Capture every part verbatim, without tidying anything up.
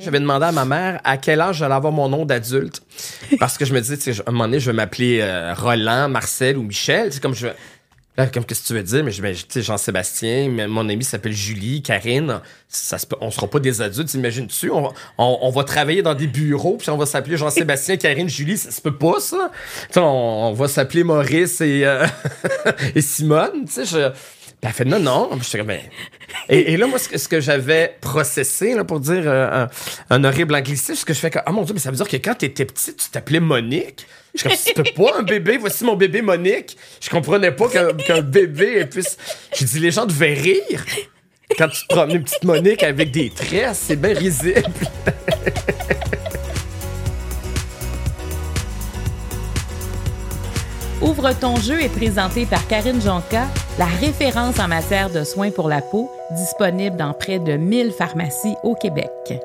J'avais demandé à ma mère à quel âge j'allais avoir mon nom d'adulte. Parce que je me disais, tu sais, à un moment donné, je vais m'appeler euh, Roland, Marcel ou Michel. C'est comme je... Là, comme qu'est-ce que tu veux dire? Mais je ben, tu sais, Jean-Sébastien, mais mon ami s'appelle Julie, Karine. Ça se peut, on sera pas des adultes, t'imagines-tu? On, on, on va travailler dans des bureaux, puis on va s'appeler Jean-Sébastien, Karine, Julie. Ça se peut pas, ça? Tu sais, on, on va s'appeler Maurice et, euh, et Simone. Tu sais, je... Puis elle fait non, non. Je comme, ben... et, et là, moi, ce que, ce que j'avais processé, là, pour dire euh, un, un horrible anglicisme, ce que je fais, ah oh, mon Dieu, mais ça veut dire que quand t'étais petite, tu t'appelais Monique. Je suis comme, si tu peux pas un bébé, voici mon bébé Monique. Je comprenais pas qu'un, qu'un bébé puisse. J'ai dit, les gens devaient rire. Quand tu te promenais une petite Monique avec des tresses, c'est bien risible. Ouvre ton jeu est présenté par Karine Jonca, la référence en matière de soins pour la peau, disponible dans près de mille pharmacies au Québec.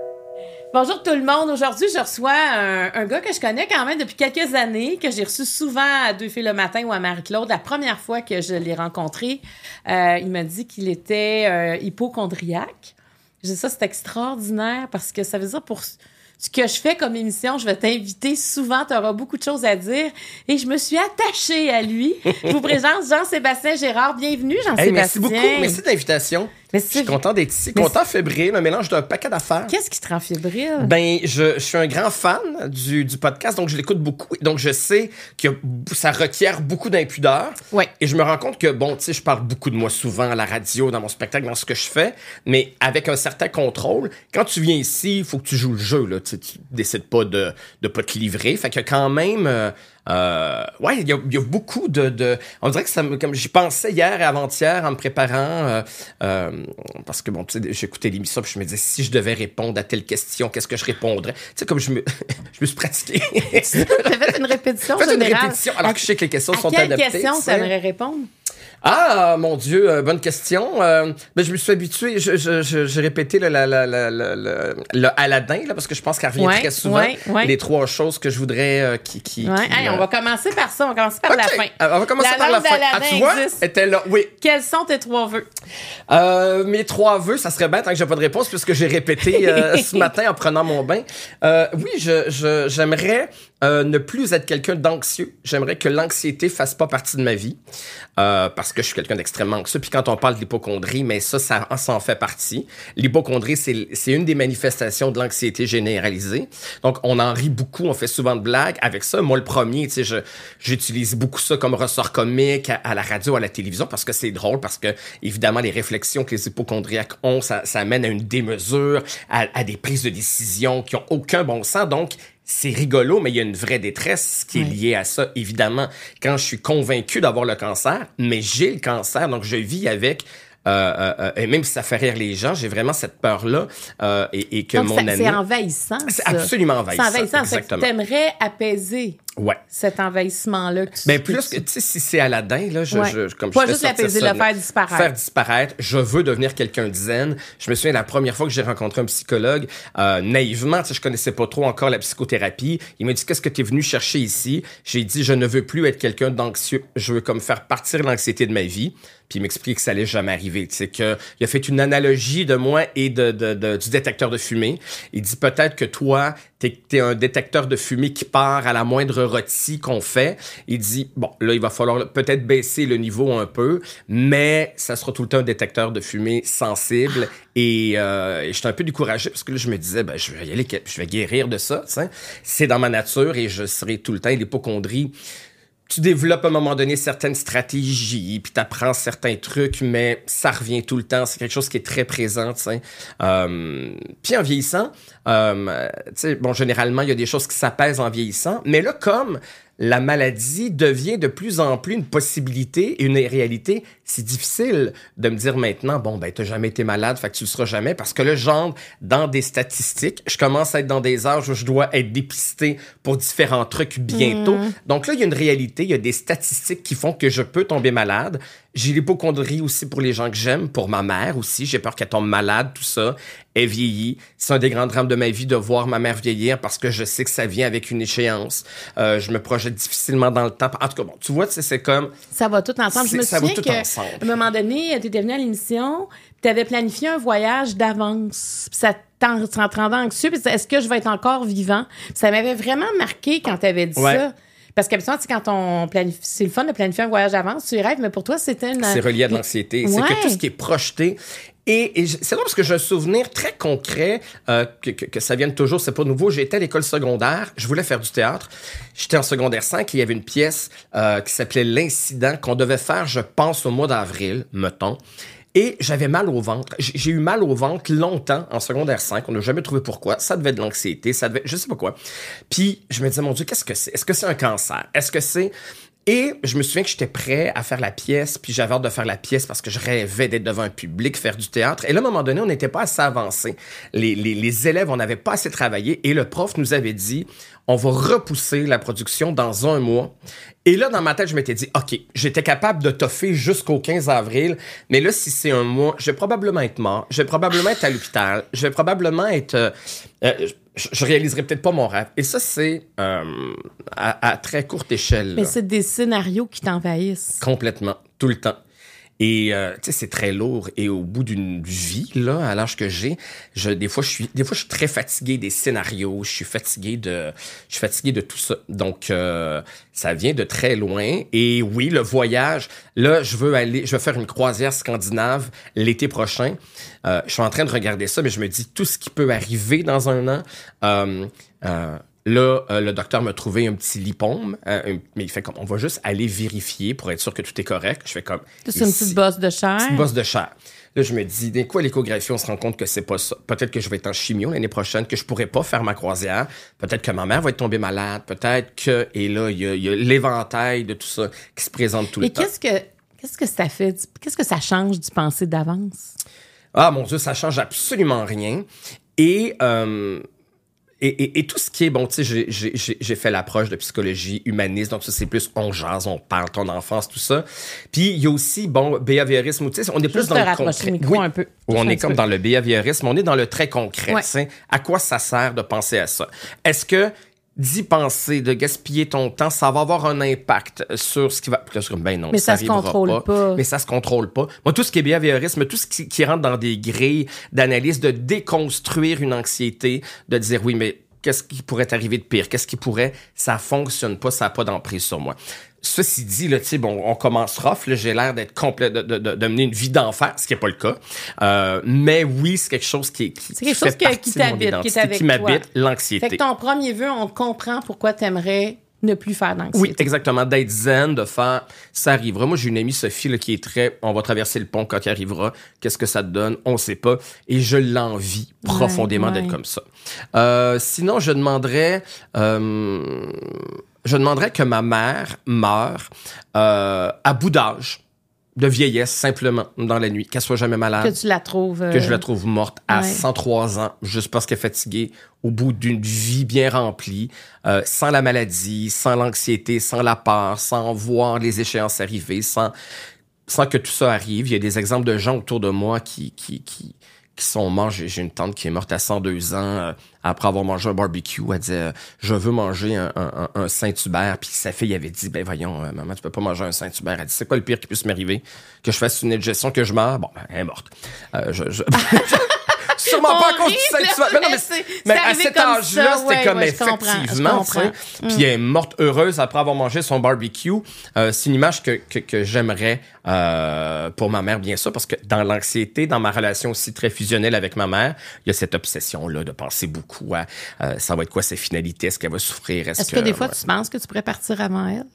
Bonjour tout le monde. Aujourd'hui, je reçois un, un gars que je connais quand même depuis quelques années, que j'ai reçu souvent à Deux filles le matin ou à Marie-Claude. La première fois que je l'ai rencontré, euh, il m'a dit qu'il était euh, hypocondriaque. Je dis ça, c'est extraordinaire parce que ça veut dire pour ce que je fais comme émission, je vais t'inviter souvent, tu auras beaucoup de choses à dire. Et je me suis attachée à lui. Je vous présente Jean-Sébastien Gérard. Bienvenue, Jean-Sébastien. Hey, merci beaucoup. Merci de l'invitation. Mais je suis content d'être ici, content fébrile, un mélange d'un paquet d'affaires. Qu'est-ce qui te rend fébrile? Ben, je, je suis un grand fan du, du podcast, donc je l'écoute beaucoup. Donc, je sais que ça requiert beaucoup d'impudeur. Ouais. Et je me rends compte que, bon, tu sais, je parle beaucoup de moi souvent à la radio, dans mon spectacle, dans ce que je fais, mais avec un certain contrôle. Quand tu viens ici, il faut que tu joues le jeu, là. Tu sais, tu décides pas de, de pas te livrer. Fait que quand même... Euh, Euh, ouais, il y a, y a beaucoup de, de... On dirait que ça me... Comme j'y pensais hier et avant-hier en me préparant, euh, euh, parce que, bon, tu sais, j'écoutais l'émission puis je me disais, si je devais répondre à telle question, qu'est-ce que je répondrais? Tu sais, comme je me... je me suis pratiqué. Tu as fait une répétition générale? Fait une répétition, alors que je sais que les questions à sont quelle adaptées. question tu aimerais répondre? Ah, mon Dieu, euh, bonne question. Euh, ben, je me suis habitué, je, je, je, j'ai répété le, le, le, le, le, le Aladdin, là, parce que je pense qu'elle revient ouais, très souvent. Ouais, ouais. Les trois choses que je voudrais euh, qui... qui, ouais, qui hey, euh... on va commencer par ça, on va commencer par okay. la fin. Alors, on va commencer la par la fin. Ah, tu vois, existe. était là, oui. Quels sont tes trois vœux? Euh, mes trois vœux, ça serait bien tant que j'ai pas de réponse, puisque j'ai répété euh, ce matin en prenant mon bain. Euh, oui, je, je, j'aimerais euh, ne plus être quelqu'un d'anxieux. J'aimerais que l'anxiété fasse pas partie de ma vie, euh, parce que je suis quelqu'un d'extrêmement anxieux. Puis quand on parle de l'hypocondrie, mais ça, ça, ça en fait partie. L'hypocondrie, c'est, c'est une des manifestations de l'anxiété généralisée. Donc, on en rit beaucoup, on fait souvent de blagues avec ça. Moi, le premier, tu sais, je, j'utilise beaucoup ça comme ressort comique à, à la radio, à la télévision, parce que c'est drôle, parce que, évidemment, les réflexions que les hypocondriaques ont, ça, ça amène à une démesure, à, à des prises de décision qui ont aucun bon sens. Donc, c'est rigolo, mais il y a une vraie détresse qui est liée à ça, évidemment. Quand je suis convaincu d'avoir le cancer, mais j'ai le cancer, donc je vis avec... Euh, euh, et même si ça fait rire les gens, j'ai vraiment cette peur-là euh, et, et que donc, mon ça, ami... C'est envahissant, C'est ça. absolument envahissant, c'est envahissant. exactement. T'aimerais apaiser ouais. cet envahissement-là. Que tu, ben, plus que, que, tu sais, si c'est Aladdin, là, je, ouais. je, comme Pas je fais juste l'apaiser, le faire disparaître. Faire disparaître. Je veux devenir quelqu'un de zen. Je me souviens, la première fois que j'ai rencontré un psychologue, euh, naïvement, tu sais, je connaissais pas trop encore la psychothérapie. Il m'a dit, qu'est-ce que tu es venu chercher ici? J'ai dit, je ne veux plus être quelqu'un d'anxieux. Je veux comme faire partir l'anxiété de ma vie. Puis il m'explique que ça allait jamais arriver. Tu sais, que il a fait une analogie de moi et de, de, de du détecteur de fumée. Il dit peut-être que toi, t'es, t'es un détecteur de fumée qui part à la moindre rôtie qu'on fait. Il dit, bon, là, il va falloir peut-être baisser le niveau un peu, mais ça sera tout le temps un détecteur de fumée sensible. Et, euh, et j'étais un peu découragé parce que là, je me disais, ben, je vais y aller, je vais guérir de ça. Tu sais. C'est dans ma nature et je serai tout le temps l'hypocondrie. Tu développes à un moment donné certaines stratégies, puis t'apprends certains trucs, mais ça revient tout le temps. C'est quelque chose qui est très présent, tu sais. Euh, puis en vieillissant, euh, tu sais, bon, généralement, il y a des choses qui s'apaisent en vieillissant, mais là, comme la maladie devient de plus en plus une possibilité, une réalité, c'est difficile de me dire maintenant, bon, ben, t'as jamais été malade, fait que tu le seras jamais, parce que là, j'entre dans des statistiques, je commence à être dans des âges où je dois être dépisté pour différents trucs bientôt. Mmh. Donc là, il y a une réalité, il y a des statistiques qui font que je peux tomber malade. J'ai l'hypocondrie aussi pour les gens que j'aime, pour ma mère aussi. J'ai peur qu'elle tombe malade, tout ça. Elle vieillit. C'est un des grands drames de ma vie de voir ma mère vieillir parce que je sais que ça vient avec une échéance. Euh, je me projette difficilement dans le temps. En tout cas, bon, tu vois, c'est comme... Ça va tout ensemble. Je me ça va souviens tout qu'à ensemble. un moment donné, tu étais venue à l'émission, tu avais planifié un voyage d'avance. Puis ça t'en rendait anxieux. Puis est-ce que je vais être encore vivant? Puis ça m'avait vraiment marqué quand tu avais dit ouais. ça. Parce qu'habituellement, quand on planifie, c'est le fun de planifier un voyage d'avance, tu y rêves, mais pour toi, c'était une... C'est relié à de l'anxiété. Ouais. C'est que tout ce qui est projeté... Et, et c'est drôle parce que j'ai un souvenir très concret euh, que, que, que ça vienne toujours, c'est pas nouveau. J'étais à l'école secondaire, je voulais faire du théâtre. J'étais en secondaire cinq et il y avait une pièce euh, qui s'appelait L'Incident qu'on devait faire, je pense, au mois d'avril, mettons. Et j'avais mal au ventre. J'ai eu mal au ventre longtemps en secondaire cinq. On n'a jamais trouvé pourquoi. Ça devait être de l'anxiété, ça devait... Je sais pas quoi. Puis je me disais, mon Dieu, qu'est-ce que c'est? Est-ce que c'est un cancer? Est-ce que c'est... Et je me souviens que j'étais prêt à faire la pièce, puis j'avais hâte de faire la pièce parce que je rêvais d'être devant un public, faire du théâtre. Et là, à un moment donné, on n'était pas assez avancé. Les, les, les élèves, on n'avait pas assez travaillé. Et le prof nous avait dit, on va repousser la production dans un mois. Et là, dans ma tête, je m'étais dit, OK, j'étais capable de toffer jusqu'au quinze avril, mais là, si c'est un mois, je vais probablement être mort, je vais probablement être à l'hôpital, je vais probablement être... Euh, euh, je, je réaliserai peut-être pas mon rêve. Et ça, c'est euh, à, à très courte échelle. Mais là. c'est des scénarios qui t'envahissent. Complètement, tout le temps. Et euh, tu sais, c'est très lourd. Et au bout d'une vie, là, à l'âge que j'ai, je, des fois, je suis, des fois, je suis très fatigué des scénarios. Je suis fatigué de, je suis fatigué de tout ça. Donc, euh, ça vient de très loin. Et oui, le voyage. Là, je veux aller, je veux faire une croisière scandinave l'été prochain. Euh, je suis en train de regarder ça, mais je me dis tout ce qui peut arriver dans un an. Euh, euh, Là, euh, le docteur m'a trouvé un petit lipome, euh, un, mais il fait comme, on va juste aller vérifier pour être sûr que tout est correct. Je fais comme... C'est une petite bosse de chair. Petite bosse de chair. Là, je me dis, dès quoi l'échographie, on se rend compte que c'est pas ça. Peut-être que je vais être en chimio l'année prochaine, que je pourrais pas faire ma croisière. Peut-être que ma mère va être tombée malade. Peut-être que... Et là, il y a, y a l'éventail de tout ça qui se présente tout Et le temps. Et qu'est-ce que, qu'est-ce que ça fait? Qu'est-ce que ça change du penser d'avance? Ah, mon Dieu, ça change absolument rien. Et... Euh, Et, et, et tout ce qui est, bon, tu sais, j'ai, j'ai, j'ai fait l'approche de psychologie humaniste, donc ça, c'est plus on jase, on parle, ton enfance, tout ça. Puis, il y a aussi, bon, behaviorisme, tu sais, on est plus Juste dans te le concret. Le micro oui, un peu. on un est comme peu. dans le behaviorisme, on est dans le très concret, ouais. tu sais. À quoi ça sert de penser à ça? Est-ce que d'y penser, de gaspiller ton temps, ça va avoir un impact sur ce qui va... Ben non, mais ça, ça se contrôle pas. pas. Mais ça se contrôle pas. Moi, tout ce qui est behaviorisme, tout ce qui, qui rentre dans des grilles d'analyse, de déconstruire une anxiété, de dire, oui, mais qu'est-ce qui pourrait arriver de pire? Qu'est-ce qui pourrait... Ça fonctionne pas, ça n'a pas d'emprise sur moi. Ceci dit, là, tu sais, bon, on commence rough, là, j'ai l'air d'être complet, de, de, de, de mener une vie d'enfer, ce qui n'est pas le cas. Euh, mais oui, c'est quelque chose qui, qui, c'est quelque qui chose fait que, partie qui de mon t'habite, identité, qui est avec qui m'habite, toi. l'anxiété. Fait que ton premier vœu, on comprend pourquoi t'aimerais ne plus faire d'anxiété. Oui, exactement. D'être zen, de faire, ça arrivera. Moi, j'ai une amie, Sophie, là, qui est très, on va traverser le pont quand il arrivera. Qu'est-ce que ça te donne? On sait pas. Et je l'envie profondément ouais, ouais. d'être comme ça. Euh, sinon, je demanderais, euh, je demanderais que ma mère meure, euh, à bout d'âge. De vieillesse, simplement, dans la nuit, qu'elle soit jamais malade. Que tu la trouves... Euh... Que je la trouve morte à ouais. cent trois ans, juste parce qu'elle est fatiguée, au bout d'une vie bien remplie, euh, sans la maladie, sans l'anxiété, sans la peur, sans voir les échéances arriver, sans, sans que tout ça arrive. Il y a des exemples de gens autour de moi qui... qui, qui qui sont morts. J'ai, j'ai une tante qui est morte à cent deux ans euh, après avoir mangé un barbecue. Elle disait euh, « Je veux manger un, un, un Saint-Hubert. » Puis sa fille avait dit « Ben voyons, euh, maman, tu peux pas manger un Saint-Hubert. » Elle dit « C'est quoi le pire qui puisse m'arriver? Que je fasse une indigestion, que je meure? » Bon, elle est morte. Euh, je... je... Sûrement pas à cause du Saint-Hubert. Mais non, mais, c'est, mais c'est à cet âge-là, ça, c'était ouais, comme ouais, effectivement, tu sais. Mm. Puis elle est morte heureuse après avoir mangé son barbecue. Euh, c'est une image que, que, que j'aimerais euh, pour ma mère, bien sûr, parce que dans l'anxiété, dans ma relation aussi très fusionnelle avec ma mère, il y a cette obsession-là de penser beaucoup à euh, ça va être quoi ses finalités, est-ce qu'elle va souffrir, est-ce, est-ce que, que des fois ouais. tu penses que tu pourrais partir avant elle?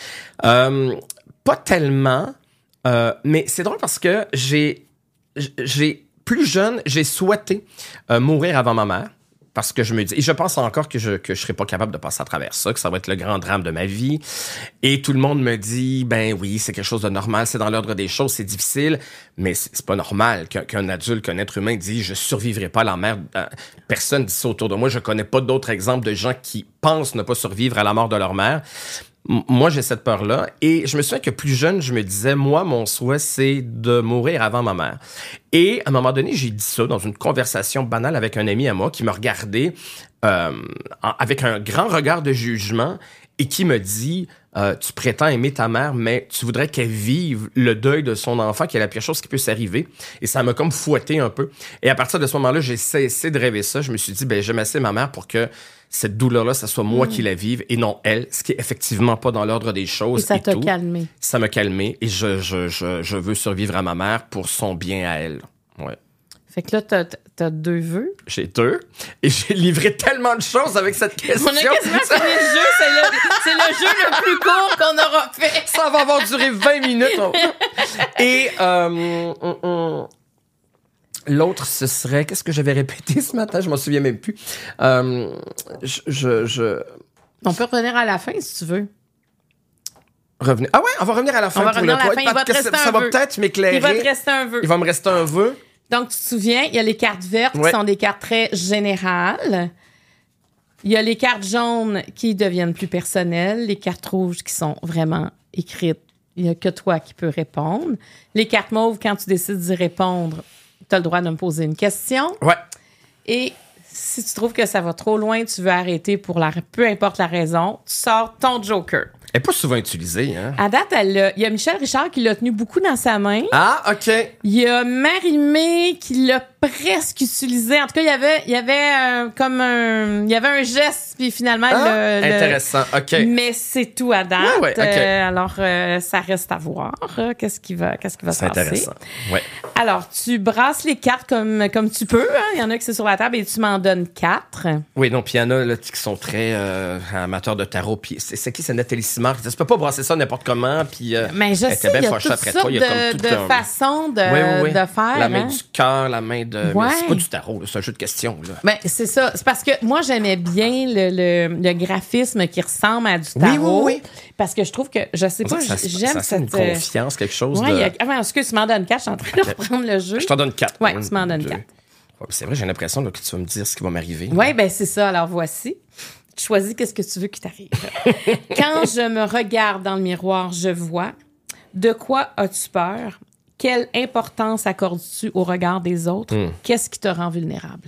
Euh, pas tellement, euh, mais c'est drôle parce que j'ai j'ai plus jeune, j'ai souhaité euh, mourir avant ma mère parce que je me dis, et je pense encore que je que je serais pas capable de passer à travers ça, que ça va être le grand drame de ma vie. Et tout le monde me dit, ben oui, c'est quelque chose de normal, c'est dans l'ordre des choses, c'est difficile, mais c'est, c'est pas normal qu'un, qu'un adulte, qu'un être humain dise, je survivrai pas à la mort. Personne dit ça autour de moi. Je connais pas d'autres exemples de gens qui pensent ne pas survivre à la mort de leur mère. M- moi, j'ai cette peur-là. Et je me souviens que plus jeune, je me disais, moi, mon souhait, c'est de mourir avant ma mère. Et à un moment donné, j'ai dit ça dans une conversation banale avec un ami à moi qui me regardait euh, en- avec un grand regard de jugement et qui me dit... Euh, tu prétends aimer ta mère, mais tu voudrais qu'elle vive le deuil de son enfant, qui est la pire chose qui peut s'arriver. Et ça m'a comme fouetté un peu. Et à partir de ce moment-là, j'ai cessé de rêver ça. Je me suis dit, ben j'aime assez ma mère pour que cette douleur-là, ça soit moi mmh. qui la vive et non elle, ce qui est effectivement pas dans l'ordre des choses. Et ça et t'a tout. calmé. Ça m'a calmé et je, je, je, je veux survivre à ma mère pour son bien à elle. Ouais. Fait que là, t'as, t'as deux vœux. J'ai deux. Et j'ai livré tellement de choses avec cette question. On a quasiment fini le jeu. C'est le, c'est le jeu le plus court qu'on aura fait. Ça va avoir duré vingt minutes. Et euh, on, on... l'autre, ce serait... Qu'est-ce que j'avais répété ce matin? Je m'en souviens même plus. Euh, je, je, je... On peut revenir à la fin, si tu veux. Revenir. Ah ouais, on va revenir à la fin. On va pour revenir le à la point, fin. Il va te que rester ça, un ça va vœu. peut-être m'éclairer. Il va te rester un vœu. Il va me rester un vœu. Donc, tu te souviens, il y a les cartes vertes ouais. qui sont des cartes très générales. Il y a les cartes jaunes qui deviennent plus personnelles. Les cartes rouges qui sont vraiment écrites. Il n'y a que toi qui peux répondre. Les cartes mauves, quand tu décides d'y répondre, tu as le droit de me poser une question. Ouais. Et si tu trouves que ça va trop loin, tu veux arrêter pour la, peu importe la raison, tu sors ton joker. Elle n'est pas souvent utilisée, hein? À date, elle l'a. Il y a Michel Richard qui l'a tenu beaucoup dans sa main. Ah, OK. Il y a Marie-Mé qui l'a presque utilisé. En tout cas, il y avait, il y avait euh, comme un... Il y avait un geste, puis finalement... Ah, le, le... intéressant, OK. Mais c'est tout à date. Ouais, ouais, OK. Euh, alors, euh, ça reste à voir. Euh, qu'est-ce qui va, qu'est-ce qui va se c'est passer. intéressant, ouais. Alors, tu brasses les cartes comme, comme tu peux. Hein. Il y en a qui c'est sur la table et tu m'en donnes quatre. Oui, non, puis il y en a là, qui sont très euh, amateurs de tarot. Puis c'est, c'est qui? C'est Nathalie Simard. Tu peux pas brasser ça n'importe comment. Puis euh, mais je elle sais, était bien il y a fâchée toutes après sortes toi. Il y de, a comme tout de un... façons de, oui, oui, oui. de faire. La main hein? du cœur, la main de... Ouais. Mais c'est pas du tarot, là, c'est un jeu de questions. Là. Ben, c'est ça. C'est parce que moi, j'aimais bien le, le, le graphisme qui ressemble à du tarot. Oui, oui, oui. Parce que je trouve que, je sais pas, ça, j'aime ça, ça cette... une confiance, quelque chose ouais, de... y a... ah, excuse, tu m'en donnes quatre. Je suis en train de reprendre le jeu. Je t'en donne quatre. Oui, tu m'en donnes quatre. Ouais, c'est vrai, j'ai l'impression là, que tu vas me dire ce qui va m'arriver. Oui, ben c'est ça. Alors, voici. Tu choisis qu'est-ce que tu veux qui t'arrive. Quand je me regarde dans le miroir, je vois. De quoi as-tu peur? Quelle importance accordes-tu au regard des autres? Mm. Qu'est-ce qui te rend vulnérable?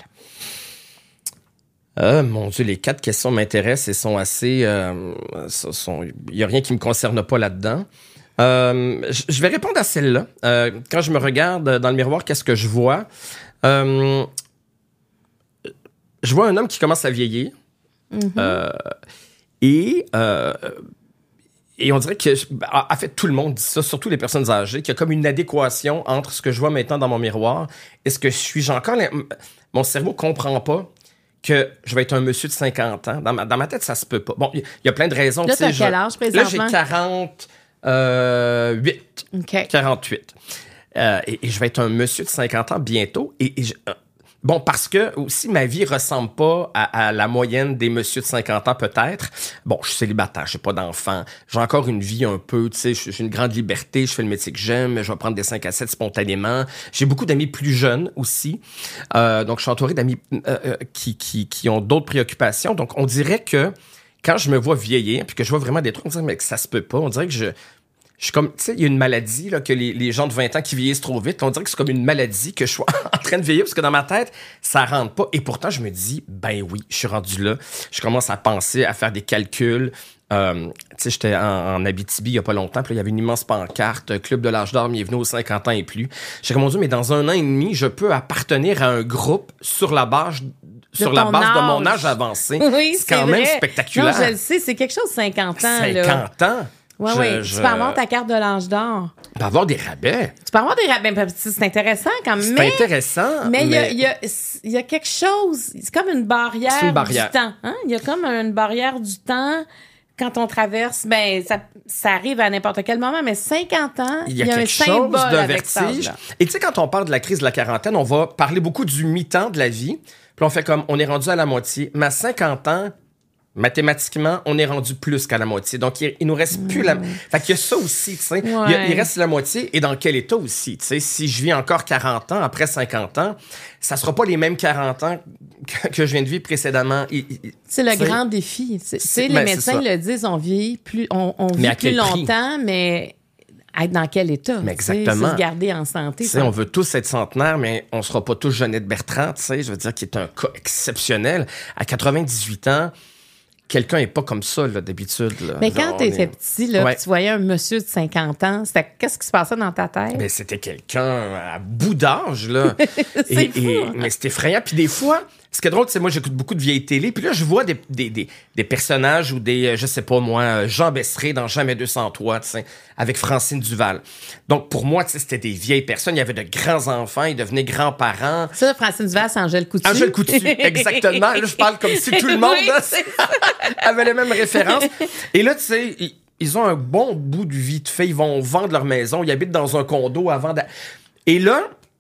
Euh, mon Dieu, les quatre questions m'intéressent et sont assez... Euh, sont, il n'y a rien qui me concerne pas là-dedans. Euh, je vais répondre à celle-là. Euh, quand je me regarde dans le miroir, qu'est-ce que je vois? Euh, je vois un homme qui commence à vieillir. Mm-hmm. Euh, et... Euh, Et on dirait que, en fait, tout le monde dit ça, surtout les personnes âgées, qu'il y a comme une adéquation entre ce que je vois maintenant dans mon miroir et ce que je suis. J'ai encore... Mon cerveau comprend pas que je vais être un monsieur de cinquante ans. Dans ma, dans ma tête, ça se peut pas. Bon, il y, y a plein de raisons. Là, t'as je, quel âge, présentement? Là, j'ai quarante-huit. OK. quarante-huit. Euh, et, et je vais être un monsieur de cinquante ans bientôt. Et, et je, euh, bon, parce que aussi, ma vie ressemble pas à, à la moyenne des messieurs de cinquante ans, peut-être. Bon, je suis célibataire, j'ai pas d'enfant. J'ai encore une vie un peu, tu sais, j'ai une grande liberté, je fais le métier que j'aime, je vais prendre des cinq à sept spontanément. J'ai beaucoup d'amis plus jeunes aussi. Euh, donc, je suis entouré d'amis euh, euh, qui, qui, qui ont d'autres préoccupations. Donc, on dirait que quand je me vois vieillir, puis que je vois vraiment des trucs, on dirait mais que ça se peut pas. On dirait que je... Je suis comme, tu sais, il y a une maladie, là, que les, les gens de vingt ans qui vieillissent trop vite, on dirait que c'est comme une maladie que je sois en train de vieillir, parce que dans ma tête, ça rentre pas. Et pourtant, je me dis, ben oui, je suis rendu là. Je commence à penser, à faire des calculs. Euh, tu sais, j'étais en, en Abitibi il y a pas longtemps, puis là, il y avait une immense pancarte, Club de l'âge d'or, bienvenue aux cinquante ans et plus. J'ai comme, mon Dieu, mais dans un an et demi, je peux appartenir à un groupe sur la base... Sur la base âge. de mon âge avancé. Oui, c'est quand c'est même vrai. spectaculaire. Non, je le sais, c'est quelque chose de cinquante ans. cinquante là. ans? Oui, je, oui. Je... Tu peux avoir ta carte de l'âge d'or. Tu peux avoir des rabais. Tu peux avoir des rabais. C'est intéressant quand même. C'est mais, intéressant. Mais il mais... y, a, y, a, y a quelque chose. C'est comme une barrière, une barrière. du temps. Hein? Il y a comme une barrière du temps. Quand on traverse, ben ça, ça arrive à n'importe quel moment, mais cinquante ans, il y a, y a quelque un chose de vertige. Et tu sais, quand on parle de la crise de la quarantaine, on va parler beaucoup du mi-temps de la vie. Puis on fait comme, on est rendu à la moitié. Mais à cinquante ans, Mathématiquement, on est rendu plus qu'à la moitié. Donc, il, il nous reste plus la... Fait qu'il y a ça aussi, tu sais. Ouais. Il, il reste la moitié. Et dans quel état aussi, tu sais. Si je vis encore quarante ans, après cinquante ans, ça sera pas les mêmes quarante ans que, que je viens de vivre précédemment. Il, il, c'est le t'sais, grand défi. C'est, c'est, les ben, médecins le disent, on vit plus, on, on vit plus longtemps, prix? mais... être dans quel état? Mais exactement. Se garder en santé. On veut tous être centenaires, mais on ne sera pas tous Jeannette Bertrand, tu sais, je veux dire, qui est un cas exceptionnel. À quatre-vingt-dix-huit ans, quelqu'un n'est pas comme ça, là, d'habitude. Là. Mais quand tu étais est... petit, là, ouais. tu voyais un monsieur de cinquante ans, c'était... qu'est-ce qui se passait dans ta tête? Ben, c'était quelqu'un à bout d'âge, là. c'est et, fou, et... hein? Mais c'était effrayant. Puis des fois... Ce qui est drôle, c'est moi, j'écoute beaucoup de vieilles télé, puis là, je vois des, des, des, des personnages ou des, je sais pas moi, Jean Besseré dans Jamais deux cent trois, tu sais, avec Francine Duval. Donc, pour moi, tu sais, c'était des vieilles personnes. Il y avait de grands-enfants, ils devenaient grands-parents. Ça, Francine Duval, c'est Angèle Coutu. Angèle Coutu, exactement. Là, je parle comme si tout le monde oui, là, avait les mêmes références. Et là, tu sais, ils, ils ont un bon bout de vie de fait. Ils vont vendre leur maison. Ils habitent dans un condo avant de... Et là...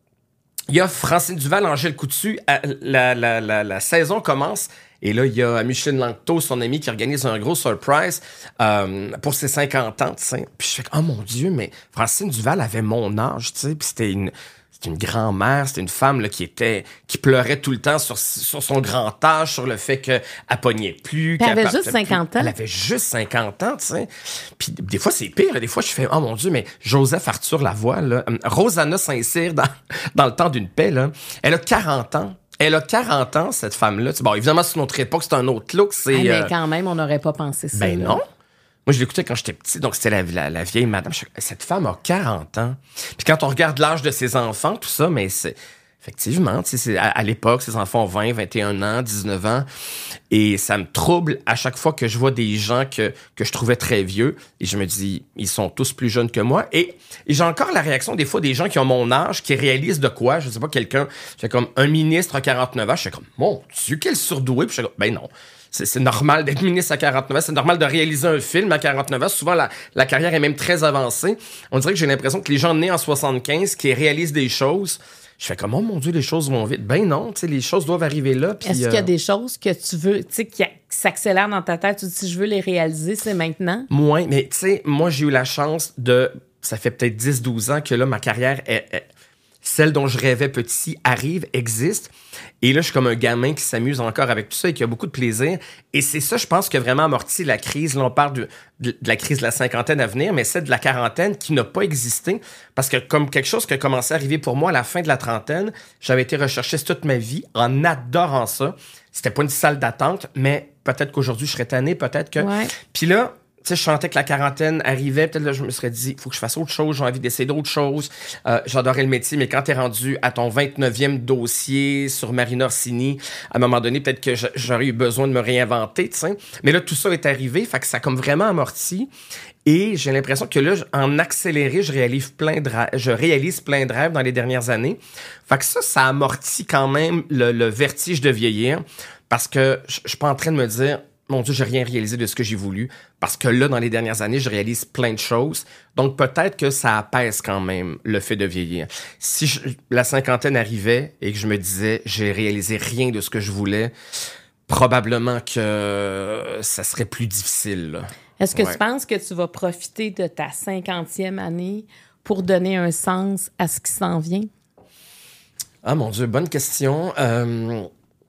Il y a Francine Duval, Angèle Coutu, la, la, la, la saison commence, et là, il y a Micheline Langto, son amie, qui organise un gros surprise euh, pour ses cinquante ans, tu sais. Puis je fais, oh mon Dieu, mais Francine Duval avait mon âge, tu sais, puis c'était une... C'était une grand-mère, c'était une femme là, qui était qui pleurait tout le temps sur, sur son grand âge, sur le fait qu'elle pognait plus. Elle avait juste cinquante plus. ans. Elle avait juste cinquante ans, tu sais. Puis des fois, c'est pire. Là. Des fois, je fais, oh mon Dieu, mais Joseph Arthur Lavoie, là, Rosanna Saint-Cyr, dans, dans Le temps d'une paix, là, elle a quarante ans. Elle a quarante ans, cette femme-là. Bon, évidemment, c'est notre époque, c'est un autre look. C'est, ah, mais euh... quand même, on n'aurait pas pensé ça. Ben là. non. Moi, je l'écoutais quand j'étais petit, donc c'était la, la, la vieille madame. Cette femme a quarante ans. Puis quand on regarde l'âge de ses enfants, tout ça, mais c'est... Effectivement, tu sais, c'est à, à l'époque, ses enfants ont vingt, vingt et un ans, dix-neuf ans. Et ça me trouble à chaque fois que je vois des gens que, que je trouvais très vieux. Et je me dis, ils sont tous plus jeunes que moi. Et, et j'ai encore la réaction des fois des gens qui ont mon âge, qui réalisent de quoi. Je sais pas, quelqu'un, c'est comme un ministre à quarante-neuf ans. Je suis comme, mon Dieu, quel surdoué. Puis je suis comme, ben non. C'est, c'est normal d'être ministre à quarante-neuf ans. C'est normal de réaliser un film à quarante-neuf ans. Souvent, la, la carrière est même très avancée. On dirait que j'ai l'impression que les gens nés en soixante-quinze qui réalisent des choses, je fais comme, oh mon Dieu, les choses vont vite. Ben non, tu sais, les choses doivent arriver là. Puis, est-ce qu'il y a euh... des choses que tu veux, tu sais, qui, qui s'accélèrent dans ta tête? Tu dis, si je veux les réaliser, c'est maintenant? Moins, mais tu sais, moi, j'ai eu la chance de... Ça fait peut-être dix douze ans que là, ma carrière est... est... Celle dont je rêvais petit arrive, existe. Et là, je suis comme un gamin qui s'amuse encore avec tout ça et qui a beaucoup de plaisir. Et c'est ça, je pense, qui a vraiment amorti la crise. Là, on parle de, de, de la crise de la cinquantaine à venir, mais celle de la quarantaine qui n'a pas existé. Parce que comme quelque chose qui a commencé à arriver pour moi à la fin de la trentaine, j'avais été recherchiste toute ma vie en adorant ça. C'était pas une salle d'attente, mais peut-être qu'aujourd'hui, je serais tanné, peut-être que... Ouais. Puis là... Tu sais, je sentais que la quarantaine arrivait. Peut-être là, je me serais dit, il faut que je fasse autre chose. J'ai envie d'essayer d'autres choses. Euh, j'adorais le métier, mais quand t'es rendu à ton vingt-neuvième dossier sur Marina Orsini, à un moment donné, peut-être que j'aurais eu besoin de me réinventer, tu sais. Mais là, tout ça est arrivé. Fait que ça a comme vraiment amorti. Et j'ai l'impression que là, en accéléré, je réalise plein de rêves, je réalise plein de rêves dans les dernières années. Fait que ça, ça amortit quand même le, le vertige de vieillir. Parce que je, je suis pas en train de me dire, mon Dieu, j'ai rien réalisé de ce que j'ai voulu. Parce que là, dans les dernières années, je réalise plein de choses. Donc, peut-être que ça apaise quand même le fait de vieillir. Si je, la cinquantaine arrivait et que je me disais, j'ai réalisé rien de ce que je voulais, probablement que ça serait plus difficile. Là. Est-ce que ouais. tu penses que tu vas profiter de ta cinquantième année pour donner un sens à ce qui s'en vient? Ah, mon Dieu, bonne question. Euh...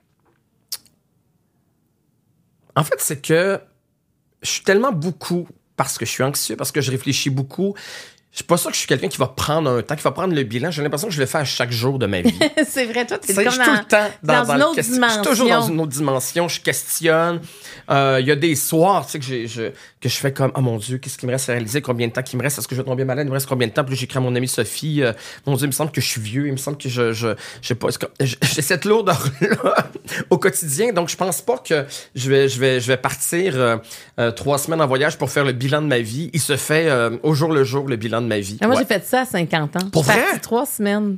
En fait, c'est que je suis tellement beaucoup, parce que je suis anxieux, parce que je réfléchis beaucoup, je suis pas sûr que je suis quelqu'un qui va prendre un temps, qui va prendre le bilan. J'ai l'impression que je le fais à chaque jour de ma vie. C'est vrai, toi, tu es comme comme dans, tout le temps dans, dans, dans une autre question... dimension. Je suis toujours dans une autre dimension. Je questionne. Il euh, y a des soirs, tu sais, que, j'ai, je, que je fais comme, oh mon Dieu, qu'est-ce qu'il me reste à réaliser? Combien de temps qu'il me reste? Est-ce que je vais tomber malade? Il me reste combien de temps? Puis j'écris à mon amie Sophie, euh, mon Dieu, il me semble que je suis vieux. Il me semble que je, je, je sais pas, j'ai cette lourdeur-là au quotidien. Donc, je pense pas que je vais, je vais, je vais partir euh, euh, trois semaines en voyage pour faire le bilan de ma vie. Il se fait euh, au jour le jour, le bilan de ma vie. Ah, moi, ouais. j'ai fait ça à cinquante ans. Pour je suis vrai? partie trois semaines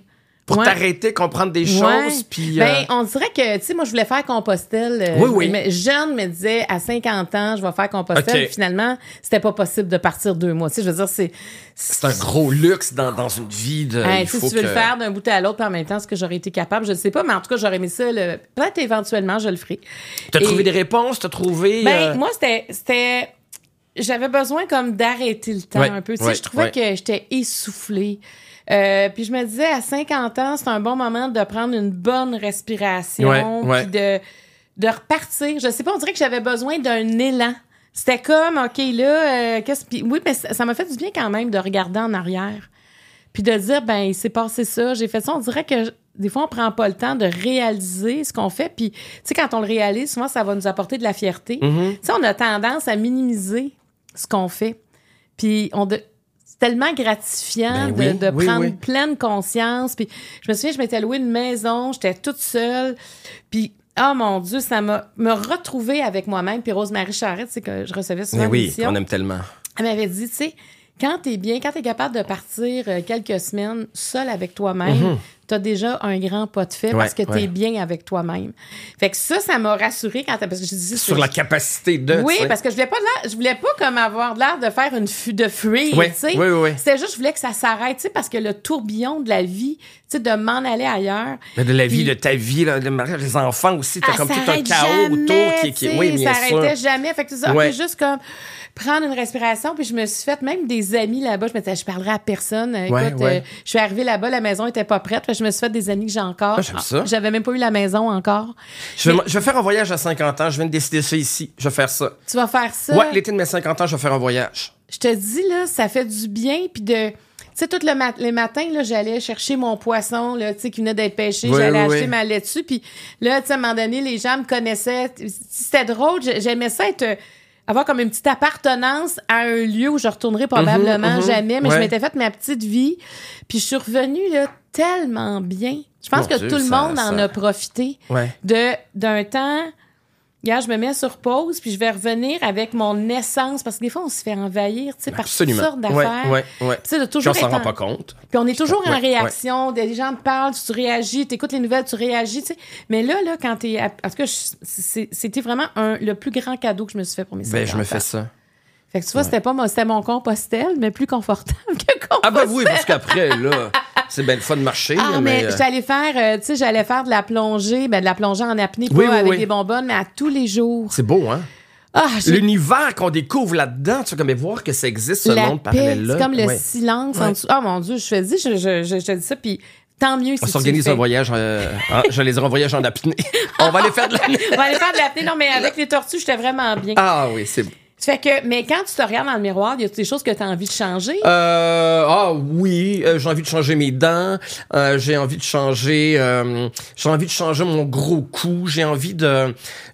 pour ouais. t'arrêter, comprendre des choses. Ouais. Puis, ben, euh... on dirait que, tu sais, moi, je voulais faire Compostelle. Euh, oui, oui. Mais jeune me disait, à cinquante ans, je vais faire Compostelle. Okay. Finalement, c'était pas possible de partir deux mois. Tu sais, je veux dire, c'est... C'est un gros luxe dans, dans une vie. De, hey, il faut si tu veux que... le faire d'un bout à l'autre, puis en même temps, est-ce que j'aurais été capable? Je ne sais pas, mais en tout cas, j'aurais aimé ça. Le... Peut-être éventuellement, je le ferai. T'as Et... trouvé des réponses? T'as trouvé... Ben, euh... moi, c'était... c'était... J'avais besoin comme d'arrêter le temps ouais, un peu. Tu ouais, sais, je trouvais ouais. que j'étais essoufflée. Euh, puis je me disais, à cinquante ans, c'est un bon moment de prendre une bonne respiration, ouais, ouais. puis de, de repartir. Je sais pas, on dirait que j'avais besoin d'un élan. C'était comme, OK, là, euh, qu'est-ce... Puis oui, mais ça m'a fait du bien quand même de regarder en arrière. Puis de dire, ben il s'est passé ça, j'ai fait ça. On dirait que des fois, on prend pas le temps de réaliser ce qu'on fait. Puis, tu sais, quand on le réalise, souvent, ça va nous apporter de la fierté. Mm-hmm. Tu sais, on a tendance à minimiser ce qu'on fait. Puis, on de... c'est tellement gratifiant ben oui, de, de oui, prendre oui. pleine conscience. Puis, je me souviens, je m'étais loué une maison, j'étais toute seule. Puis, oh mon Dieu, ça m'a me retrouver avec moi-même. Puis, Rose-Marie Charette, c'est que je recevais souvent Mais oui, l'émission. on aime tellement. Elle m'avait dit, tu sais, quand t'es bien, quand t'es capable de partir euh, quelques semaines seul avec toi-même, mm-hmm. t'as déjà un grand pas de fait ouais, parce que t'es ouais. bien avec toi-même. Fait que ça, ça m'a rassurée quand parce que je disais sur la capacité de. Oui, t'sais. Parce que je voulais pas de l'air, je voulais pas comme avoir l'air de faire une fu- de fuir, oui, tu sais. Oui, oui, oui. C'était juste je voulais que ça s'arrête, tu sais, parce que le tourbillon de la vie, tu sais, de m'en aller ailleurs. Mais de la vie, puis, de ta vie, là, de mariage, les enfants aussi, t'as ah, comme tout un chaos jamais, autour qui, qui, oui, bien ça sûr. arrêtait jamais. Fait que ça, ouais. okay, juste comme prendre une respiration, puis je me suis fait même des amis là-bas. Je me disais, je parlerai à personne. Écoute, ouais, ouais. Euh, je suis arrivée là-bas, la maison était pas prête. Je me suis fait des amis que j'ai encore. Ah, j'aime ça. J'avais même pas eu la maison encore. Je vais, Mais, je vais faire un voyage à cinquante ans. Je viens de décider ça ici. Je vais faire ça. Tu vas faire ça? Ouais, l'été de mes cinquante ans, je vais faire un voyage. Je te dis, là, ça fait du bien, puis de... Tu sais, tous le mat- les matins, là, j'allais chercher mon poisson, là, tu sais, qui venait d'être pêché. Oui, j'allais oui, acheter oui. ma laitue. Puis là, tu sais, à un moment donné, les gens me connaissaient. C'était drôle. J'aimais ça être... avoir comme une petite appartenance à un lieu où je retournerai probablement mmh, mmh, jamais. Mais ouais. je m'étais faite ma petite vie. Puis je suis revenue, là, tellement bien. Je pense Mon que Dieu, tout le ça, monde ça... en a profité. Ouais. De, d'un temps... Regarde, je me mets sur pause, puis je vais revenir avec mon essence, parce que des fois, on se fait envahir, tu sais, par toutes sortes d'affaires. Ouais, ouais, ouais. Tu sais, de toujours puis on s'en être rend en... pas compte. Puis on est toujours ouais, en réaction. Ouais. Des gens te parlent, tu réagis, tu écoutes les nouvelles, tu réagis, tu sais. Mais là, là, quand t'es... En tout cas, je... c'est... c'était vraiment un... le plus grand cadeau que je me suis fait pour mes cinquante ans. Ben, je me fais ça. Fait que tu vois, ouais. c'était pas moi, c'était mon Compostelle, mais plus confortable que Compostelle. Ah ben oui, parce qu'après, là, c'est bien le fun de marcher. Ah, là, mais, mais euh... j'allais faire, euh, tu sais, j'allais faire de la plongée, ben de la plongée en apnée, oui, pas oui, avec oui. des bonbonnes, mais à tous les jours. C'est beau, hein? Ah, l'univers qu'on découvre là-dedans, tu vois, comme voir que ça existe, ce la monde paix, parallèle-là. c'est comme le ouais. silence ouais. en dessous. Ah, mon Dieu, je te dis, je, je, je, je te dis ça, puis tant mieux si on tu s'organise le un fais. voyage, euh, hein, je les ai en voyage en apnée. On va aller faire de l'apnée. On va aller faire de l'apnée. Non, mais avec les tortues, j'étais vraiment bien. Ah oui, c'est bon. Ça fait que, mais quand tu te regardes dans le miroir, il y a des choses que tu as envie de changer? Euh, ah oui, euh, j'ai envie de changer mes dents, euh, j'ai envie de changer, euh, j'ai envie de changer mon gros cou, j'ai envie de,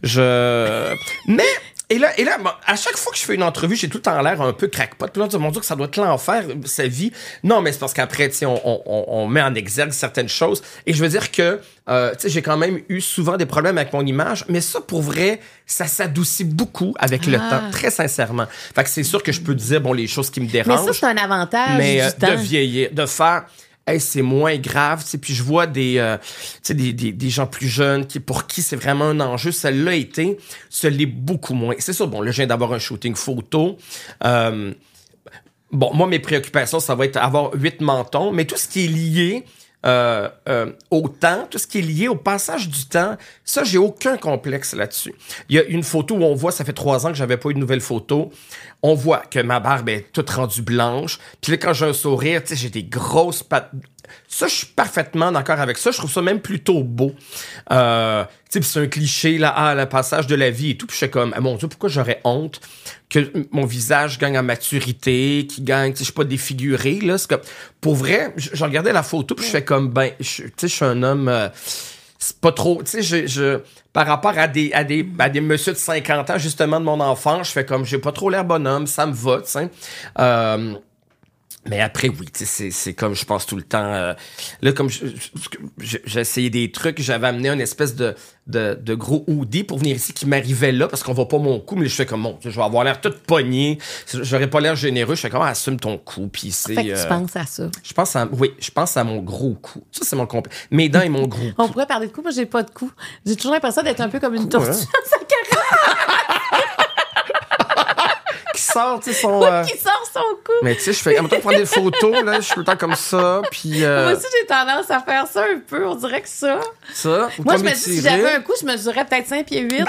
je, mais et là, et là, bon, à chaque fois que je fais une entrevue, j'ai tout le temps l'air un peu crackpot. Tout le monde dit, mon Dieu, que ça doit être l'enfer, sa vie. Non, mais c'est parce qu'après, tu sais, on, on, on met en exergue certaines choses. Et je veux dire que, euh, tu sais, j'ai quand même eu souvent des problèmes avec mon image, mais ça, pour vrai, ça s'adoucit beaucoup avec ah. le temps, très sincèrement. Fait que c'est sûr que je peux dire, bon, les choses qui me dérangent. Mais ça, c'est un avantage mais, du euh, temps. de vieillir, de faire... Hey, c'est moins grave, tu sais, puis je vois des, euh, tu sais, des, des, des gens plus jeunes qui, pour qui c'est vraiment un enjeu. Ça l'a été, ça l'est beaucoup moins. C'est sûr, bon, là, je viens d'avoir un shooting photo. Euh, bon, moi, mes préoccupations, ça va être avoir huit mentons, mais tout ce qui est lié euh, euh, au temps, tout ce qui est lié au passage du temps, ça, j'ai aucun complexe là-dessus. Il y a une photo où on voit, ça fait trois ans que j'avais pas eu de nouvelle photo. On voit que ma barbe est toute rendue blanche. Puis là, quand j'ai un sourire, tu sais, j'ai des grosses pattes. Ça, je suis parfaitement d'accord avec ça. Je trouve ça même plutôt beau. Euh, tu sais, c'est un cliché, là, ah, le passage de la vie et tout. Puis je suis comme, ah, mon Dieu, pourquoi j'aurais honte que mon visage gagne en maturité, qu'il gagne, tu sais, je suis pas défiguré, là. C'est comme, pour vrai, je, je regardais la photo, puis je fais comme, ben, tu sais, je suis un homme... Euh, c'est pas trop, tu sais, je, je, par rapport à des, à des, à des messieurs de cinquante ans, justement, de mon enfance, je fais comme, j'ai pas trop l'air bonhomme, ça me va, tu sais. Euh, Mais après, oui, tu sais, c'est, c'est comme je pense tout le temps. Euh, là, comme je, je, j'ai essayé des trucs, j'avais amené une espèce de, de, de gros hoodie pour venir ici qui m'arrivait là parce qu'on voit pas mon cou, mais je fais comme bon, je vais avoir l'air tout pogné, j'aurais pas l'air généreux. Je fais comme ah, assume ton cou, puis c'est. Fait que euh, tu penses à ça. Je pense à, oui, je pense à mon gros cou. Ça, c'est mon complet. Mes dents et mon gros cou. On pourrait parler de cou, moi j'ai pas de cou. J'ai toujours l'impression d'être un peu comme une tortue. Hein? Ça Qui sort, tu sais, son. Euh... qui sort son cou. Mais tu sais, je fais. En même temps, prendre des photos, là, je suis tout le temps comme ça, puis. Euh... Moi aussi, j'ai tendance à faire ça un peu. On dirait que ça. Ça. Moi, je me dis, si j'avais un cou, je mesurais peut-être cinq pieds huit.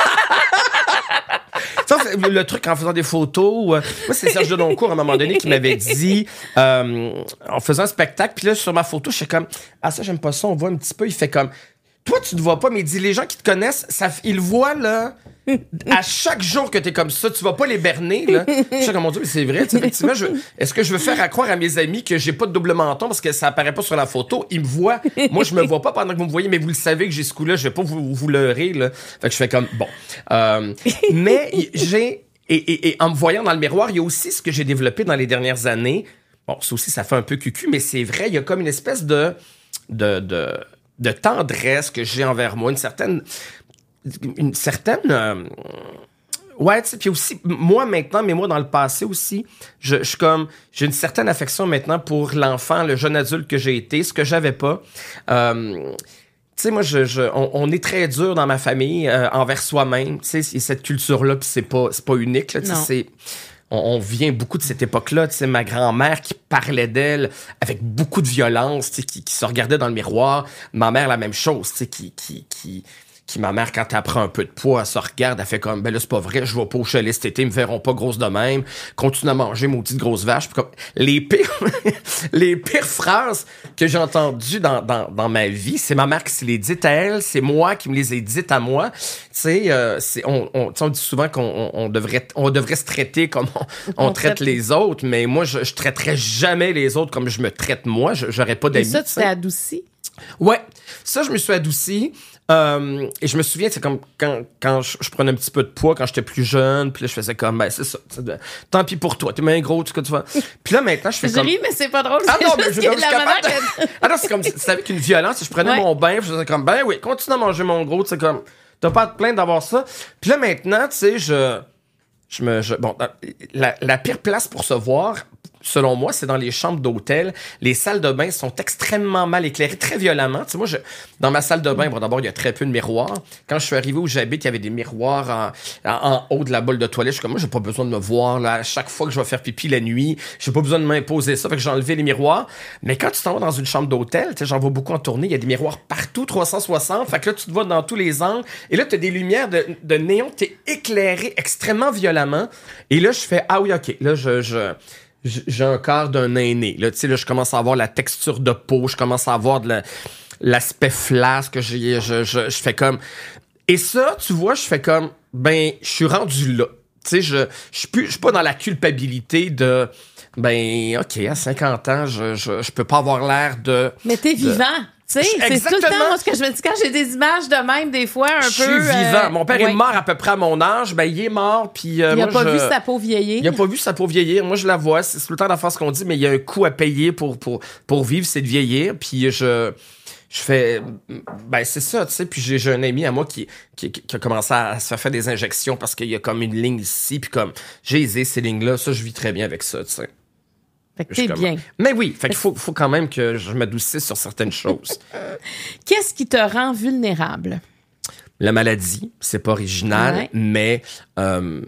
Ça, le truc en faisant des photos, euh, moi, c'est Serge Deloncourt, à un moment donné, qui m'avait dit, euh, en faisant un spectacle, puis là, sur ma photo, je suis comme, ah, ça, j'aime pas ça, on voit un petit peu, il fait comme, toi, tu te vois pas, mais il dit, les gens qui te connaissent, ça, ils voient, là, à chaque jour que t'es comme ça, tu vas pas les berner, là. Je suis comme, mon Dieu, mais c'est vrai, effectivement, je, est-ce que je veux faire à croire à mes amis que j'ai pas de double menton parce que ça apparaît pas sur la photo? Ils me voient. Moi, je me vois pas pendant que vous me voyez, mais vous le savez que j'ai ce coup-là, je vais pas vous, vous leurrer, là. Fait que je fais comme, bon. Euh, mais j'ai, et, et, et en me voyant dans le miroir, il y a aussi ce que j'ai développé dans les dernières années. Bon, ça aussi, ça fait un peu cucu, mais c'est vrai, il y a comme une espèce de, de, de, de tendresse que j'ai envers moi, une certaine, une certaine, euh, ouais, tu sais, puis aussi, moi maintenant, mais moi dans le passé aussi, je, je suis comme, j'ai une certaine affection maintenant pour l'enfant, le jeune adulte que j'ai été, ce que j'avais pas. Euh, tu sais, moi, je, je, on, on est très dur dans ma famille euh, envers soi-même, tu sais, cette culture-là, puis c'est pas, c'est pas unique, là, tu sais, c'est... On, on vient beaucoup de cette époque-là, tu sais, ma grand-mère qui parlait d'elle avec beaucoup de violence, tu sais, qui, qui se regardait dans le miroir. Ma mère, la même chose, tu sais, qui, qui, qui, qui, ma mère, quand elle prend un peu de poids, elle se regarde, elle fait comme, ben là, c'est pas vrai, je vais pas au chalet cet été, ils me verront pas grosse de même, continue à manger, maudite grosse vache. Puis comme, les pires, les pires phrases que j'ai entendues dans, dans, dans ma vie, c'est ma mère qui se les dit à elle, c'est moi qui me les ai dites à moi. Tu sais, euh, c'est, on, on, on dit souvent qu'on on, on devrait, on devrait se traiter comme on, on, on traite, traite les autres, mais moi, je, je traiterais jamais les autres comme je me traite moi. Je, j'aurais pas d'amis. Et ça, tu t'es adouci? Ouais, ça, je me suis adouci. Euh, et je me souviens, c'est comme quand, quand je, je prenais un petit peu de poids quand j'étais plus jeune, puis là, je faisais comme, ben, c'est ça. De, tant pis pour toi, t'es bien gros, tout ce que tu vois. Puis là, maintenant, je fais je comme... Je ris, mais c'est pas drôle. Ah non, mais je, je, je suis capable... de... Ah non, c'est comme, c'est avec une violence. Je prenais ouais. mon bain, je faisais comme, ben oui, continue à manger mon gros, tu sais, comme, t'as pas à te plaindre d'avoir ça. Puis là, maintenant, tu sais, je... Je me... Je, bon, la, la pire place pour se voir... Selon moi, c'est dans les chambres d'hôtel. Les salles de bain sont extrêmement mal éclairées, très violemment. Tu sais, moi, je, dans ma salle de bain, bon, d'abord, il y a très peu de miroirs. Quand je suis arrivé où j'habite, il y avait des miroirs en, en, en haut de la bolle de toilette. Je suis comme, moi, j'ai pas besoin de me voir, là. À chaque fois que je vais faire pipi la nuit, j'ai pas besoin de m'imposer ça. Fait que j'ai enlevé les miroirs. Mais quand tu t'en vas dans une chambre d'hôtel, tu sais, j'en vois beaucoup en tournée, il y a des miroirs partout, trois cent soixante. Fait que là, tu te vois dans tous les angles. Et là, t'as des lumières de, de néon. T'es éclairé extrêmement violemment. Et là, je fais, ah oui, OK. Là, je, je, j'ai un corps d'un aîné. Là, tu sais, là, je commence à avoir la texture de peau, je commence à avoir de la, l'aspect flasque, que j'ai, je, je, je fais comme... Et ça, tu vois, je fais comme, ben, je suis rendu là. Tu sais, je, je suis plus, je suis pas dans la culpabilité de, ben, OK, à cinquante ans, je, je, je peux pas avoir l'air de... Mais t'es de, vivant. Tu sais, c'est tout le temps moi, ce que je me dis quand j'ai des images de même, des fois, un je peu... Je suis vivant. Euh, Mon père ouais. est mort à peu près à mon âge. Ben, il est mort, puis euh, Il moi, a pas je... vu sa peau vieillir. Il a pas vu sa peau vieillir. Moi, je la vois. C'est tout le temps d'affaire ce qu'on dit, mais il y a un coût à payer pour, pour, pour vivre, c'est de vieillir. Puis je... Je fais... Ben, c'est ça, tu sais. Puis j'ai, j'ai un ami à moi qui, qui, qui a commencé à se faire faire des injections parce qu'il y a comme une ligne ici, puis comme, j'ai aisé ces lignes-là. Ça, je vis très bien avec ça, tu sais. Fait que t'es bien. Mais oui, fait qu'il faut, faut quand même que je m'adoucisse sur certaines choses. Qu'est-ce qui te rend vulnérable? La maladie, c'est pas original, ouais. mais euh,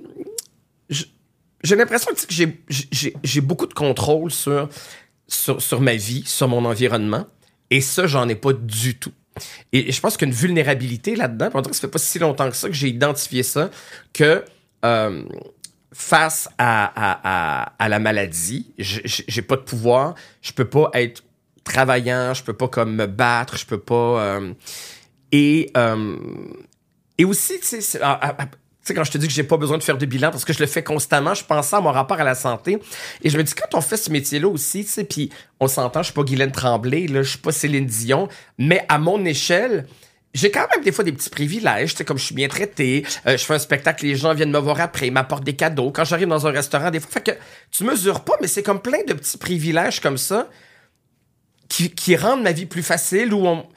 j'ai l'impression que j'ai, j'ai, j'ai beaucoup de contrôle sur, sur, sur ma vie, sur mon environnement, et ça, j'en ai pas du tout. Et je pense qu'une vulnérabilité là-dedans, on dirait que ça fait pas si longtemps que ça que j'ai identifié ça, que... Euh, face à, à, à, à la maladie, j'ai, j'ai pas de pouvoir, je peux pas être travaillant, je peux pas comme me battre, je peux pas... Euh, et, euh, et aussi, tu sais, quand je te dis que j'ai pas besoin de faire de bilan parce que je le fais constamment, je pense à mon rapport à la santé. Et je me dis, quand on fait ce métier-là aussi, tu sais, puis on s'entend, je suis pas Guylaine Tremblay, là, je suis pas Céline Dion, mais à mon échelle... j'ai quand même des fois des petits privilèges, tu sais, comme je suis bien traité, euh, je fais un spectacle, les gens viennent me voir après, ils m'apportent des cadeaux. Quand j'arrive dans un restaurant, des fois, fait que tu mesures pas, mais c'est comme plein de petits privilèges comme ça qui, qui rendent ma vie plus facile, où on,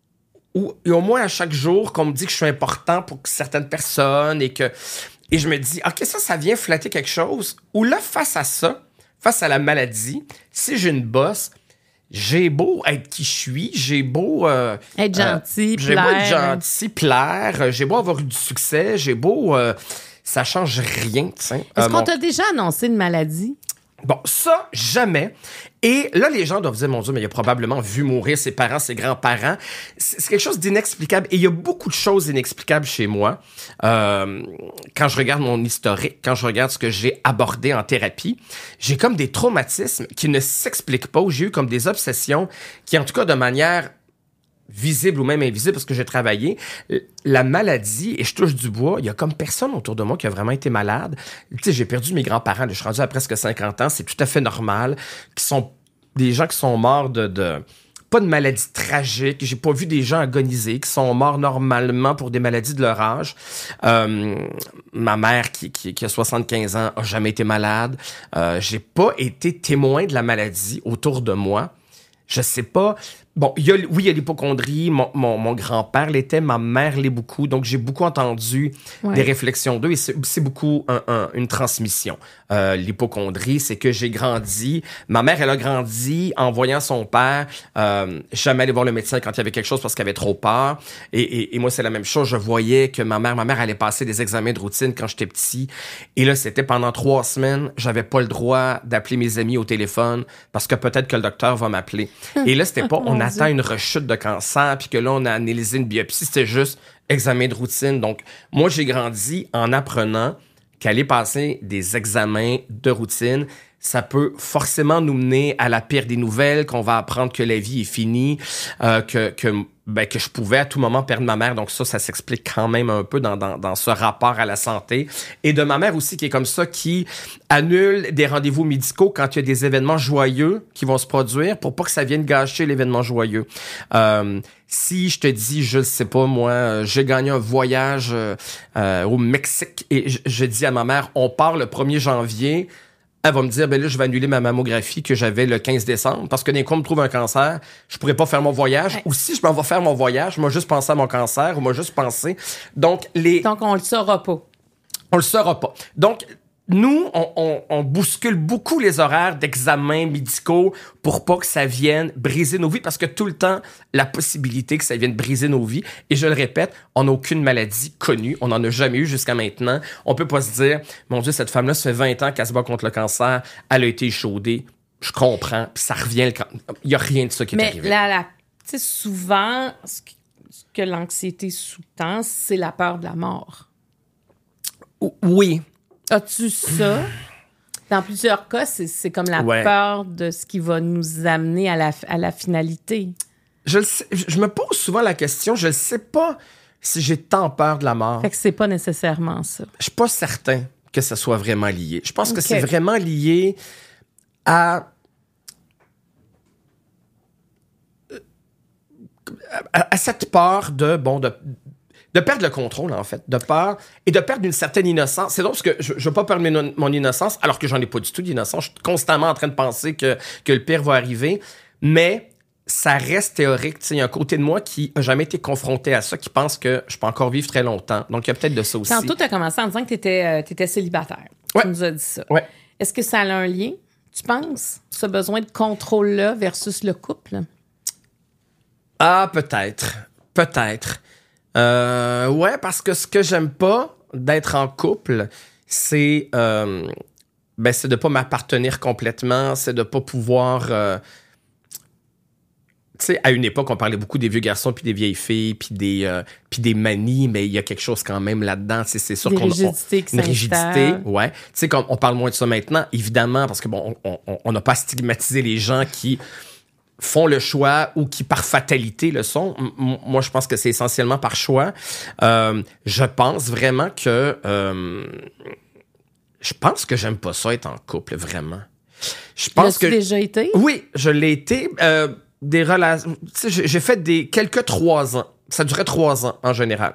où, et au moins à chaque jour qu'on me dit que je suis important pour certaines personnes et que, et je me dis, ok, ça, ça vient flatter quelque chose. Ou là, face à ça, face à la maladie, si j'ai une bosse, j'ai beau être qui je suis, j'ai beau... Euh, être gentil, euh, plaire. J'ai beau être gentil, plaire, j'ai beau avoir eu du succès, j'ai beau... Euh, ça change rien, tu sais. Est-ce euh, qu'on mon... t'a déjà annoncé une maladie? Bon, ça, jamais. Et là, les gens doivent dire, mon Dieu, mais il a probablement vu mourir ses parents, ses grands-parents. C'est, c'est quelque chose d'inexplicable. Et il y a beaucoup de choses inexplicables chez moi. Euh, quand je regarde mon historique, quand je regarde ce que j'ai abordé en thérapie, j'ai comme des traumatismes qui ne s'expliquent pas, où j'ai eu comme des obsessions qui, en tout cas, de manière visible ou même invisible, parce que j'ai travaillé, la maladie, et je touche du bois, il y a comme personne autour de moi qui a vraiment été malade. Tu sais, j'ai perdu mes grands-parents, je suis rendu à presque cinquante ans, c'est tout à fait normal, qui sont des gens qui sont morts de... de pas de maladies tragiques, j'ai pas vu des gens agoniser, qui sont morts normalement pour des maladies de leur âge. Euh, ma mère, qui, qui, qui a soixante-quinze ans, a jamais été malade. Euh, j'ai pas été témoin de la maladie autour de moi. Je sais pas... Bon, il y a, oui, il y a l'hypocondrie. Mon, mon, mon grand-père l'était, ma mère l'est beaucoup. Donc, j'ai beaucoup entendu ouais. des réflexions d'eux et c'est, c'est beaucoup un, un, une transmission. Euh, l'hypocondrie, c'est que j'ai grandi. Ma mère, elle a grandi en voyant son père euh, jamais aller voir le médecin quand il y avait quelque chose parce qu'elle avait trop peur. Et, et, et moi, c'est la même chose. Je voyais que ma mère, ma mère allait passer des examens de routine quand j'étais petit. Et là, c'était pendant trois semaines, j'avais pas le droit d'appeler mes amis au téléphone parce que peut-être que le docteur va m'appeler. Et là, c'était pas... on attend une rechute de cancer, puis que là, on a analysé une biopsie, c'était juste examen de routine. Donc, moi, j'ai grandi en apprenant qu'aller passer des examens de routine, ça peut forcément nous mener à la pire des nouvelles, qu'on va apprendre que la vie est finie, euh, que, que, ben, que je pouvais à tout moment perdre ma mère. Donc ça, ça s'explique quand même un peu dans, dans, dans ce rapport à la santé. Et de ma mère aussi, qui est comme ça, qui annule des rendez-vous médicaux quand il y a des événements joyeux qui vont se produire pour pas que ça vienne gâcher l'événement joyeux. Euh, si je te dis, je sais pas, moi, j'ai gagné un voyage euh, au Mexique et je, je dis à ma mère, on part le premier janvier, elle va me dire, ben là, je vais annuler ma mammographie que j'avais le quinze décembre parce que d'un coup, on me trouve un cancer, je pourrais pas faire mon voyage. Ouais. Ou si je m'en vais faire mon voyage, moi juste penser à mon cancer ou moi juste penser. Donc, les... Donc, on le saura pas. On le saura pas. Donc, nous, on, on, on bouscule beaucoup les horaires d'examens médicaux pour pas que ça vienne briser nos vies, parce que tout le temps, la possibilité que ça vienne briser nos vies. Et je le répète, on n'a aucune maladie connue. On n'en a jamais eu jusqu'à maintenant. On peut pas se dire, mon Dieu, cette femme-là, ça fait vingt ans qu'elle se bat contre le cancer. Elle a été échaudée. Je comprends. Puis ça revient. Il y a rien de ça qui est Mais arrivé. Mais la, la, tu sais, souvent, ce que l'anxiété sous-tend, c'est la peur de la mort. Oui. As-tu ça? Dans plusieurs cas, c'est, c'est comme la ouais. peur de ce qui va nous amener à la, à la finalité. Je, le sais, je me pose souvent la question, je ne sais pas si j'ai tant peur de la mort. Fait que c'est pas nécessairement ça. Je suis pas certain que ça soit vraiment lié. Je pense okay. que c'est vraiment lié à... à, à cette peur de... bon de De perdre le contrôle, en fait, de peur et de perdre une certaine innocence. C'est drôle parce que je ne veux pas perdre mon, mon innocence, alors que j'en ai pas du tout d'innocence. Je suis constamment en train de penser que, que le pire va arriver, mais ça reste théorique. Il y a un côté de moi qui n'a jamais été confronté à ça, qui pense que je peux encore vivre très longtemps. Donc, il y a peut-être de ça aussi. Tantôt, tu as commencé en disant que tu étais euh, célibataire. Ouais. Tu nous as dit ça. Ouais. Est-ce que ça a un lien, tu penses, ce besoin de contrôle-là versus le couple? Ah, peut-être. Peut-être. Euh, ouais, parce que ce que j'aime pas d'être en couple, c'est euh, ben c'est de pas m'appartenir complètement, c'est de pas pouvoir... Euh, tu sais, à une époque, on parlait beaucoup des vieux garçons puis des vieilles filles puis des euh, puis des manies, mais il y a quelque chose quand même là-dedans. C'est, c'est sûr des qu'on rigidités on, une rigidité, ouais. Tu sais, comme on parle moins de ça maintenant, évidemment, parce que bon, on n'a pas stigmatisé les gens qui font le choix ou qui par fatalité le sont. M- moi, je pense que c'est essentiellement par choix. Euh, je pense vraiment que euh, je pense que j'aime pas ça être en couple, vraiment. Je pense L'as-tu que déjà été? Oui, je l'ai été. Euh, des relations. Tu sais, j'ai fait des quelques trois ans Ça durait trois ans, en général.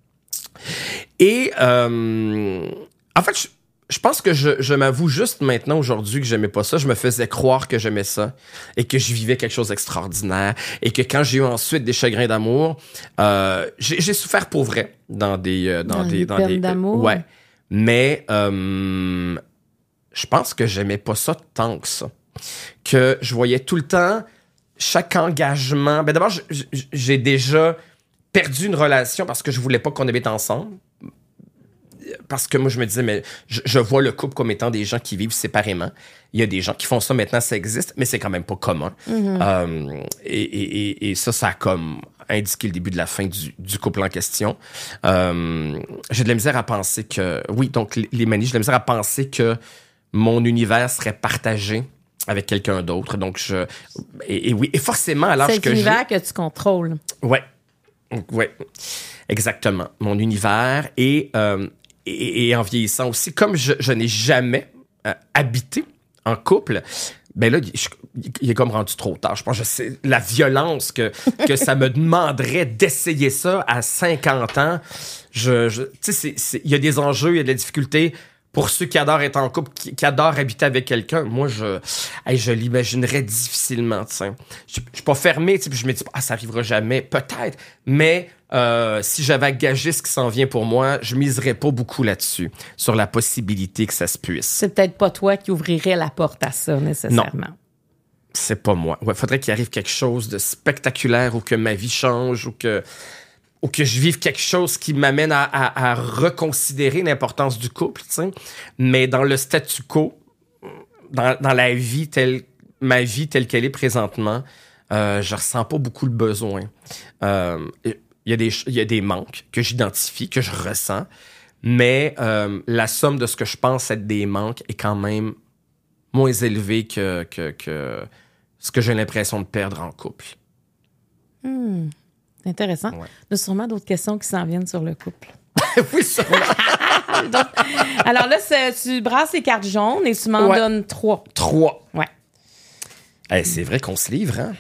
Et, euh, en fait, je, je pense que je, je m'avoue juste maintenant, aujourd'hui, que j'aimais pas ça. Je me faisais croire que j'aimais ça et que je vivais quelque chose d'extraordinaire et que quand j'ai eu ensuite des chagrins d'amour, euh, j'ai, j'ai souffert pour vrai dans des... Euh, dans, dans des, des dans peines des, d'amour. Euh, ouais. Mais euh, je pense que j'aimais pas ça tant que ça. Que je voyais tout le temps chaque engagement... Ben d'abord, j'ai déjà perdu une relation parce que je voulais pas qu'on habite ensemble. Parce que moi, je me disais, mais je, je vois le couple comme étant des gens qui vivent séparément. Il y a des gens qui font ça maintenant, ça existe, mais c'est quand même pas commun. Mm-hmm. Euh, et, et, et ça, ça a comme indiqué le début de la fin du, du couple en question. Euh, j'ai de la misère à penser que... Oui, donc les manies, j'ai de la misère à penser que mon univers serait partagé avec quelqu'un d'autre. Donc, je... Et, et oui, et forcément, à l'âge que j'ai... C'est l'univers que tu contrôles. Ouais. Ouais. Exactement. Mon univers et... Euh, Et, et en vieillissant aussi, comme je, je n'ai jamais euh, habité en couple, ben là, je, il est comme rendu trop tard. Je pense que je sais la violence que, que ça me demanderait d'essayer ça à cinquante ans. Je, je, tu sais, il y a des enjeux, il y a des difficultés. Pour ceux qui adorent être en couple, qui, qui adorent habiter avec quelqu'un, moi, je, hey, je l'imaginerais difficilement, tu sais. Je, je suis pas fermé, tu sais, puis je me dis, ah, ça arrivera jamais, peut-être, mais euh, si j'avais à gager ce qui s'en vient pour moi, je miserais pas beaucoup là-dessus, sur la possibilité que ça se puisse. C'est peut-être pas toi qui ouvrirais la porte à ça, nécessairement. Non, c'est pas moi. Ouais, faudrait qu'il arrive quelque chose de spectaculaire ou que ma vie change ou que... ou que je vive quelque chose qui m'amène à, à, à reconsidérer l'importance du couple, tu sais. Mais dans le statu quo, dans, dans la vie telle, ma vie telle qu'elle est présentement, euh, je ressens pas beaucoup le besoin. Euh, il y a des, il y a des manques que j'identifie, que je ressens, mais euh, la somme de ce que je pense être des manques est quand même moins élevée que, que, que ce que j'ai l'impression de perdre en couple. Hmm. C'est intéressant. Ouais. Il y a sûrement d'autres questions qui s'en viennent sur le couple. Oui, sûrement. Donc, alors là, tu brasses les cartes jaunes et tu m'en ouais. donnes trois. Trois. Ouais. Hey, c'est vrai qu'on se livre, hein?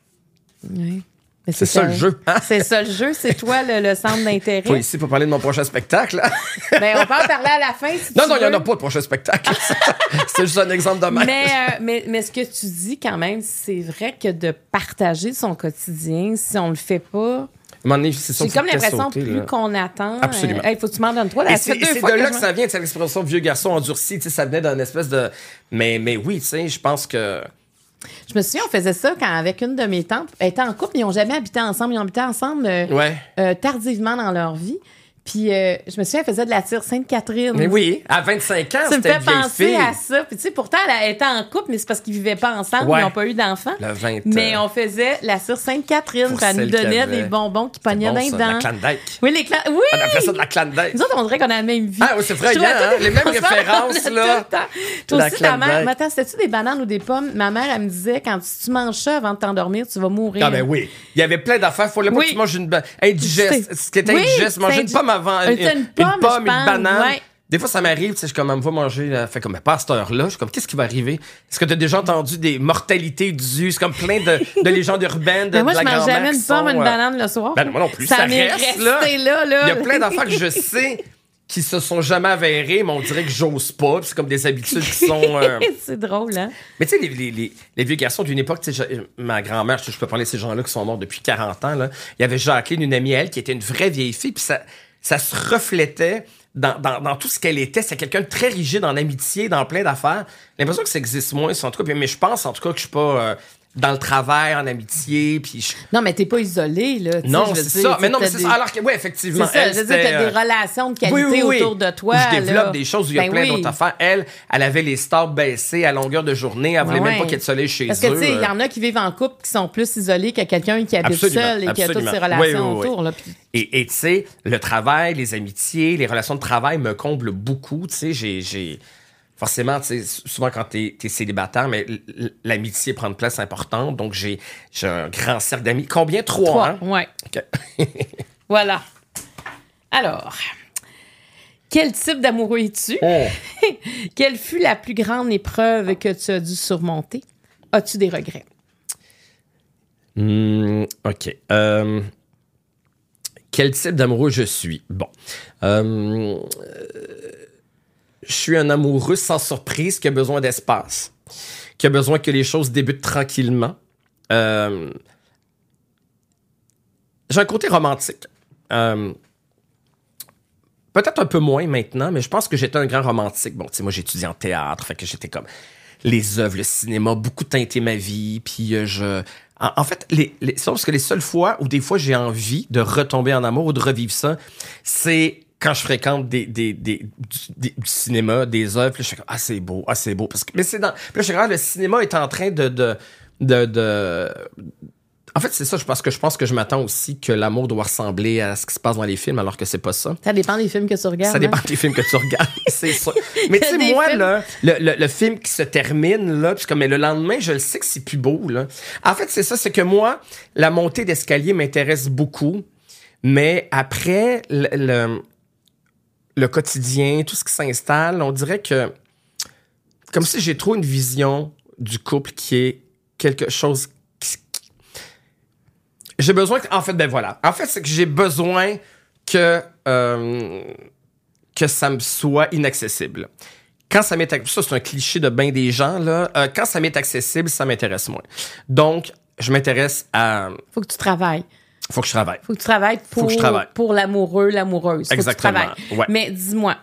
Oui. Mais c'est, c'est ça le jeu. Hein? C'est ça le jeu, c'est toi le, le centre d'intérêt. Pas ici pour parler de mon prochain spectacle. Ben, on peut en parler à la fin. Si non, tu non, il n'y en a pas de prochain spectacle. C'est juste un exemple de même. Mais, euh, mais, mais ce que tu dis quand même, c'est vrai que de partager son quotidien, si on le fait pas. Donné, c'est ça, j'ai comme l'impression sauter, plus là. Qu'on attend. Absolument. Il euh, hey, faut que tu m'en donnes trois. Et c'est, et c'est de là que, que ça vient, cette expression vieux garçon endurci. Ça venait d'une espèce de. Mais, mais oui, tu sais, je pense que. Je me souviens, on faisait ça quand, avec une de mes tantes, elles étaient en couple, ils n'ont jamais habité ensemble. Ils ont habité ensemble euh, ouais. euh, tardivement dans leur vie. Puis, euh, je me souviens, elle faisait de la tire Sainte-Catherine. Mais oui, à vingt-cinq ans, ça c'était me fait penser fille. à ça. Puis, tu sais, pourtant, elle était en couple, mais c'est parce qu'ils ne vivaient pas ensemble, ouais. Ils n'ont pas eu d'enfants. Le vingt Mais on faisait la tire Sainte-Catherine, puis elle nous donnait avait... des bonbons qui pognaient dans les dents. La Klondike. Oui, les cla... oui! On appelait ça de la Klondike. Nous autres, on dirait qu'on a la même vie. Ah oui, c'est vrai, hein, les mêmes références, là. Toi aussi, ta mère, attends, c'était-tu des bananes ou des pommes? Ma mère, elle me disait, quand tu manges ça avant de t'endormir, tu vas mourir. Ah ben oui. Il y avait plein d'affaires. Il fallait pas que tu manges une indigeste. Ce qui était indigeste, manger une pomme avant. Pomme, une pomme, une banane. Ouais. Des fois, ça m'arrive, tu sais, je comme, elle me voit manger, là, fait comme, mais pas à cette heure-là. Je suis comme, qu'est-ce qui va arriver? Est-ce que tu as déjà entendu des mortalités dues? C'est comme plein de, de légendes urbaines de, moi, de la grand-mère. Moi, je mange jamais une pomme, sont, une banane le soir. Ben, moi non plus. Ça, ça m'est reste, resté là. là, là. Il y a plein d'affaires que je sais qui se sont jamais avérées, mais on dirait que j'ose pas. C'est comme des habitudes qui sont... Euh... c'est drôle, hein? Mais tu sais, les, les, les, les vieux garçons d'une époque, tu sais, ma grand-mère, je, je peux parler de ces gens-là qui sont morts depuis quarante ans, là. Il y avait Jacqueline, une amie à elle, qui était une vraie vieille fille, puis ça, ça se reflétait... Dans, dans, dans tout ce qu'elle était. C'est quelqu'un de très rigide en amitié, dans plein d'affaires. J'ai l'impression que ça existe moins, en tout cas. Mais je pense, en tout cas, que je suis pas euh, dans le travail, en amitié. Puis je... Non, mais t'es pas isolé, là. Non, c'est dire, ça. Mais non, mais c'est des... ça. Alors que, oui, effectivement. C'est ça. Elle, je veux dire, t'as des relations de qualité oui, oui, oui. autour de toi. Où je développe là. des choses où il y a ben plein oui. d'autres affaires. Elle, elle avait les stars baissées à longueur de journée. Elle voulait ouais, même pas qu'il y ait de soleil chez Parce eux. Parce que, tu sais, il y en a qui vivent en couple qui sont plus isolés que quelqu'un qui habite absolument, seul et absolument. qui a toutes ses relations oui, oui, autour. Oui. Là, puis... Et tu sais, le travail, les amitiés, les relations de travail me comblent beaucoup. Tu sais, j'ai, j'ai... Forcément, tu sais, souvent quand t'es, t'es célibataire, mais l'amitié prend une place importante. Donc, j'ai, j'ai un grand cercle d'amis. Combien? Trois, Trois, hein? ouais. Okay. Voilà. Alors, quel type d'amoureux es-tu? Oh. Quelle fut la plus grande épreuve que tu as dû surmonter? As-tu des regrets? Mmh, OK. Euh... Quel type d'amoureux je suis? Bon. Euh, je suis un amoureux sans surprise qui a besoin d'espace, qui a besoin que les choses débutent tranquillement. Euh, j'ai un côté romantique. Euh, peut-être un peu moins maintenant, mais je pense que j'étais un grand romantique. Bon, tu sais, moi, j'ai étudié en théâtre, fait que j'étais comme les œuvres, le cinéma, beaucoup teinté ma vie, puis euh, je... En, en fait, les, les, c'est parce que les seules fois où des fois j'ai envie de retomber en amour ou de revivre ça, c'est quand je fréquente des, des, des, du, des, du cinéma, des œuvres, puis je suis comme, ah, c'est beau, ah, c'est beau. Parce que, mais c'est dans... Puis là, je suis comme, le cinéma est en train de... de, de, de... En fait, c'est ça, parce que je pense que je m'attends aussi que l'amour doit ressembler à ce qui se passe dans les films, alors que c'est pas ça. Ça dépend des films que tu regardes. Ça dépend hein? des films que tu regardes, c'est ça. Mais tu sais, moi, films... là, le, le, le film qui se termine, là, puis comme, mais le lendemain, je le sais que c'est plus beau, là. En fait, c'est ça, c'est que moi, la montée d'escalier m'intéresse beaucoup, mais après, le, le, le quotidien, tout ce qui s'installe, on dirait que, comme si j'ai trop une vision du couple qui est quelque chose qui, j'ai besoin que, en fait, ben voilà. En fait, c'est que j'ai besoin que, euh, que ça me soit inaccessible. Quand ça m'est accessible, ça, c'est un cliché de bien des gens, là. Euh, quand ça m'est accessible, ça m'intéresse moins. Donc, je m'intéresse à... Faut que tu travailles. Faut que je travaille. Faut que tu travailles pour, Faut que je travaille. pour l'amoureux, l'amoureuse. Faut Exactement. Que tu travailles. Ouais. Mais dis-moi,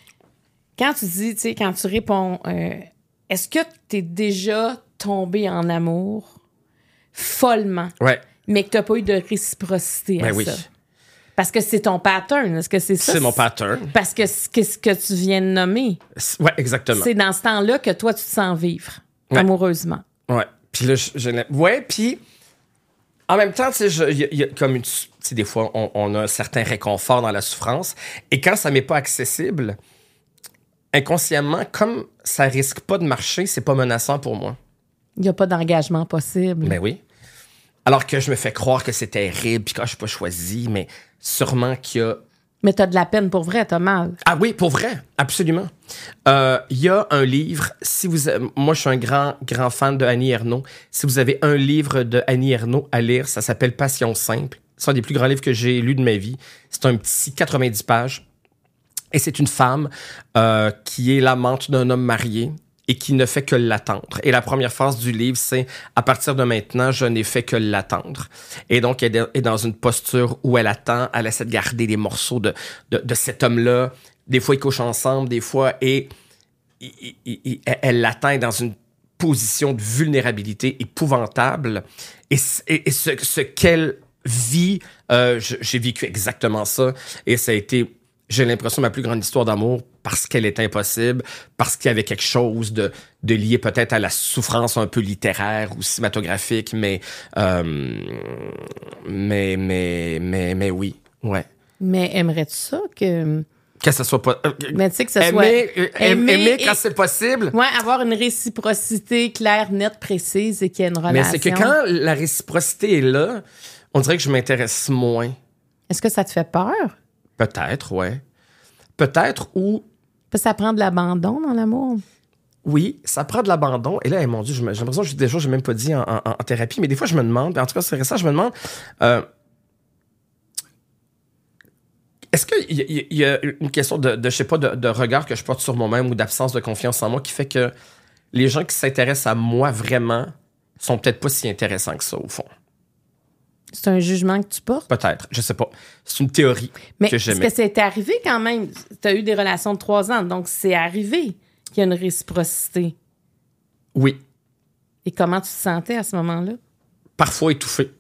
quand tu dis, tu sais, quand tu réponds, euh, est-ce que tu es déjà tombé en amour follement? Ouais. Mais que tu n'as pas eu de réciprocité à ben oui. ça. Parce que c'est ton pattern. Est-ce que c'est ça? C'est mon pattern. Parce que ce que, ce que tu viens de nommer, ouais, exactement. C'est dans ce temps-là que toi, tu te sens vivre ouais. amoureusement. Ouais. Puis là, je, je ouais, puis en même temps, tu sais, il y, y a comme une... Tu sais, des fois, on, on a un certain réconfort dans la souffrance. Et quand ça m'est pas accessible, inconsciemment, comme ça risque pas de marcher, c'est pas menaçant pour moi. Il n'y a pas d'engagement possible. Ben oui. Alors que je me fais croire que c'est terrible, puis quand je suis pas choisi, mais sûrement qu'il y a... Mais t'as de la peine pour vrai, t'as mal. Ah oui, pour vrai, absolument. Euh, il y a un livre, si vous... a... Moi, je suis un grand, grand fan de Annie Ernaux. Si vous avez un livre de Annie Ernaux à lire, ça s'appelle Passion simple. C'est un des plus grands livres que j'ai lus de ma vie. C'est un petit quatre-vingt-dix pages. Et c'est une femme euh, qui est l'amante d'un homme marié et qui ne fait que l'attendre. Et la première phrase du livre, c'est « À partir de maintenant, je n'ai fait que l'attendre ». Et donc, elle est dans une posture où elle attend, elle essaie de garder des morceaux de, de, de cet homme-là. Des fois, ils couchent ensemble, des fois, et il, il, il, elle l'attend dans une position de vulnérabilité épouvantable. Et, et, et ce, ce qu'elle vit, euh, j'ai vécu exactement ça. Et ça a été... J'ai l'impression, ma plus grande histoire d'amour, parce qu'elle est impossible, parce qu'il y avait quelque chose de, de lié peut-être à la souffrance un peu littéraire ou cinématographique, mais, euh, mais, mais, mais, mais oui, ouais. Mais aimerais-tu ça que... Que ça soit pas... Euh, mais tu sais que ça aimer, soit... Euh, aimer, aimer quand et... c'est possible. Ouais, avoir une réciprocité claire, nette, précise et qu'il y ait une relation. Mais c'est que quand la réciprocité est là, on dirait que je m'intéresse moins. Est-ce que ça te fait peur? Peut-être, ouais. Peut-être ou... Parce que ça prend de l'abandon dans l'amour. Oui, ça prend de l'abandon. Et là, mon Dieu, j'ai l'impression que des jours, j'ai même pas dit en, en, en thérapie, mais des fois, je me demande, en tout cas, c'est récent, je me demande, euh, est-ce qu'il y, y, y a une question de, de je sais pas, de, de regard que je porte sur moi-même ou d'absence de confiance en moi qui fait que les gens qui s'intéressent à moi vraiment sont peut-être pas si intéressants que ça, au fond? C'est un jugement que tu portes? Peut-être, je sais pas. C'est une théorie mais que j'aimais. Mais est-ce que c'est arrivé quand même? Tu as eu des relations de trois ans, donc c'est arrivé qu'il y a une réciprocité. Oui. Et comment tu te sentais à ce moment-là? Parfois étouffé.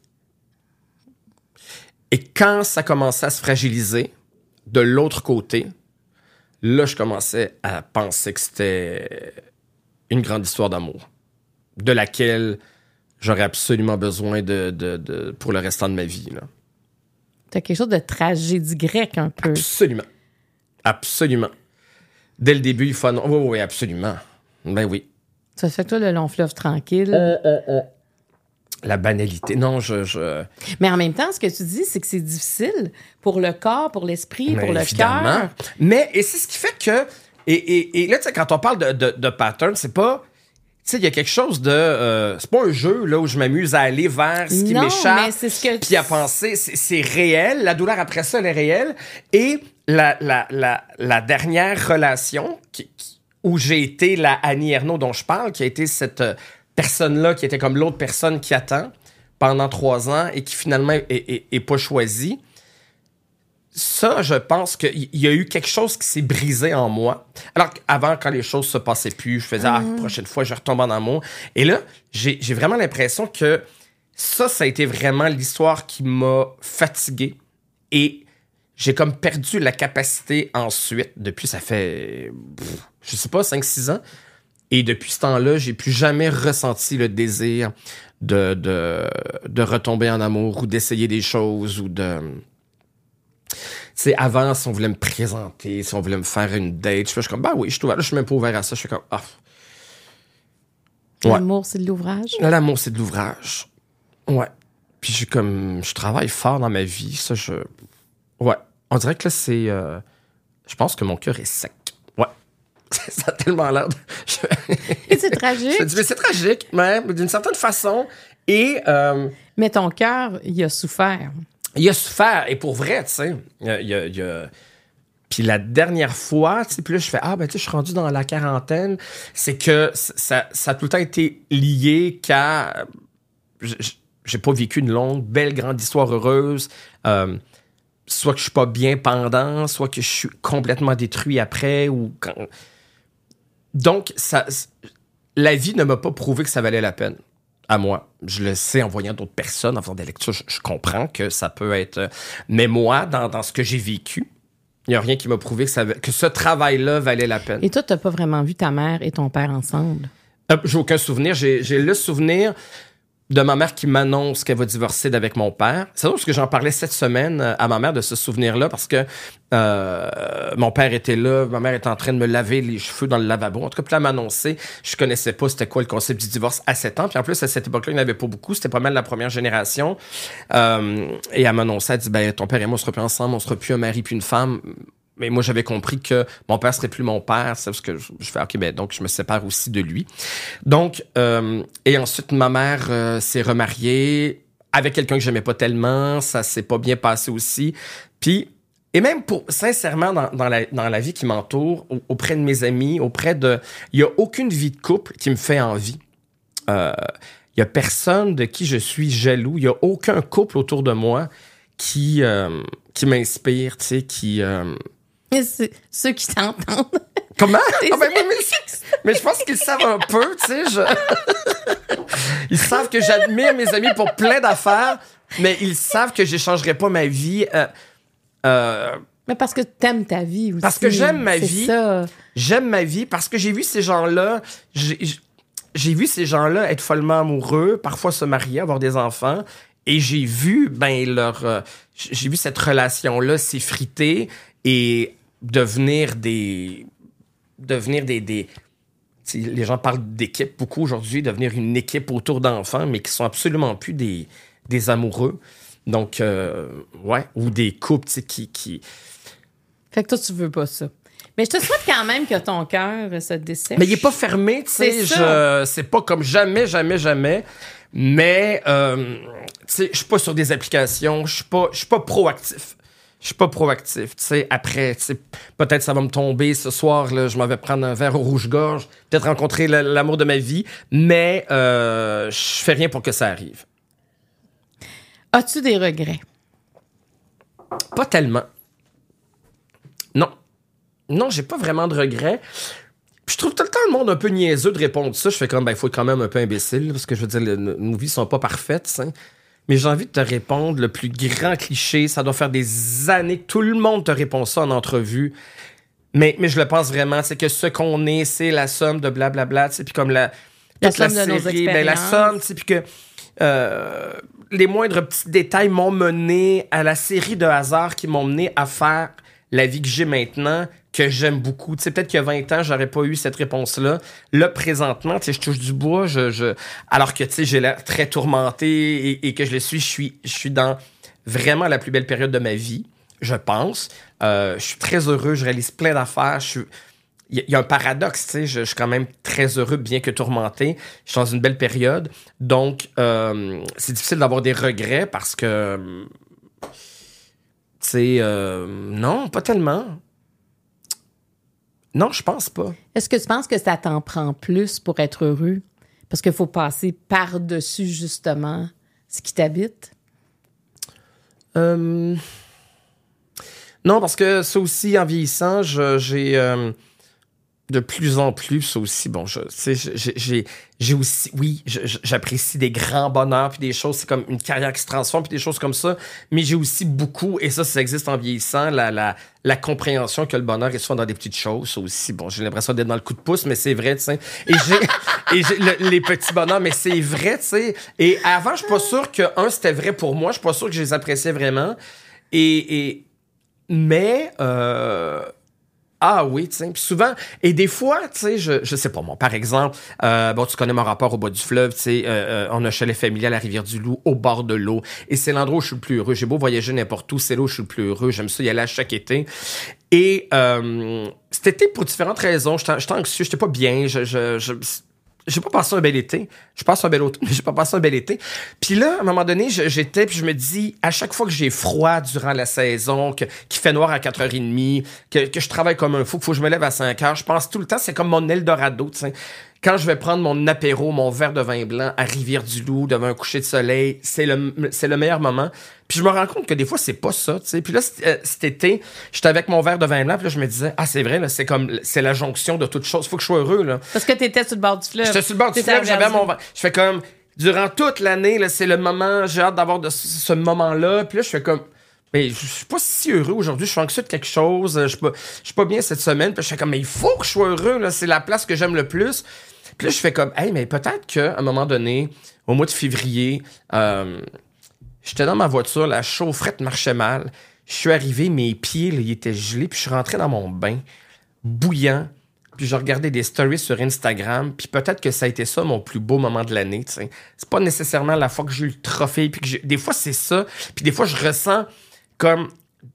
Et quand ça commençait à se fragiliser, de l'autre côté, là, je commençais à penser que c'était une grande histoire d'amour, de laquelle... j'aurais absolument besoin de, de, de pour le restant de ma vie. Là. T'as quelque chose de tragédie grecque un peu. Absolument. Absolument. Dès le début, il faut... Oui, oui, oui, absolument. Ben oui. Ça fait que toi, le long fleuve tranquille. Oh, oh, oh. La banalité. Non, je, je... Mais en même temps, ce que tu dis, c'est que c'est difficile pour le corps, pour l'esprit, Mais pour le évidemment. cœur. Mais, et c'est ce qui fait que... Et, et, et là, tu sais, quand on parle de, de, de pattern, c'est pas... sais, il y a quelque chose de... Euh, c'est pas un jeu là où je m'amuse à aller vers ce qui non, m'échappe, mais c'est ce que puis à penser. C'est, c'est réel. La douleur après ça, elle est réelle. Et la, la, la, la dernière relation qui, qui, où j'ai été la Annie Ernaux dont je parle, qui a été cette euh, personne-là qui était comme l'autre personne qui attend pendant trois ans et qui finalement est, est, est pas choisie. Ça, je pense qu'il y a eu quelque chose qui s'est brisé en moi. Alors qu'avant, quand les choses se passaient plus, je faisais, ah, Mm-hmm. prochaine fois, je retombe en amour. Et là, j'ai, j'ai vraiment l'impression que ça, ça a été vraiment l'histoire qui m'a fatigué. Et j'ai comme perdu la capacité ensuite. Depuis, ça fait, pff, je sais pas, cinq six ans. Et depuis ce temps-là, j'ai plus jamais ressenti le désir de, de, de retomber en amour ou d'essayer des choses ou de... Tu sais, avant, si on voulait me présenter, si on voulait me faire une date, je fais comme, bah oui, je suis ouvert. Là, je suis même pas ouvert à ça. Je fais comme, ah. Ouais. L'amour, c'est de l'ouvrage. Là, l'amour, c'est de l'ouvrage. Ouais. Puis je suis comme, je travaille fort dans ma vie. Ça, je. Ouais. On dirait que là, c'est. Euh... Je pense que mon cœur est sec. Ouais. Ça a tellement l'air de. Et c'est tragique. Je me dis, mais c'est tragique, mais d'une certaine façon. Et. Euh... Mais ton cœur, il a souffert. Il a souffert, et pour vrai, tu sais, il y a, il y a, il y a... Puis la dernière fois, tu sais, puis là, je fais, ah, ben, tu sais, je suis rendu dans la quarantaine, c'est que ça, ça a tout le temps été lié qu'à... J'ai pas vécu une longue, belle, grande histoire heureuse, euh, soit que je suis pas bien pendant, soit que je suis complètement détruit après, ou quand... Donc, ça, la vie ne m'a pas prouvé que ça valait la peine. À moi. Je le sais en voyant d'autres personnes, en faisant des lectures, je, je comprends que ça peut être... Mais moi, dans, dans ce que j'ai vécu, il n'y a rien qui m'a prouvé que, ça, que ce travail-là valait la peine. Et toi, tu n'as pas vraiment vu ta mère et ton père ensemble? Euh, j'ai aucun souvenir. J'ai, j'ai le souvenir de ma mère qui m'annonce qu'elle va divorcer d'avec mon père. C'est drôle parce que j'en parlais cette semaine à ma mère de ce souvenir-là parce que euh, mon père était là, ma mère était en train de me laver les cheveux dans le lavabo. En tout cas, puis elle m'a annoncé, je connaissais pas c'était quoi le concept du divorce à sept ans. Puis en plus, à cette époque-là, il n'y en avait pas beaucoup. C'était pas mal la première génération. Euh, et elle m'a annoncé, elle dit, ben, ton père et moi, on sera plus ensemble, on sera plus un mari puis une femme. Mais moi, j'avais compris que mon père serait plus mon père. C'est parce que je, je fais, OK, ben, donc, je me sépare aussi de lui. Donc, euh, et ensuite, ma mère euh, s'est remariée avec quelqu'un que j'aimais pas tellement. Ça s'est pas bien passé aussi. Puis, et même pour, sincèrement, dans, dans, la, dans la vie qui m'entoure, au, auprès de mes amis, auprès de... Il y a aucune vie de couple qui me fait envie. Euh, il y a personne de qui je suis jaloux. Il y a aucun couple autour de moi qui, euh, qui m'inspire, tu sais, qui... Euh, C'est ceux qui t'entendent. Comment? Ah ben oui, mais, mais je pense qu'ils savent un peu, tu sais. Je... Ils savent que j'admire mes amis pour plein d'affaires, mais ils savent que j'échangerai pas ma vie. Euh, euh, mais parce que t'aimes ta vie aussi. Parce que j'aime ma c'est vie. Ça. J'aime ma vie parce que j'ai vu ces gens-là. J'ai, j'ai vu ces gens-là être follement amoureux, parfois se marier, avoir des enfants. Et j'ai vu, ben, leur. Euh, j'ai vu cette relation-là s'effriter et devenir des... devenir des... des les gens parlent d'équipe beaucoup aujourd'hui, devenir une équipe autour d'enfants, mais qui sont absolument plus des, des amoureux. Donc, euh, ouais, ou des couples, tu sais, qui, qui... Fait que toi, tu veux pas ça. Mais je te souhaite quand même que ton cœur se dessèche. Mais il est pas fermé, tu sais, je... c'est pas comme jamais, jamais, jamais, mais, euh, tu sais, je suis pas sur des applications, je suis pas, je suis pas proactif. Je suis pas proactif, tu sais. Après, tu sais, peut-être ça va me tomber ce soir, là, je m'en vais prendre un verre au rouge-gorge, peut-être rencontrer l'amour de ma vie, mais euh, je fais rien pour que ça arrive. As-tu des regrets? Pas tellement. Non. Non, j'ai pas vraiment de regrets. Puis je trouve tout le temps le monde un peu niaiseux de répondre ça. Je fais comme, ben, il faut être quand même un peu imbécile, parce que je veux dire, le, nos vies sont pas parfaites, tu sais. Mais j'ai envie de te répondre le plus grand cliché. Ça doit faire des années que tout le monde te répond ça en entrevue. Mais, mais je le pense vraiment. C'est que ce qu'on est, c'est la somme de blablabla. Puis comme la, la toute la somme de nos série, expériences. ben, la somme, puis que euh, les moindres petits détails m'ont mené à la série de hasards qui m'ont mené à faire la vie que j'ai maintenant, que j'aime beaucoup. Tu sais, peut-être qu'il y a vingt ans, j'aurais pas eu cette réponse-là. Là, présentement, tu sais, je touche du bois, je, je... alors que, tu sais, j'ai l'air très tourmenté et, et que je le suis, je suis, je suis dans vraiment la plus belle période de ma vie, je pense. Euh, je suis très heureux, je réalise plein d'affaires, je suis... il y, y a un paradoxe, tu sais, je, je suis quand même très heureux, bien que tourmenté. Je suis dans une belle période, donc euh, c'est difficile d'avoir des regrets parce que, tu sais, euh, non, pas tellement. Non, je pense pas. Est-ce que tu penses que ça t'en prend plus pour être heureux? Parce qu'il faut passer par-dessus, justement, ce qui t'habite? Euh... Non, parce que ça aussi, en vieillissant, je, j'ai euh, de plus en plus, ça aussi, bon, je, tu sais, j'ai, j'ai, j'ai aussi, oui, je, j'apprécie des grands bonheurs, puis des choses, c'est comme une carrière qui se transforme, puis des choses comme ça, mais j'ai aussi beaucoup, et ça, ça existe en vieillissant, la, la, la compréhension que le bonheur est souvent dans des petites choses, ça aussi, bon, j'ai l'impression d'être dans le coup de pouce, mais c'est vrai, tu sais, et j'ai, et j'ai le, les petits bonheurs, mais c'est vrai, tu sais, et avant, je suis pas sûr que, un, c'était vrai pour moi, je suis pas sûr que je les appréciais vraiment, et, et mais... Euh, Ah oui, tu sais, puis souvent, et des fois, tu sais, je, je sais pas, moi, par exemple, euh, bon, tu connais mon rapport au bas du fleuve, tu sais, euh, euh, on a un chalet familial à la Rivière-du-Loup, au bord de l'eau, et c'est l'endroit où je suis le plus heureux. J'ai beau voyager n'importe où, c'est là où je suis le plus heureux, j'aime ça y aller à chaque été. Et euh, cet été, pour différentes raisons, j'étais, j'étais anxieux, j'étais pas bien, je... je, je j'ai pas passé un bel été. Je passe un bel automne, mais j'ai pas passé un bel été. Puis là, à un moment donné, j'étais, puis je me dis, à chaque fois que j'ai froid durant la saison, que, qu'il fait noir à quatre heures trente, que, que je travaille comme un fou, qu'il faut que je me lève à cinq heures, je pense tout le temps, c'est comme mon Eldorado, tu sais. Quand je vais prendre mon apéro, mon verre de vin blanc à Rivière-du-Loup, devant un coucher de soleil, c'est le, c'est le meilleur moment. Puis je me rends compte que des fois, c'est pas ça, tu sais. Puis là, cet, cet été, j'étais avec mon verre de vin blanc, puis là, je me disais, ah, c'est vrai, là, c'est comme, c'est la jonction de toute chose. Faut que je sois heureux, là. Parce que t'étais sur le bord du fleuve. J'étais sur le bord du fleuve, j'avais mon verre. Je fais comme, durant toute l'année, là, c'est le moment, j'ai hâte d'avoir de ce, ce moment-là. Puis là, je fais comme, mais je suis pas si heureux aujourd'hui, je suis anxieux de quelque chose, je suis pas, je suis pas bien cette semaine. Puis je fais comme, mais il faut que je sois heureux, là, c'est la place que j'aime le plus. Puis là, je fais comme, hey, mais peut-être qu'à un moment donné, au mois de février, euh, j'étais dans ma voiture, la chaufferette marchait mal. Je suis arrivé, mes pieds, là, ils étaient gelés, puis je suis rentré dans mon bain, bouillant, puis je regardais des stories sur Instagram, puis peut-être que ça a été ça mon plus beau moment de l'année, tu sais. C'est pas nécessairement la fois que j'ai eu le trophée, puis que j'ai... Des fois, c'est ça, puis des fois, je ressens comme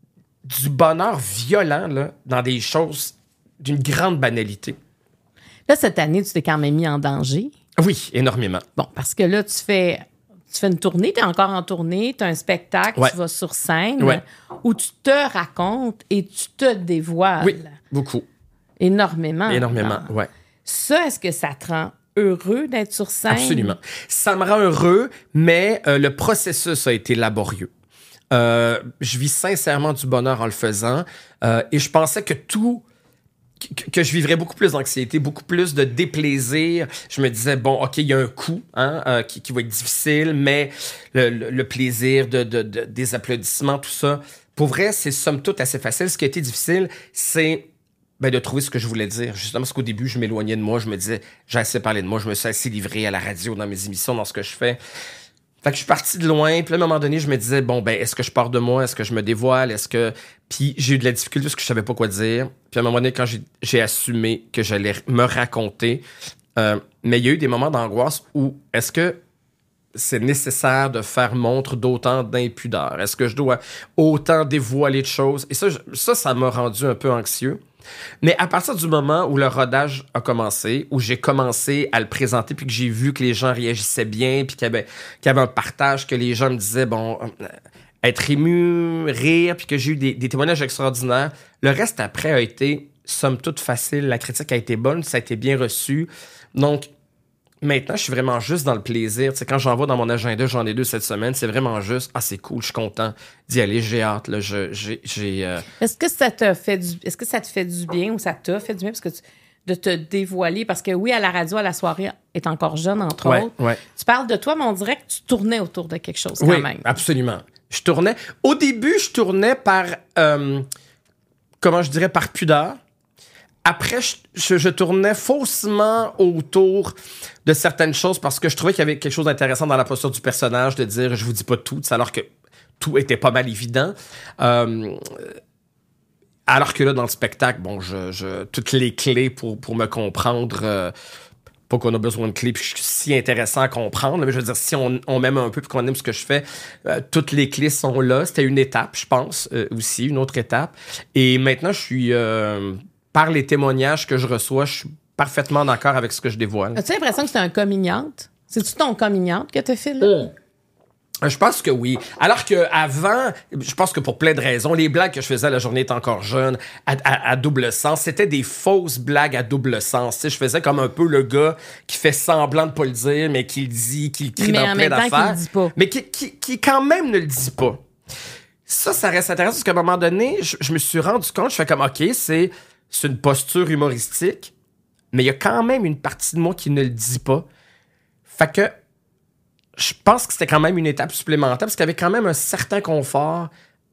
du bonheur violent, là, dans des choses d'une grande banalité. Là, cette année, tu t'es quand même mis en danger. Oui, énormément. Bon, parce que là, tu fais, tu fais une tournée, tu es encore en tournée, tu as un spectacle, ouais. tu vas sur scène, ouais. où tu te racontes et tu te dévoiles. Oui, beaucoup. Énormément. Énormément, oui. Ça, est-ce que ça te rend heureux d'être sur scène? Absolument. Ça me rend heureux, mais euh, le processus a été laborieux. Euh, je vis sincèrement du bonheur en le faisant euh, et je pensais que tout... que je vivrais beaucoup plus d'anxiété, beaucoup plus de déplaisir. Je me disais, bon, OK, il y a un coup hein, euh, qui, qui va être difficile, mais le, le, le plaisir de, de, de, des applaudissements, tout ça, pour vrai, c'est somme toute assez facile. Ce qui a été difficile, c'est ben, de trouver ce que je voulais dire. Justement, parce qu'au début, je m'éloignais de moi. Je me disais, j'ai assez parlé de moi. Je me suis assez livré à la radio, dans mes émissions, dans ce que je fais. Fait que je suis parti de loin, puis à un moment donné, je me disais, bon, ben, est-ce que je pars de moi? Est-ce que je me dévoile? Est-ce que... Puis j'ai eu de la difficulté parce que je savais pas quoi dire. Puis à un moment donné, quand j'ai, j'ai assumé que j'allais me raconter, euh, mais il y a eu des moments d'angoisse où est-ce que c'est nécessaire de faire montre d'autant d'impudeur? Est-ce que je dois autant dévoiler de choses? Et ça, ça, ça m'a rendu un peu anxieux. Mais à partir du moment où le rodage a commencé, où j'ai commencé à le présenter, puis que j'ai vu que les gens réagissaient bien, puis qu'il y avait, qu'il y avait un partage, que les gens me disaient, bon, euh, être ému, rire, puis que j'ai eu des, des témoignages extraordinaires, le reste après a été, somme toute, facile. La critique a été bonne, ça a été bien reçu. Donc, maintenant, je suis vraiment juste dans le plaisir. Tu sais, quand j'en vais dans mon agenda, j'en ai deux cette semaine, c'est vraiment juste, ah, c'est cool, je suis content d'y aller, j'ai hâte, là, je, j'ai... j'ai euh... Est-ce que ça te fait du... Est-ce que ça te fait du bien ou ça t'a fait du bien? Parce que tu... de te dévoiler, parce que oui, à la radio, à la soirée, est encore jeune, entre ouais, autres. Ouais. Tu parles de toi, mais on dirait que tu tournais autour de quelque chose, quand oui, même. Absolument. Je tournais... Au début, je tournais par... Euh, comment je dirais? Par pudeur. Après, je, je, je tournais faussement autour de certaines choses parce que je trouvais qu'il y avait quelque chose d'intéressant dans la posture du personnage de dire « je vous dis pas tout », alors que tout était pas mal évident. Euh, alors que là, dans le spectacle, bon, je, je, toutes les clés pour, pour me comprendre... Euh, pas qu'on a besoin de clés, puis je suis si intéressant à comprendre, mais je veux dire, si on, on m'aime un peu puis qu'on aime ce que je fais, euh, toutes les clés sont là. C'était une étape, je pense, euh, aussi, une autre étape. Et maintenant, je suis... Euh, par les témoignages que je reçois, je suis parfaitement d'accord avec ce que je dévoile. As-tu l'impression que c'est un coming-out? C'est-tu ton coming-out que t'as fait, là? Oh. Je pense que oui. Alors que avant, je pense que pour plein de raisons, les blagues que je faisais à La Journée est encore jeune, à, à, à double sens, c'était des fausses blagues à double sens. Tu sais, je faisais comme un peu le gars qui fait semblant de pas le dire, mais qui le dit, qui le crie mais dans plein d'affaires. Mais en même temps, qui le dit pas. Mais qui, qui, qui quand même ne le dit pas. Ça, ça reste intéressant parce qu'à un moment donné, je, je me suis rendu compte, je fais comme, OK, c'est, c'est une posture humoristique, mais il y a quand même une partie de moi qui ne le dit pas. Fait que je pense que c'était quand même une étape supplémentaire parce qu'il y avait quand même un certain confort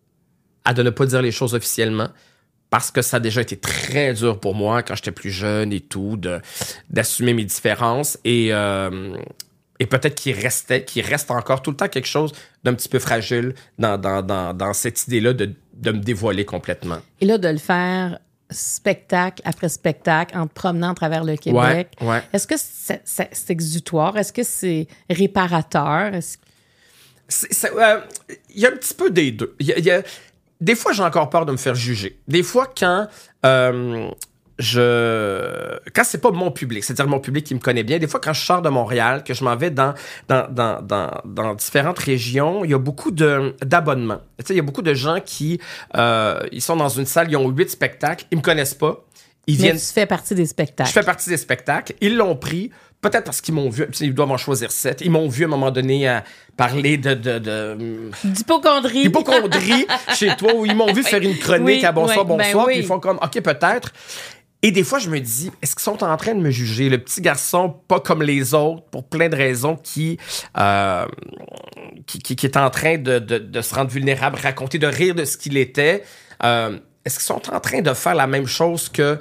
à de ne pas dire les choses officiellement parce que ça a déjà été très dur pour moi quand j'étais plus jeune et tout, de, d'assumer mes différences et, euh, et peut-être qu'il restait, qu'il reste encore tout le temps quelque chose d'un petit peu fragile dans, dans, dans, dans cette idée-là de, de me dévoiler complètement. Et là, de le faire spectacle après spectacle en te promenant à travers le Québec. Ouais, ouais. Est-ce que c'est, c'est, c'est exutoire? Est-ce que c'est réparateur? Est-ce... C'est, c'est, euh, y a un petit peu des deux. Y a, y a, des fois, j'ai encore peur de me faire juger. Des fois, quand euh, je... Quand c'est pas mon public, c'est-à-dire mon public qui me connaît bien, des fois, quand je sors de Montréal, que je m'en vais dans, dans, dans, dans, dans différentes régions, il y a beaucoup de, d'abonnements. Tu sais, il y a beaucoup de gens qui euh, ils sont dans une salle, ils ont huit spectacles, ils me connaissent pas. Ils Mais viennent... tu fais partie des spectacles. Je fais partie des spectacles. Ils l'ont pris, peut-être parce qu'ils m'ont vu, ils doivent en choisir sept. Ils m'ont vu à un moment donné à parler de... de, de... D'hypocondrie. D'hypocondrie chez toi, où ils m'ont vu faire une chronique oui, à Bonsoir, oui, Bonsoir, ben oui. puis ils font comme, OK, peut-être... Et des fois, je me dis, est-ce qu'ils sont en train de me juger? Le petit garçon, pas comme les autres, pour plein de raisons, qui, euh, qui, qui, qui est en train de, de, de se rendre vulnérable, raconter, de rire de ce qu'il était. Euh, est-ce qu'ils sont en train de faire la même chose que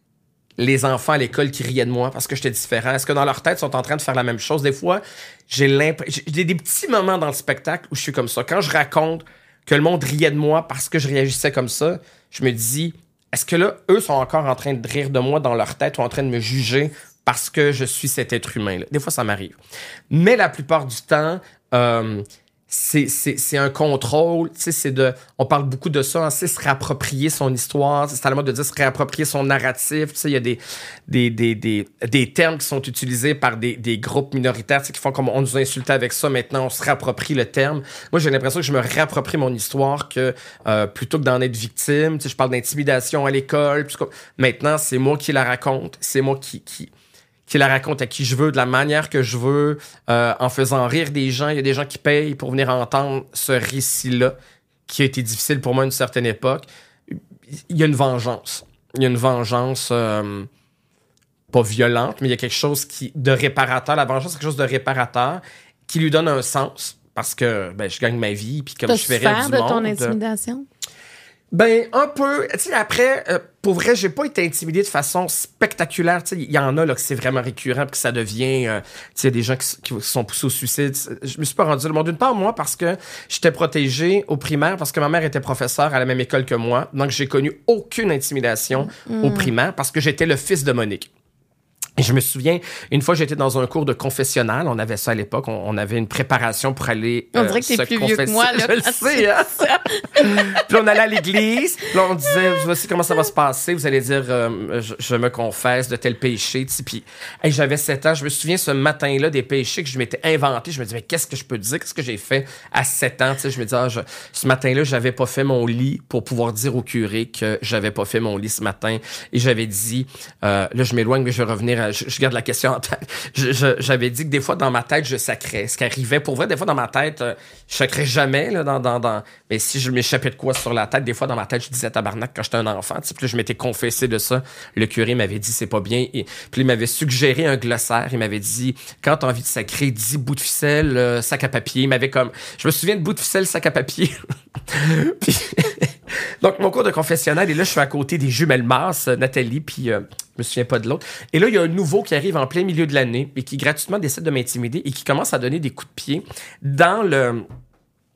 les enfants à l'école qui riaient de moi parce que j'étais différent? Est-ce que dans leur tête, ils sont en train de faire la même chose? Des fois, j'ai l'impression... J'ai des petits moments dans le spectacle où je suis comme ça. Quand je raconte que le monde riait de moi parce que je réagissais comme ça, je me dis... Est-ce que là, eux sont encore en train de rire de moi dans leur tête ou en train de me juger parce que je suis cet être humain-là? Des fois, ça m'arrive. Mais la plupart du temps, euh, c'est, c'est, c'est un contrôle. Tu sais, c'est de... On parle beaucoup de ça, hein, c'est se réapproprier son histoire. C'est à la mode de dire se réapproprier son narratif. Tu sais, il y a des, des, des, des, des termes qui sont utilisés par des, des groupes minoritaires, tu sais, qui font comme on nous insulte avec ça, maintenant on se réapproprie le terme. Moi, j'ai l'impression que je me réapproprie mon histoire que euh, plutôt que d'en être victime. Tu sais, je parle d'intimidation à l'école. Puis, maintenant, c'est moi qui la raconte. C'est moi qui... qui qui la raconte à qui je veux, de la manière que je veux, euh, en faisant rire des gens. Il y a des gens qui payent pour venir entendre ce récit-là, qui a été difficile pour moi à une certaine époque. Il y a une vengeance. Il y a une vengeance euh, pas violente, mais il y a quelque chose qui de réparateur. La vengeance, c'est quelque chose de réparateur qui lui donne un sens, parce que ben, je gagne ma vie, puis comme T'as je fais rire du de monde... ton intimidation? Ben, un peu. Tu sais, après, euh, pour vrai, j'ai pas été intimidé de façon spectaculaire. Tu sais, il y en a là que c'est vraiment récurrent, puis que ça devient... Euh, tu sais, des gens qui, qui sont poussés au suicide. Je me suis pas rendu le monde. D'une part, moi, parce que j'étais protégé au primaire, parce que ma mère était professeure à la même école que moi. Donc, j'ai connu aucune intimidation mmh. au primaire, parce que j'étais le fils de Monique. Et je me souviens, une fois, j'étais dans un cours de confessionnal. On avait ça à l'époque. On, on avait une préparation pour aller On dirait euh, que t'es plus vieux que moi, là. Je le sais, hein? Puis on allait à l'église. Puis on disait, voici comment ça va se passer. Vous allez dire, euh, je, je me confesse de tel péché. Tu sais. Puis hey, j'avais sept ans. Je me souviens ce matin-là des péchés que je m'étais inventé. Je me disais, mais qu'est-ce que je peux dire? Qu'est-ce que j'ai fait à sept ans? Tu sais, je me disais, ah, je, ce matin-là, j'avais pas fait mon lit pour pouvoir dire au curé que j'avais pas fait mon lit ce matin. Et j'avais dit, euh, là, je m'éloigne, mais je vais revenir à Je, je garde la question en tête. Je, je, j'avais dit que des fois, dans ma tête, je sacrais. Ce qui arrivait, pour vrai, des fois, dans ma tête, euh, je sacrais jamais, là, dans, dans, dans... Mais si je m'échappais de quoi sur la tête, des fois, dans ma tête, je disais tabarnak quand j'étais un enfant. Puis là, je m'étais confessé de ça. Le curé m'avait dit, c'est pas bien. Et puis il m'avait suggéré un glossaire. Il m'avait dit, quand t'as envie de sacrer, dis bout de ficelle, euh, sac à papier. Il m'avait comme... Je me souviens de bout de ficelle, sac à papier. Puis... Donc, mon cours de confessionnal, et là, je suis à côté des jumelles Mars, Nathalie, puis euh, je me souviens pas de l'autre. Et là, il y a un nouveau qui arrive en plein milieu de l'année et qui gratuitement décide de m'intimider et qui commence à donner des coups de pied dans le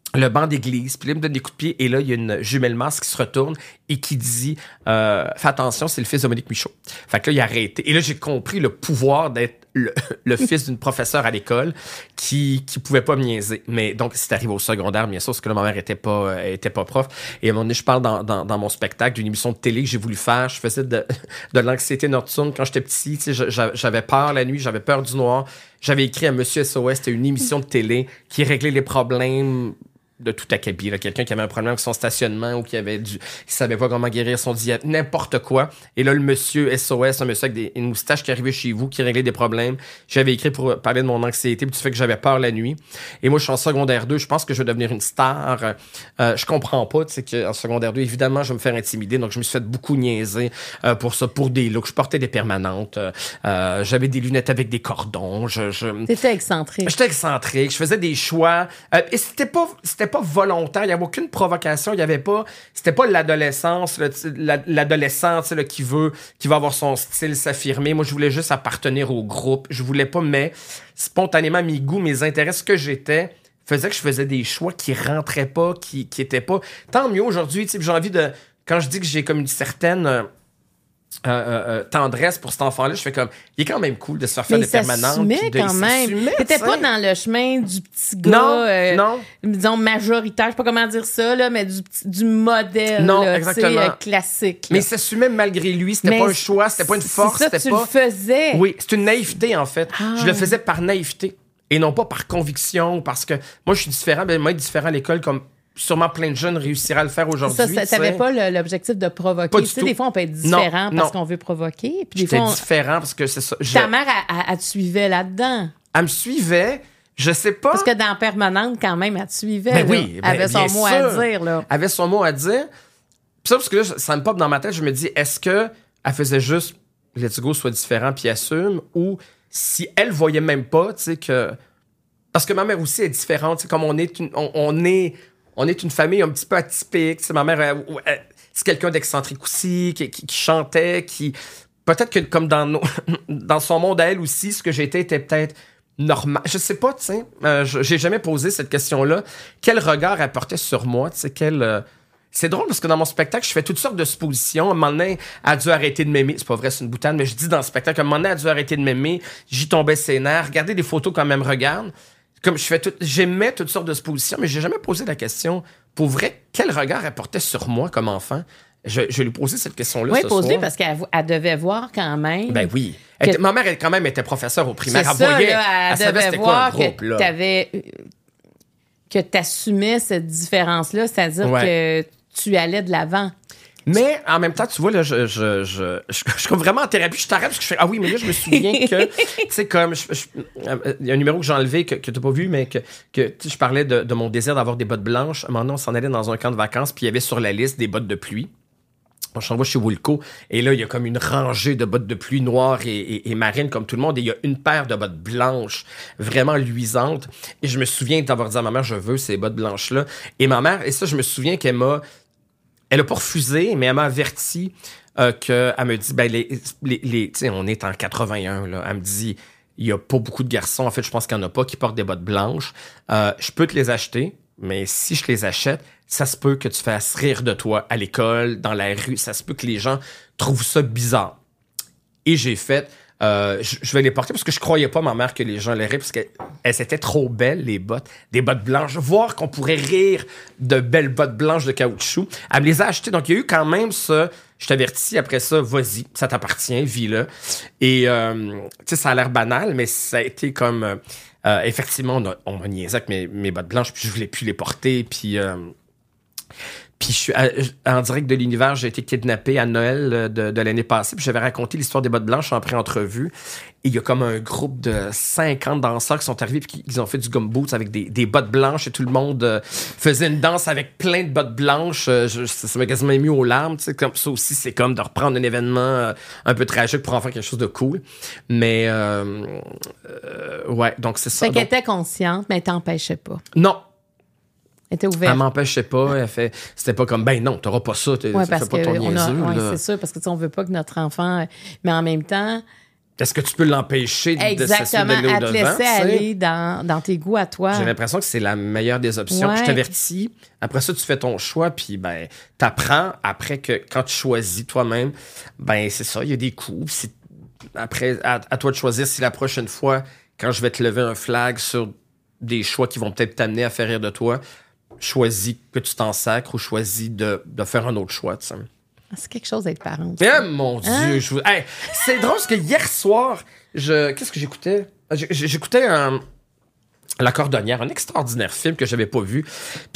le banc d'église, puis là, il me donne des coups de pied, et là, il y a une jumelle masse qui se retourne et qui dit euh, « Fais attention, c'est le fils de Monique Michaud. » Fait que là, il a arrêté. Et là, j'ai compris le pouvoir d'être le, le fils d'une professeure à l'école qui qui pouvait pas me niaiser. Mais donc, c'est arrivé au secondaire, bien sûr, parce que là, ma mère était pas, euh, était pas prof. Et à un moment donné, je parle dans, dans, dans mon spectacle d'une émission de télé que j'ai voulu faire. Je faisais de, de l'anxiété nocturne quand j'étais petit. Tu sais, j'avais peur la nuit, j'avais peur du noir. J'avais écrit à Monsieur S O S, c'était une émission de télé qui réglait les problèmes de tout acabit, là, quelqu'un qui avait un problème avec son stationnement ou qui avait du, qui savait pas comment guérir son diabète, n'importe quoi. Et là, le monsieur S O S, un monsieur avec des, une moustache qui arrivait chez vous, qui réglait des problèmes. J'avais écrit pour parler de mon anxiété, puis du fait que j'avais peur la nuit. Et moi, je suis en secondaire deux, je pense que je vais devenir une star. Euh, je comprends pas, tu sais, qu'en secondaire deux, évidemment, je vais me faire intimider, donc je me suis fait beaucoup niaiser euh, pour ça, pour des looks. Je portais des permanentes, euh, j'avais des lunettes avec des cordons. Je, je... T'étais excentrique. J'étais excentrique, je faisais des choix. Euh, et c'était pas, c'était pas volontaire, il y avait aucune provocation, il y avait pas, c'était pas l'adolescence, là, l'adolescente là, qui veut, qui va avoir son style, s'affirmer. Moi, je voulais juste appartenir au groupe. Je voulais pas, mais spontanément, mes goûts, mes intérêts, ce que j'étais, faisait que je faisais des choix qui rentraient pas, qui, qui étaient pas. Tant mieux aujourd'hui, tu sais, j'ai envie de, quand je dis que j'ai comme une certaine euh, Euh, euh, tendresse pour cet enfant-là, je fais comme, il est quand même cool de se faire faire mais des permanentes. Mais de, quand même. T'étais pas dans le chemin du petit gars, non, euh, non. disons majoritaire, je sais pas comment dire ça, là, mais du, du modèle non, là, exactement. Euh, classique. Là. Mais il s'assumait malgré lui, c'était mais pas un choix, c'était pas une force. C'est ça, c'était tu pas... le faisais. Oui, c'est une naïveté en fait. Ah. Je le faisais par naïveté et non pas par conviction, parce que moi je suis différent, ben moi être différent à l'école comme sûrement plein de jeunes réussiraient à le faire aujourd'hui. Ça, ça t'avais pas le, l'objectif de provoquer. Pas du tu sais, tout. des fois, on peut être différent non, parce non. qu'on veut provoquer. Puis J'étais des fois, on... différent parce que c'est ça. Je... Ta mère, elle, elle te suivait là-dedans. Elle me suivait, je sais pas. Parce que dans Permanente, quand même, elle te suivait. Ben là. oui, Elle ben, avait son mot sûr. à dire. Là. Elle avait son mot à dire. Puis ça, parce que là, ça me pop dans ma tête, je me dis, est-ce que elle faisait juste let's go, soit différent puis assume, ou si elle voyait même pas, tu sais, que... Parce que ma mère aussi est différente, tu sais, comme on est une... On, on est... On est une famille un petit peu atypique. T'sais, ma mère, elle, elle, c'est quelqu'un d'excentrique aussi, qui, qui, qui chantait, qui... Peut-être que comme dans, nos, dans son monde à elle aussi, ce que j'étais était peut-être normal. Je sais pas, tu sais. Euh, j'ai jamais posé cette question-là. Quel regard elle portait sur moi, tu sais, quel... Euh... C'est drôle parce que dans mon spectacle, je fais toutes sortes de suppositions. À un moment donné, elle a dû arrêter de m'aimer. C'est pas vrai, c'est une boutade, mais je dis dans le spectacle, à un moment donné, elle a dû arrêter de m'aimer. J'y tombais ses nerfs. Regardez des photos quand même, regarde. Comme je fais tout, j'aimais toutes sortes de suppositions, mais j'ai jamais posé la question, pour vrai, quel regard elle portait sur moi comme enfant? Je, je lui posais cette question-là oui, ce posée soir. parce qu'elle elle devait voir quand même. Ben oui. Que... Elle était, ma mère, elle, quand même, était professeure au primaire. C'est elle ça, voyait, là, elle, elle savait devait c'était voir quoi un groupe, que là. t'avais, que t'assumais cette différence-là, c'est-à-dire ouais. que tu allais de l'avant. Mais en même temps, tu vois, là, je, je, je, je, je suis comme vraiment en thérapie. Je t'arrête parce que je fais, ah oui, mais là, je me souviens que, tu sais, comme, il y a un numéro que j'ai enlevé que, que tu n'as pas vu, mais que, que je parlais de, de mon désir d'avoir des bottes blanches. À un moment donné, on s'en allait dans un camp de vacances, puis il y avait sur la liste des bottes de pluie. On s'en va chez Woolco, et là, il y a comme une rangée de bottes de pluie noires et, et, et marines, comme tout le monde, et il y a une paire de bottes blanches, vraiment luisantes. Et je me souviens d'avoir dit à ma mère, je veux ces bottes blanches-là. Et ma mère, et ça, je me souviens qu'elle m'a, elle a pas refusé, mais elle m'a averti euh, qu'elle me dit, ben, les, les, les tu sais, on est en quatre-vingt-un, là. Elle me dit, il y a pas beaucoup de garçons, en fait, je pense qu'il y en a pas qui portent des bottes blanches. Euh, je peux te les acheter, mais si je les achète, ça se peut que tu fasses rire de toi à l'école, dans la rue. Ça se peut que les gens trouvent ça bizarre. Et j'ai fait, euh, je, je vais les porter parce que je croyais pas, ma mère, que les gens les riraient parce qu'elles étaient trop belles, les bottes. Des bottes blanches. Voir qu'on pourrait rire de belles bottes blanches de caoutchouc. Elle me les a achetées. Donc, il y a eu quand même ça. Je t'avertis, après ça, vas-y, ça t'appartient, vis-le. Et, euh, tu sais, ça a l'air banal, mais ça a été comme... Euh, euh, effectivement, on, a, on m'a niaisé avec mes, mes bottes blanches, puis je voulais plus les porter, puis... Euh, Puis je suis à, en direct de l'univers, j'ai été kidnappé à Noël de, de l'année passée. Puis j'avais raconté l'histoire des bottes blanches en pré-entrevue. Et il y a comme un groupe de cinquante danseurs qui sont arrivés puis qui ont fait du gumboots avec des, des bottes blanches et tout le monde euh, faisait une danse avec plein de bottes blanches. Euh, je, ça m'a quasiment ému aux larmes. Tu sais, comme ça aussi, c'est comme de reprendre un événement euh, un peu tragique pour en faire quelque chose de cool. Mais euh, euh, ouais, donc c'est ça. Fait qu'elle donc... était consciente, mais elle t'empêchait pas. Non. Elle était ouverte. Elle m'empêchait pas. Elle fait, c'était pas comme, ben non, t'auras pas ça. Tu ouais, fais pas ton niaiseux. Ouais, c'est sûr, parce que tu sais, on veut pas que notre enfant... Mais en même temps, Est-ce que tu peux l'empêcher de, de s'assurer d'aller à au-devant? te laisser t'sais? aller dans, dans tes goûts à toi. J'ai l'impression que c'est la meilleure des options. Ouais. Je t'avertis. Après ça, tu fais ton choix, puis ben, t'apprends après que quand tu choisis toi-même, ben c'est ça, il y a des coups. C'est après, à, à toi de choisir si la prochaine fois, quand je vais te lever un flag sur des choix qui vont peut-être t'amener à faire rire de toi, choisis que tu t'en sacres ou choisis de, de faire un autre choix, tu sais. C'est quelque chose d'être parent. Eh mon Dieu, Hein? je vous... Hey, c'est drôle parce que hier soir, je qu'est-ce que j'écoutais? J'écoutais un... La Cordonnière, un extraordinaire film que j'avais pas vu.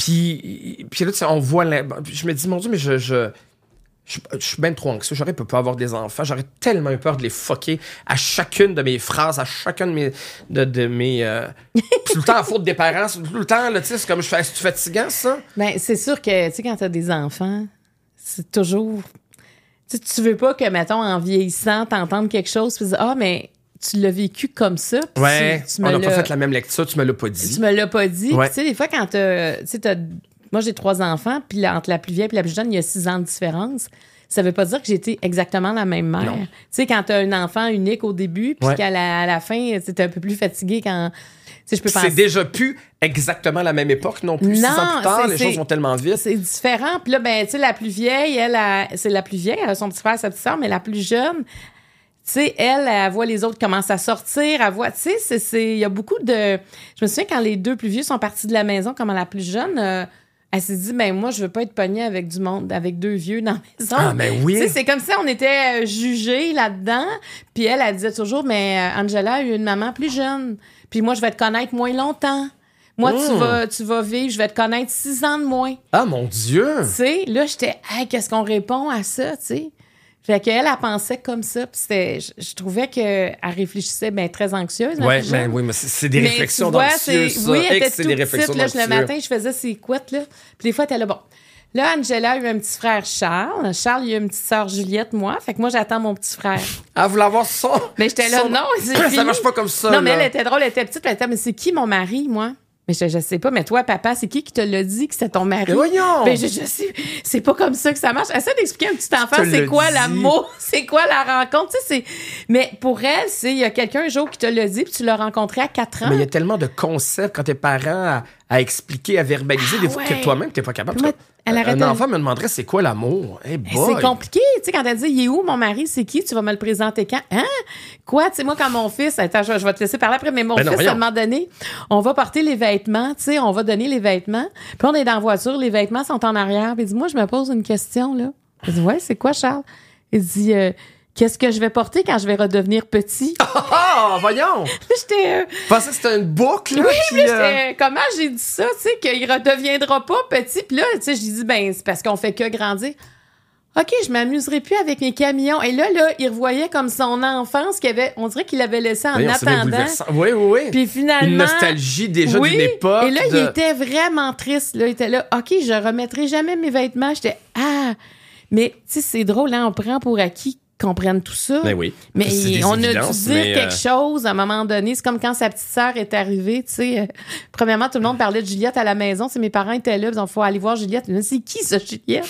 Puis, puis là, tu sais, on voit... La... Je me dis, mon Dieu, mais je... je... Je, je suis bien trop anxieux. J'aurais pu pas avoir des enfants. J'aurais tellement eu peur de les fucker à chacune de mes phrases, à chacune de mes... De, de mes euh... tout le temps en faute des parents. Tout le temps, là, tu sais, c'est comme... Je fais, c'est fatigant, ça? Ben, c'est sûr que, tu sais, quand t'as des enfants, c'est toujours... Tu sais, tu veux pas que, mettons, en vieillissant, t'entendes quelque chose, puis tu dis, ah, mais tu l'as vécu comme ça. Puis Ouais, tu, tu on me n'a pas l'as- fait la même lecture, tu me l'as pas dit. Tu me l'as pas dit. Ouais. Puis, tu sais, des fois, quand t'as... Tu sais, t'as... Moi, j'ai trois enfants, puis là, entre la plus vieille et la plus jeune, il y a six ans de différence. Ça veut pas dire que j'étais exactement la même mère. Non. Tu sais, quand t'as un enfant unique au début, puis Ouais. qu'à la, à la fin, t'es un peu plus fatigué quand... Tu sais, je peux C'est penser... déjà plus exactement la même époque non plus. Six Non, ans plus tard, c'est- les c'est- choses vont tellement vite. C'est différent. Puis là, ben, tu sais, la plus vieille, elle, a- c'est la plus vieille, elle a son petit frère, sa petite sœur, mais la plus jeune, tu sais, elle, elle voit les autres commencer à sortir, elle voit, tu sais, c'est- c'est, il y a beaucoup de... Je me souviens quand les deux plus vieux sont partis de la maison, comme la plus jeune, euh, elle s'est dit, ben moi, je veux pas être pognée avec du monde, avec deux vieux dans la maison. Ah, mais oui. Tu sais, c'est comme si on était euh, jugés là-dedans. Puis elle, elle disait toujours, mais euh, Angela a eu une maman plus jeune. Puis moi, je vais te connaître moins longtemps. Moi, tu Mm. vas, tu vas vivre, je vais te connaître six ans de moins. Ah, mon Dieu! Tu sais, là, j'étais, hey, qu'est-ce qu'on répond à ça, tu sais? Fait qu'elle, elle pensait comme ça. Puis c'était, je, je trouvais qu'elle réfléchissait bien très anxieuse. ma Ouais, plus jeune. ben oui, mais c'est c'est des Mais réflexions tu vois, d'anxieux, c'est- ça. Oui, elle Hey, était c'est tout des petite. réflexions Là, le d'anxieux. matin, je faisais ses couettes, là. Puis des fois, elle était là, bon. Là, Angela a eu un petit frère Charles. Charles, il a une petite sœur Juliette, moi. Fait que moi, j'attends mon petit frère. Ah, vous l'avoir son... Mais j'étais là, son- non, c'est Ça fini. marche pas comme ça, Non, mais là. elle était drôle, elle était petite. Puis elle était, mais c'est qui mon mari, moi? Mais je, je sais pas, mais toi, papa, c'est qui qui te l'a dit que c'était ton mari? Mais voyons! Ben, je, je sais, c'est pas comme ça que ça marche. Essaie d'expliquer à un petit enfant te c'est le quoi dit? l'amour, c'est quoi la rencontre. Tu sais, c'est... Mais pour elle, c'est il y a quelqu'un un jour qui te l'a dit, puis tu l'as rencontré à quatre ans. Mais il y a tellement de concepts quand tes parents à, à expliquer, à verbaliser, Ah des fois ouais. que toi-même, t'es pas capable. Moi, elle un arrêtait- enfant me demanderait c'est quoi l'amour? Hey Ben, boy. c'est compliqué, tu sais, quand elle dit, il est où mon mari, c'est qui, tu vas me le présenter quand? Hein? Quoi? Tu sais, moi, quand mon fils, attends, je, je vais te laisser parler après, mais mon Ben non, fils, à voyons. un moment donné, on va porter les vêtements, tu sais, on va donner les vêtements, puis on est dans la voiture, les vêtements sont en arrière, puis il dit, moi, je me pose une question, là. Je dis, ouais, c'est quoi, Charles? Il dit, euh, qu'est-ce que je vais porter quand je vais redevenir petit? Ah, voyons! J'étais, euh, Je pensais que c'était une boucle, là, oui, qui, puis là, euh, j'étais, comment j'ai dit ça, tu sais, qu'il redeviendra pas petit, puis là, tu sais, j'ai dit, ben, c'est parce qu'on fait que grandir. OK, je m'amuserai plus avec mes camions. Et là, là, il revoyait comme son enfance qu'il avait, on dirait qu'il l'avait laissé en voyons, c'est bien attendant. bouleversant. Oui, oui, oui. Puis finalement. Une nostalgie déjà oui, d'une époque. Et là, de- il était vraiment triste. Là, il était là, OK, je remettrai jamais mes vêtements. J'étais, ah. Mais, tu sais, c'est drôle, hein, on prend pour acquis qu'on prenne tout ça. Ben oui. Mais C'est des on a dû évidences, dire mais, euh, quelque chose à un moment donné. C'est comme quand sa petite sœur est arrivée, tu sais. euh, premièrement, tout le monde parlait de Juliette à la maison. Tu sais, mes parents étaient là, ils ont dit, faut aller voir Juliette. Mais c'est qui, ça, Juliette?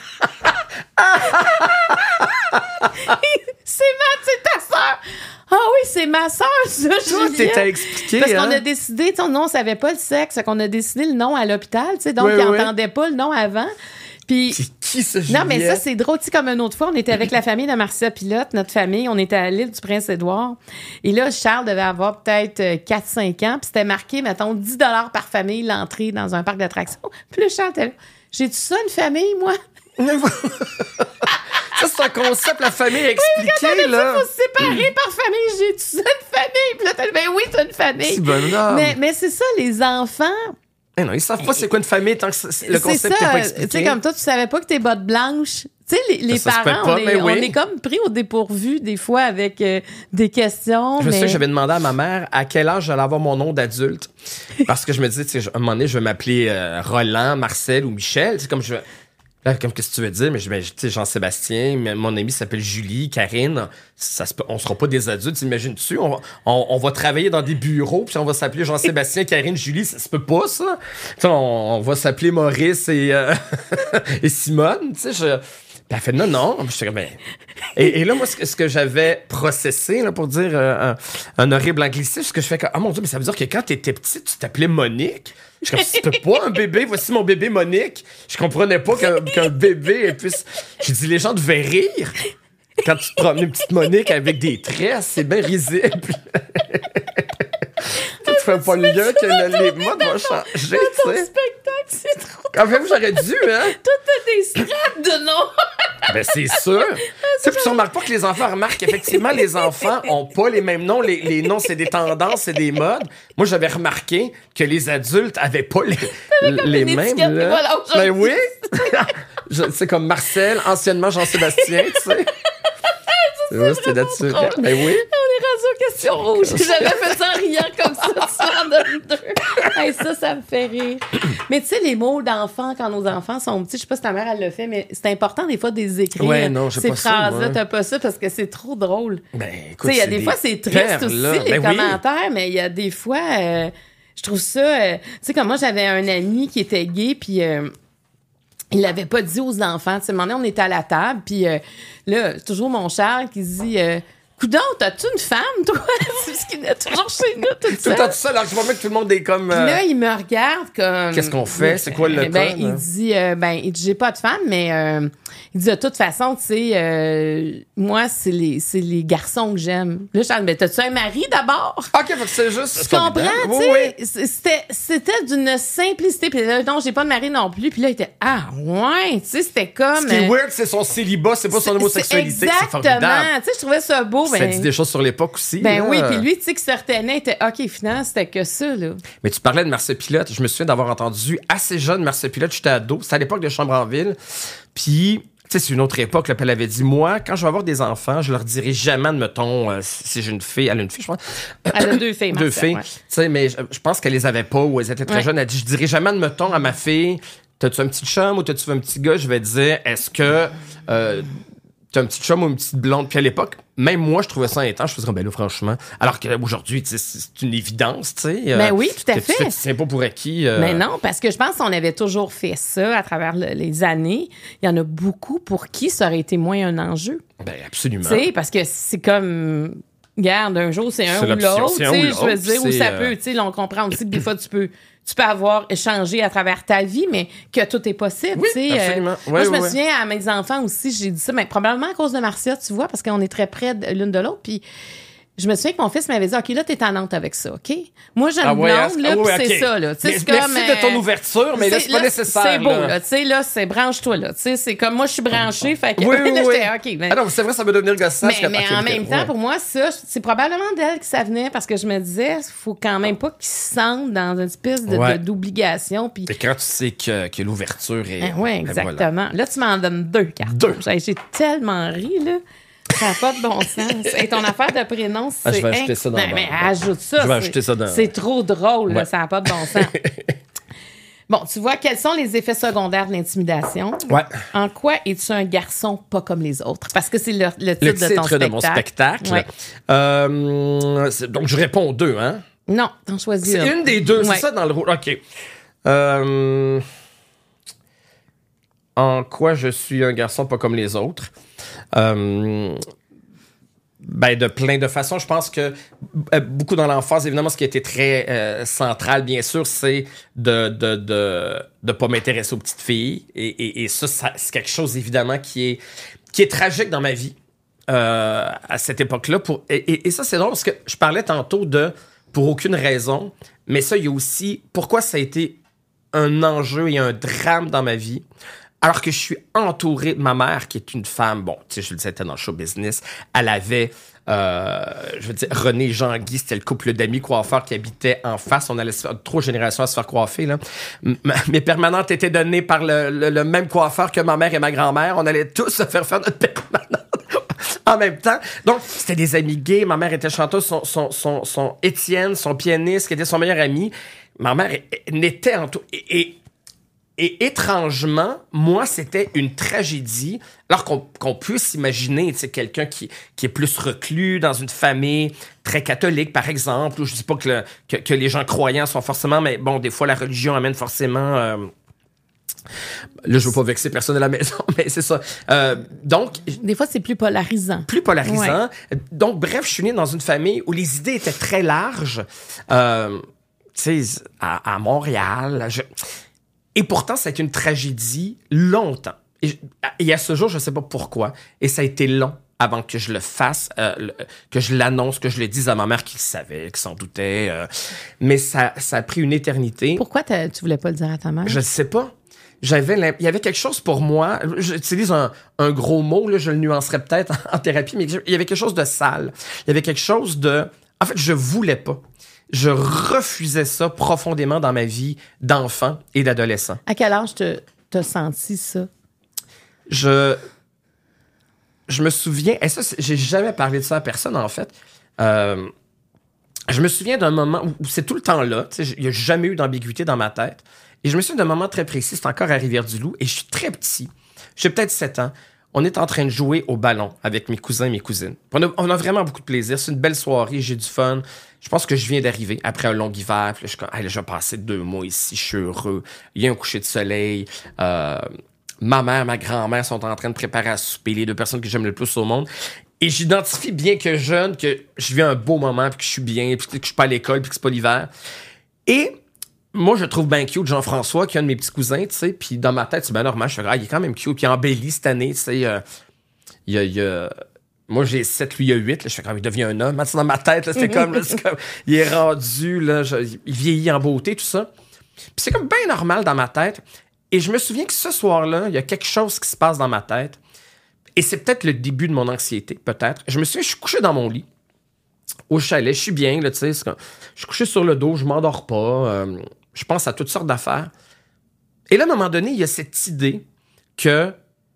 C'est ma, c'est ta sœur. Ah oui, c'est ma sœur, ça, Toi, Juliette. t'es à expliquer, Parce qu'on hein? a décidé, tu sais, non, on savait pas le sexe, qu'on a décidé le nom à l'hôpital, tu sais, donc Oui, ils oui. n'entendaient pas le nom avant. Puis C'est qui, ce non, mais ça, Juliette? c'est drôle. Tu sais, comme une autre fois, on était avec la famille de Marcia Pilote, notre famille. On était à l'île du Prince-Édouard. Et là, Charles devait avoir peut-être quatre cinq ans. Puis c'était marqué, mettons, dix dollars par famille, l'entrée dans un parc d'attractions. Puis là, Charles était là. J'ai-tu ça, une famille, moi? Ça, c'est un concept, la famille expliqué, Il là. faut se séparer par famille. J'ai-tu ça, une famille? Puis là, t'as dit, ben oui, t'as une famille. C'est bonhomme. Mais, mais c'est ça, les enfants. Eh non, ils savent pas c'est quoi une famille tant que c'est- le concept c'est n'est ça, pas tu expliqué. sais, comme toi, tu savais pas que tes bottes blanches. Tu sais, les, les Ça, ça se parents, peut pas, on, est, mais oui. on est comme pris au dépourvu des fois avec euh, des questions. Je me mais... souviens que j'avais demandé à ma mère à quel âge j'allais avoir mon nom d'adulte. Parce que je me disais, tu sais, à un moment donné, je vais m'appeler euh, Roland, Marcel ou Michel. C'est comme je Là, comme qu'est-ce que tu veux dire? Mais je ben, tu sais, Jean-Sébastien, mais mon ami s'appelle Julie, Karine. Ça se peut, on sera pas des adultes, t'imagines-tu? On, va- on, on va travailler dans des bureaux, puis on va s'appeler Jean-Sébastien, Karine, Julie. Ça se peut pas, ça? Tu sais, on, on va s'appeler Maurice et, euh, et Simone. Tu sais, je... elle fait non, non. Puis je fais, ben... et, et là, moi, ce que, ce que j'avais processé, là, pour dire euh, un, un horrible anglicisme, ce que je fais, ah mon Dieu, mais ça veut dire que quand t'étais petite, tu t'appelais Monique. Je suis comme, si t'es pas un bébé, voici mon bébé Monique. Je comprenais pas qu'un, qu'un bébé puisse. J'ai dit, les gens devaient rire. Quand tu te promenais une petite Monique avec des tresses, c'est bien risible. Tu fais pas le lien que le, les modes vont changer, tu sais. Spectacle, c'est trop. Quand même, j'aurais dû, hein. Toi, t'as des straps de nom. Ben, c'est sûr. Tu sais, puis tu remarques pas que les enfants remarquent qu'effectivement, les enfants ont pas les mêmes noms. Les, les noms, c'est des tendances, c'est des modes. Moi, j'avais remarqué que les adultes avaient pas les, les mêmes. Là. Voilà, ben oui. C'est comme Marcel, anciennement Jean-Sébastien, tu sais. C'est vrai, c'était naturel. Ben oui. On est rendu aux questions rouges. J'ai jamais fait ça en riant comme ça. Tu m'en donnes deux. Hey, ça, ça me fait rire. Mais tu sais, les mots d'enfants, quand nos enfants sont petits, je sais pas si ta mère, elle le fait, mais c'est important des fois de les écrire. Ouais, non, j'ai ces pas ça, phrases-là, moi. t'as pas ça parce que c'est trop drôle. Ben, écoute, tu sais, il y a c'est des des fois, c'est triste perles, aussi, là. les Ben oui. commentaires, mais il y a des fois, euh, je trouve ça... euh, tu sais, comme moi, j'avais un ami qui était gay, puis... Euh, il l'avait pas dit aux enfants. Tu sais, à un moment donné, on était à la table, puis euh, là, toujours mon Charles qui dit euh, coudonc, t'as-tu une femme, toi? C'est ce qu'il est toujours chez nous, tout Tout ça. le temps tout ça, alors que je vois bien que tout le monde est comme... Puis euh, là, il me regarde comme... Qu'est-ce qu'on fait? C'est quoi le ben, code, il hein? dit, euh, ben, il dit, j'ai pas de femme, mais euh, il dit, de toute façon, tu sais, euh, moi, c'est les, c'est les garçons que j'aime. Là, Charles, ben, t'as-tu un mari d'abord? OK, fait que c'est juste... Tu comprends, tu Oui, sais? oui. C'était, c'était d'une simplicité. Puis là, non, j'ai pas de mari non plus. Puis là, il était, ah, ouais, tu sais, c'était comme... Ce qui est euh, weird, c'est son célibat, c'est pas son c'est- homosexualité. C'est Exactement. formidable. Tu sais, je trouvais ça beau. Ça Ben, dit des choses sur l'époque aussi. ben là. oui, puis lui, tu sais, qui se retenait, était, OK, finalement, c'était que ça, là. Mais tu parlais de Marcel Pilote. Je me souviens d'avoir entendu assez jeune Marcel Pilote. J'étais ado. C'était à l'époque de Chambre en ville. Puis, tu sais, c'est une autre époque. Là, puis elle avait dit, moi, quand je vais avoir des enfants, je leur dirai jamais, mettons, euh, si j'ai une fille, elle a une fille, je pense. Elle a deux filles, Deux Marcel, filles. ouais. Tu sais, mais je, je pense qu'elle les avait pas ou elles étaient très Ouais. jeunes. Elle dit, je dirai jamais, mettons, à ma fille, t'as-tu un petit chum ou t'as-tu un petit gars? Je vais dire, est-ce que euh, t'as un petit chum ou une petite blonde? Puis à l'époque, même moi, je trouvais ça intense. Je faisais, ben là, franchement. Alors qu'aujourd'hui, tu sais, c'est une évidence, tu sais. euh, Ben oui, tout à que fait. Tu, tu tiens pas pour acquis. euh, Mais non, parce que je pense qu'on avait toujours fait ça à travers le- les années. Il y en a beaucoup pour qui ça aurait été moins un enjeu. Ben absolument. Tu sais, parce que c'est comme... Regarde, un jour, c'est un C'est ou l'option, l'autre. c'est Tu un ou sais, l'autre, je veux dire, où c'est, ça euh, peut... Tu sais, là, on comprend aussi que des fois, tu peux... Tu peux avoir échangé à travers ta vie, mais que tout est possible. Oui, tu sais. absolument. moi, Ouais, je me ouais, souviens à mes enfants aussi, j'ai dit ça, mais probablement à cause de Marcia, tu vois, parce qu'on est très près de l'une de l'autre. Puis je me souviens que mon fils m'avait dit, OK, là, t'es en Nantes avec ça, OK? Moi, j'ai une Ah ouais, hein, blonde, là, ah puis ouais, c'est ok. ça, là. Tu sais, Mais- c'est merci comme, de ton euh, ouverture, mais là, c'est pas nécessaire, C'est beau, là. là. Tu sais, là, c'est branche-toi, là. Tu sais, c'est comme moi, je suis branchée, fait que Oui, là, oui, j'étais, oui. OK. ben- Ah non, c'est vrai, ça va devenir gossant. mais, parce que- mais ok, en ok, même temps, ouais. pour moi, ça, c'est probablement d'elle que ça venait parce que je me disais, il faut quand même pas qu'ils se sentent dans une espèce de, Ouais. de- d'obligation. Puis, C'est quand tu sais que, que l'ouverture est. oui, ben voilà. exactement. Là, tu m'en donnes deux cartons. Deux. J'ai, j'ai tellement ri, là. Ça n'a pas de bon sens. Et ton affaire de prénom, c'est... Ah, je vais ajouter ça dans Ben, le- mais ajoute ça. Je vais c'est- ajouter ça dans- C'est trop drôle, là, Ouais. ça n'a pas de bon sens. Bon, tu vois, quels sont les effets secondaires de l'intimidation? Ouais. En quoi es-tu un garçon pas comme les autres? Parce que c'est le, le titre, Le de ton titre spectacle. de mon spectacle. Ouais. Euh, c'est- donc, je réponds aux deux, hein? Non, t'en choisis C'est un. une des deux, Ouais. c'est ça dans le rôle. OK. Euh, en quoi je suis un garçon pas comme les autres? Euh, ben, de plein de façons. Je pense que euh, beaucoup dans l'enfance, évidemment, ce qui a été très euh, central, bien sûr, c'est de de, de, de pas m'intéresser aux petites filles. Et, et, et ça, ça, c'est quelque chose, évidemment, qui est, qui est tragique dans ma vie euh, à cette époque-là. Pour, et, et, et ça, c'est drôle parce que je parlais tantôt de pour aucune raison, mais ça, il y a aussi pourquoi ça a été un enjeu et un drame dans ma vie. Alors que je suis entouré de ma mère, qui est une femme, bon, tu sais, je le disais, elle était dans le show business. Elle avait, euh, je veux dire, René et Jean-Guy, c'était le couple d'amis coiffeurs qui habitaient en face. On allait se faire, trois générations à se faire coiffer, là. M- mes permanentes étaient données par le, le, le même coiffeur que ma mère et ma grand-mère. On allait tous se faire faire notre permanente en même temps. Donc, c'était des amis gays. Ma mère était chanteuse. Son, son, son, son Étienne, son pianiste, qui était son meilleur ami. Ma mère n'était en tout... Et, et, Et étrangement, moi, c'était une tragédie. Alors qu'on, qu'on puisse imaginer, tu sais, quelqu'un qui, qui est plus reclus dans une famille très catholique, par exemple, ou je dis pas que, le, que, que les gens croyants sont forcément, mais bon, des fois, la religion amène forcément euh, Là, je veux pas vexer personne à la maison, mais c'est ça. Euh, donc... Des fois, c'est plus polarisant. Plus polarisant. Ouais. Donc, bref, je suis né dans une famille où les idées étaient très larges. Euh, tu sais, à, à Montréal. Je... Et pourtant, ça a été une tragédie longtemps. Et, et à ce jour, je sais pas pourquoi. Et ça a été long avant que je le fasse, euh, le, que je l'annonce, que je le dise à ma mère qui le savait, qui s'en doutait. Euh, mais ça, ça a pris une éternité. Pourquoi tu voulais pas le dire à ta mère? Je ne sais pas. J'avais il y avait quelque chose pour moi, j'utilise un, un gros mot, là, je le nuancerais peut-être en, en thérapie, mais il y avait quelque chose de sale. Il y avait quelque chose de... En fait, je voulais pas. Je refusais ça profondément dans ma vie d'enfant et d'adolescent. À quel âge tu as senti ça? Je... Je me souviens... Et ça, j'ai jamais parlé de ça à personne, en fait. Euh, je me souviens d'un moment où, où c'est tout le temps là. Il n'y a jamais eu d'ambiguïté dans ma tête. Et je me souviens d'un moment très précis, c'est encore à Rivière-du-Loup, et je suis très petit. J'ai peut-être sept ans. On est en train de jouer au ballon avec mes cousins et mes cousines. On a, on a vraiment beaucoup de plaisir. C'est une belle soirée, j'ai du fun. Je pense que je viens d'arriver après un long hiver. Puis là, je suis comme, hey, là, je vais passer deux mois ici, je suis heureux. Il y a un coucher de soleil. Euh, ma mère, ma grand-mère sont en train de préparer à souper, les deux personnes que j'aime le plus au monde. Et j'identifie bien que jeune, que je vis un beau moment, puis que je suis bien, puis que je suis pas à l'école, puis que c'est pas l'hiver. Et... moi, je trouve bien cute Jean-François, qui est un de mes petits cousins, tu sais, puis dans ma tête, c'est bien normal, je fais, ah, il est quand même cute, puis il embellit cette année, tu sais, euh, il y a, il y a... moi, j'ai sept, lui, il a huit, là, je fais, quand il devient un homme, dans ma tête, là, c'est comme, là, c'est comme, il est rendu, là, je... il vieillit en beauté, tout ça, puis c'est comme bien normal dans ma tête, et je me souviens que ce soir-là, il y a quelque chose qui se passe dans ma tête, et c'est peut-être le début de mon anxiété, peut-être, je me souviens, je suis couché dans mon lit, au chalet, je suis bien, là, tu sais, c'est comme... je suis couché sur le dos, je m'endors pas, euh... je pense à toutes sortes d'affaires. Et là, à un moment donné, il y a cette idée que,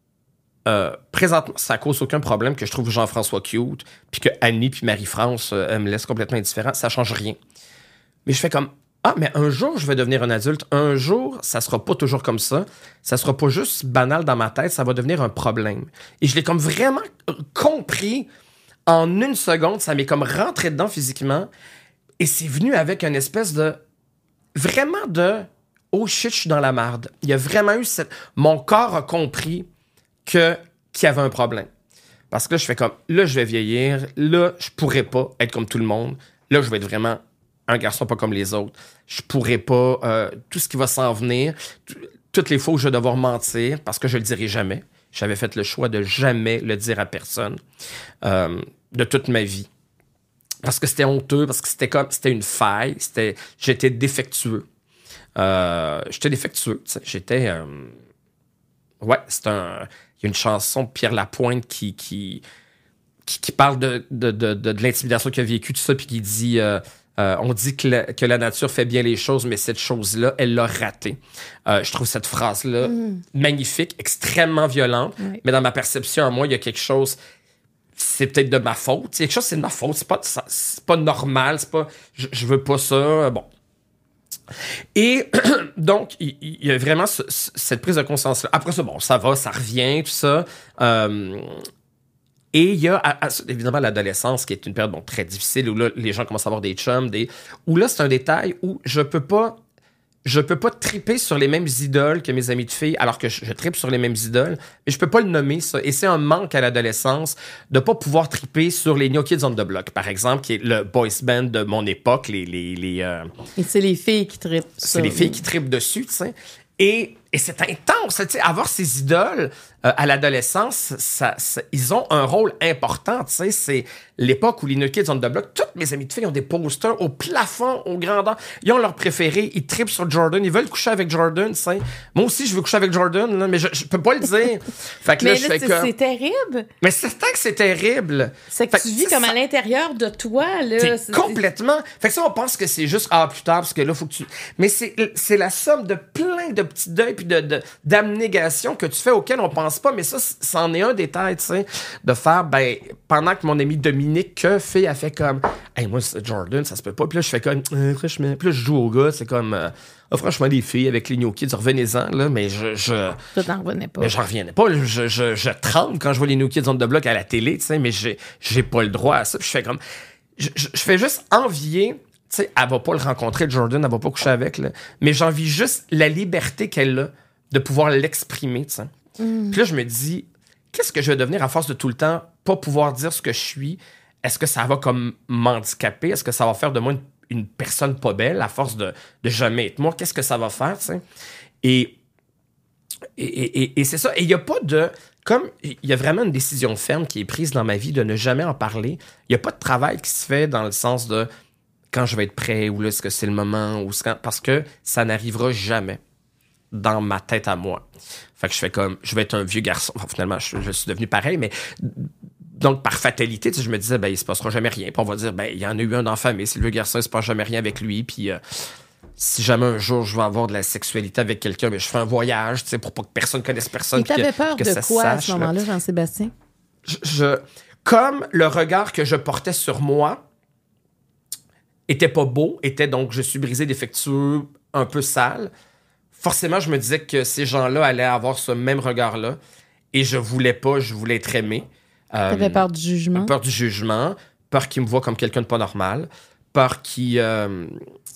euh, présentement, ça cause aucun problème que je trouve Jean-François cute, puis que Annie puis Marie-France euh, me laissent complètement indifférent. Ça change rien. Mais je fais comme, ah, mais un jour, je vais devenir un adulte. Un jour, ça sera pas toujours comme ça. Ça sera pas juste banal dans ma tête. Ça va devenir un problème. Et je l'ai comme vraiment compris en une seconde. Ça m'est comme rentré dedans physiquement. Et c'est venu avec une espèce de... vraiment de « oh shit, je suis dans la marde ». Il y a vraiment eu cette... Mon corps a compris que qu'il y avait un problème. Parce que là, je fais comme, là, je vais vieillir. Là, je pourrais pas être comme tout le monde. Là, je vais être vraiment un garçon pas comme les autres. Je pourrais pas... Euh, tout ce qui va s'en venir, t- toutes les fois où je vais devoir mentir, parce que je le dirai jamais. J'avais fait le choix de jamais le dire à personne euh, de toute ma vie. Parce que c'était honteux, parce que c'était comme c'était une faille, c'était j'étais défectueux. Euh, j'étais défectueux, tu sais, j'étais euh, ouais, c'est un il y a une chanson de Pierre Lapointe qui qui qui, qui parle de de, de de de l'intimidation qu'il a vécue, tout ça, puis qui dit euh, euh, on dit que la, que la nature fait bien les choses, mais cette chose-là, elle l'a ratée. Euh, je trouve cette phrase-là mmh. magnifique, extrêmement violente, oui. Mais dans ma perception à moi, il y a quelque chose. C'est peut-être de ma faute. C'est quelque chose, c'est de ma faute. C'est pas, c'est pas normal. C'est pas, je, je veux pas ça. Bon. Et donc, il, il y a vraiment ce, cette prise de conscience-là. Après ça, bon, ça va, ça revient, tout ça. Euh, et il y a, à, à, évidemment, l'adolescence, qui est une période bon, très difficile, où là, les gens commencent à avoir des chums, des... où là, c'est un détail où je peux pas... Je peux pas triper sur les mêmes idoles que mes amis de filles, alors que je, je tripe sur les mêmes idoles, mais je peux pas le nommer, ça. Et c'est un manque à l'adolescence de pas pouvoir triper sur les New Kids on the Block, par exemple, qui est le boys band de mon époque. Les, les, les, euh... Et c'est les filles qui tripent. C'est ça, les filles oui. qui tripent dessus, tu sais. Et, et c'est intense, tu sais, avoir ces idoles euh, à l'adolescence, ça, ça, ils ont un rôle important, tu sais. C'est l'époque où les New Kids on the Block, toutes mes amies de filles ont des posters au plafond, au grandeur. Ils ont leur préféré, ils trippent sur Jordan, ils veulent coucher avec Jordan, tu sais. Moi aussi, je veux coucher avec Jordan, là, mais je, je peux pas le dire. Fait que mais là, là, je fais c'est, comme... c'est terrible. Mais c'est certain que c'est terrible. C'est que fait tu que vis comme ça... à l'intérieur de toi, là. C'est c'est, complètement. Fait que ça, on pense que c'est juste, ah, plus tard, parce que là, faut que tu... Mais c'est, c'est la somme de plein de petits deuils puis de, de, d'abnégation que tu fais auxquels on pense pas. Mais ça, c'en est un détail, tu sais, de faire, ben, pendant que mon ami Dominique, que fait, a fait comme, hey, moi, c'est Jordan, ça se peut pas. Puis là, je fais comme, euh, franchement, puis là, je joue au gars, c'est comme, euh, oh, franchement, les filles avec les New Kids, revenez-en, là, mais je. je Toi, t'en revenais pas. Mais j'en revenais pas. Je, je, je tremble quand je vois les New Kids on the Block à la télé, tu sais, mais j'ai, j'ai pas le droit à ça. Puis je fais comme, je, je, je fais juste envier, tu sais, elle va pas le rencontrer, Jordan, elle va pas coucher avec, là, mais j'envie juste la liberté qu'elle a de pouvoir l'exprimer, tu sais. Mm. Puis là, je me dis, qu'est-ce que je vais devenir à force de tout le temps pas pouvoir dire ce que je suis? Est-ce que ça va comme m'handicaper? Est-ce que ça va faire de moi une, une personne pas belle à force de, de jamais être moi? Qu'est-ce que ça va faire, tu sais? Et, et, et, et c'est ça. Et il n'y a pas de... Comme il y a vraiment une décision ferme qui est prise dans ma vie de ne jamais en parler, il n'y a pas de travail qui se fait dans le sens de quand je vais être prêt ou là, est-ce que c'est le moment ou quand, parce que ça n'arrivera jamais dans ma tête à moi. Fait que je fais comme, je vais être un vieux garçon. Enfin, finalement, je, je suis devenu pareil, mais donc par fatalité, tu sais, je me disais, ben il se passera jamais rien. Puis on va dire, ben il y en a eu un dans la famille, c'est le vieux garçon, il se passe jamais rien avec lui. Puis euh, si jamais un jour je vais avoir de la sexualité avec quelqu'un, ben, je fais un voyage, tu sais, pour pas que personne connaisse personne. Et t'avais que, peur que de ça quoi sache, à ce moment-là, Jean-Sébastien? Je, je, comme le regard que je portais sur moi était pas beau, était donc, je suis brisé, défectueux, un peu sale, forcément, je me disais que ces gens-là allaient avoir ce même regard-là et je voulais pas, je voulais être aimé. Euh, T'avais peur du jugement? Peur du jugement, peur qu'ils me voient comme quelqu'un de pas normal, peur qu'ils... Euh,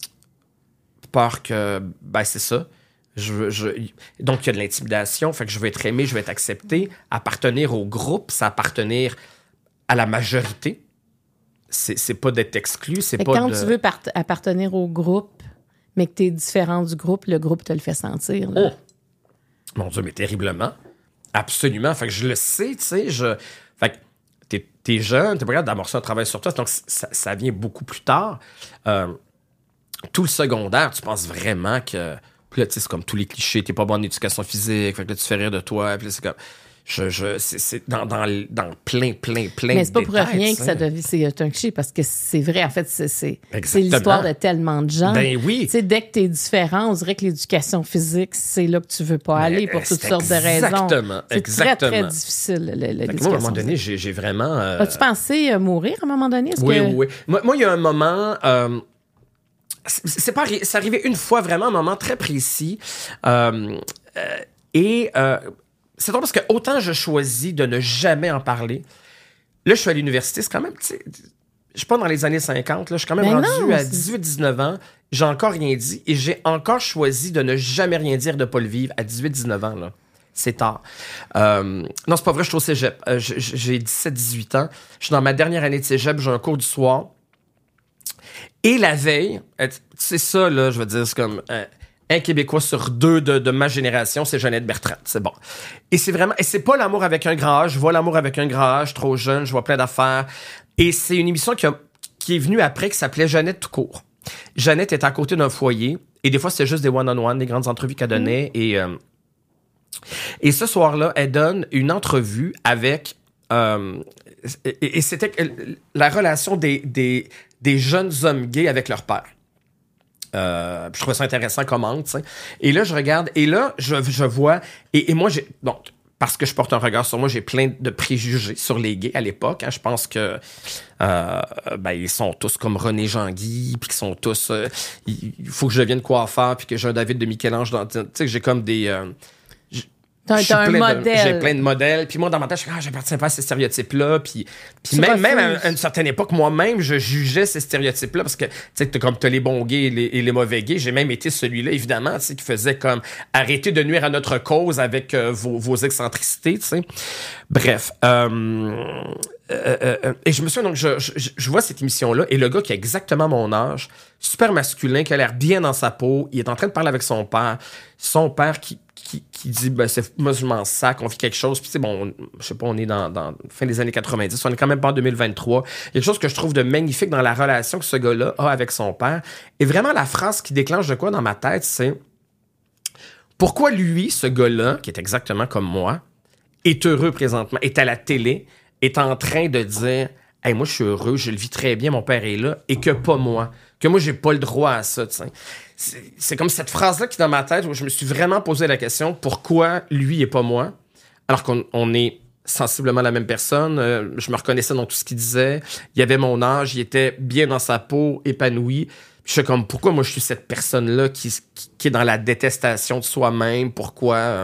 peur que... Ben, c'est ça. Je, je, donc, il y a de l'intimidation, fait que je veux être aimé, je veux être accepté. Appartenir au groupe, c'est appartenir à la majorité. C'est, c'est pas d'être exclu, c'est fait pas quand de... tu veux part- appartenir au groupe, mais que tu es différent du groupe, le groupe te le fait sentir. Là. Oh! Mon Dieu, mais terriblement. Absolument. Fait que je le sais, tu sais. Je... Fait que t'es, t'es jeune, t'es pas capable d'amorcer un travail sur toi, donc ça, ça vient beaucoup plus tard. Euh, tout le secondaire, tu penses vraiment que... Puis là, tu sais, c'est comme tous les clichés, t'es pas bon en éducation physique, fait que là, tu fais rire de toi, puis là, c'est comme... Je, je, c'est, c'est dans, dans, dans plein, plein, plein de Mais c'est pas détails, pour rien t'sais. que ça devient... C'est un cliché, parce que c'est vrai, en fait, c'est, c'est, c'est l'histoire de tellement de gens. Ben oui. Tu sais, dès que t'es différent, on dirait que l'éducation physique, c'est là que tu veux pas aller pour toutes sortes de raisons. Exactement, c'est exactement. très, très difficile, l'éducation. Moi, à un moment donné, j'ai, j'ai vraiment... Euh... As-tu pensé euh, mourir à un moment donné? Est-ce oui, que... oui, oui. Moi, moi, il y a un moment... Euh... C'est, c'est pas c'est arrivé une fois, vraiment, un moment très précis. Euh, euh, et... Euh, c'est drôle parce que autant je choisis de ne jamais en parler. Là, je suis à l'université, c'est quand même, tu sais, je suis pas dans les années cinquante, là, je suis quand même ben rendu non, à dix-huit dix-neuf ans, j'ai encore rien dit et j'ai encore choisi de ne jamais rien dire, de pas le vivre à dix-huit dix-neuf ans, là. C'est tard. Euh, non, c'est pas vrai, je suis au cégep. Euh, j'ai dix-sept dix-huit ans. Je suis dans ma dernière année de cégep, j'ai un cours du soir. Et la veille, c'est ça, là, je veux dire, c'est comme... Euh, un Québécois sur deux de, de ma génération, c'est Jeannette Bertrand. C'est bon. Et c'est vraiment... Et c'est pas l'amour avec un grand H. Je vois l'amour avec un grand H, trop jeune, je vois plein d'affaires. Et c'est une émission qui, a, qui est venue après, qui s'appelait Jeannette tout court. Jeannette était à côté d'un foyer. Et des fois, c'était juste des one-on-one, des grandes entrevues qu'elle donnait. Mmh. Et, euh, et ce soir-là, elle donne une entrevue avec... Euh, et, et c'était la relation des, des, des jeunes hommes gays avec leur père. Euh, je trouvais ça intéressant comme angle, tu sais. Et là, je regarde, et là, je, je vois, et, et moi, j'ai, donc, parce que je porte un regard sur moi, j'ai plein de préjugés sur les gays à l'époque. Hein. Je pense que, euh, ben, ils sont tous comme René Jean-Guy, puis qu'ils sont tous, euh, il faut que je devienne coiffeur, puis que j'ai un David de Michel-Ange dans, tu sais, que j'ai comme des, euh, T'as, t'as un modèle. De, j'ai plein de modèles. Puis moi, dans ma tête, je suis ah, j'appartiens pas à ces stéréotypes-là. Puis, puis même, même à, à une certaine époque, moi-même, je jugeais ces stéréotypes-là parce que, tu sais, comme t'as les bons gays et les, et les mauvais gays, j'ai même été celui-là, évidemment, tu sais, qui faisait comme arrêter de nuire à notre cause avec euh, vos, vos excentricités, tu sais. Bref. Euh, euh, euh, et je me souviens, donc, je, je, je vois cette émission-là et le gars qui a exactement mon âge, super masculin, qui a l'air bien dans sa peau, il est en train de parler avec son père. Son père qui Qui, qui dit, ben, c'est, moi, je m'en sac, on vit quelque chose. Puis, tu sais, bon, on, je sais pas, on est dans, dans fin des années quatre-vingt-dix, on est quand même pas en deux mille vingt-trois. Il y a quelque chose que je trouve de magnifique dans la relation que ce gars-là a avec son père. Et vraiment, la phrase qui déclenche de quoi dans ma tête, c'est pourquoi lui, ce gars-là, qui est exactement comme moi, est heureux présentement, est à la télé, est en train de dire, hey, moi, je suis heureux, je le vis très bien, mon père est là, et que pas moi. Que moi, j'ai pas le droit à ça, tu sais. C'est, c'est comme cette phrase-là qui est dans ma tête où je me suis vraiment posé la question pourquoi lui et pas moi, alors qu'on on est sensiblement la même personne. Euh, je me reconnaissais dans tout ce qu'il disait. Il avait mon âge, il était bien dans sa peau, épanoui. Puis je suis comme pourquoi moi je suis cette personne-là qui, qui, qui est dans la détestation de soi-même, pourquoi... Euh...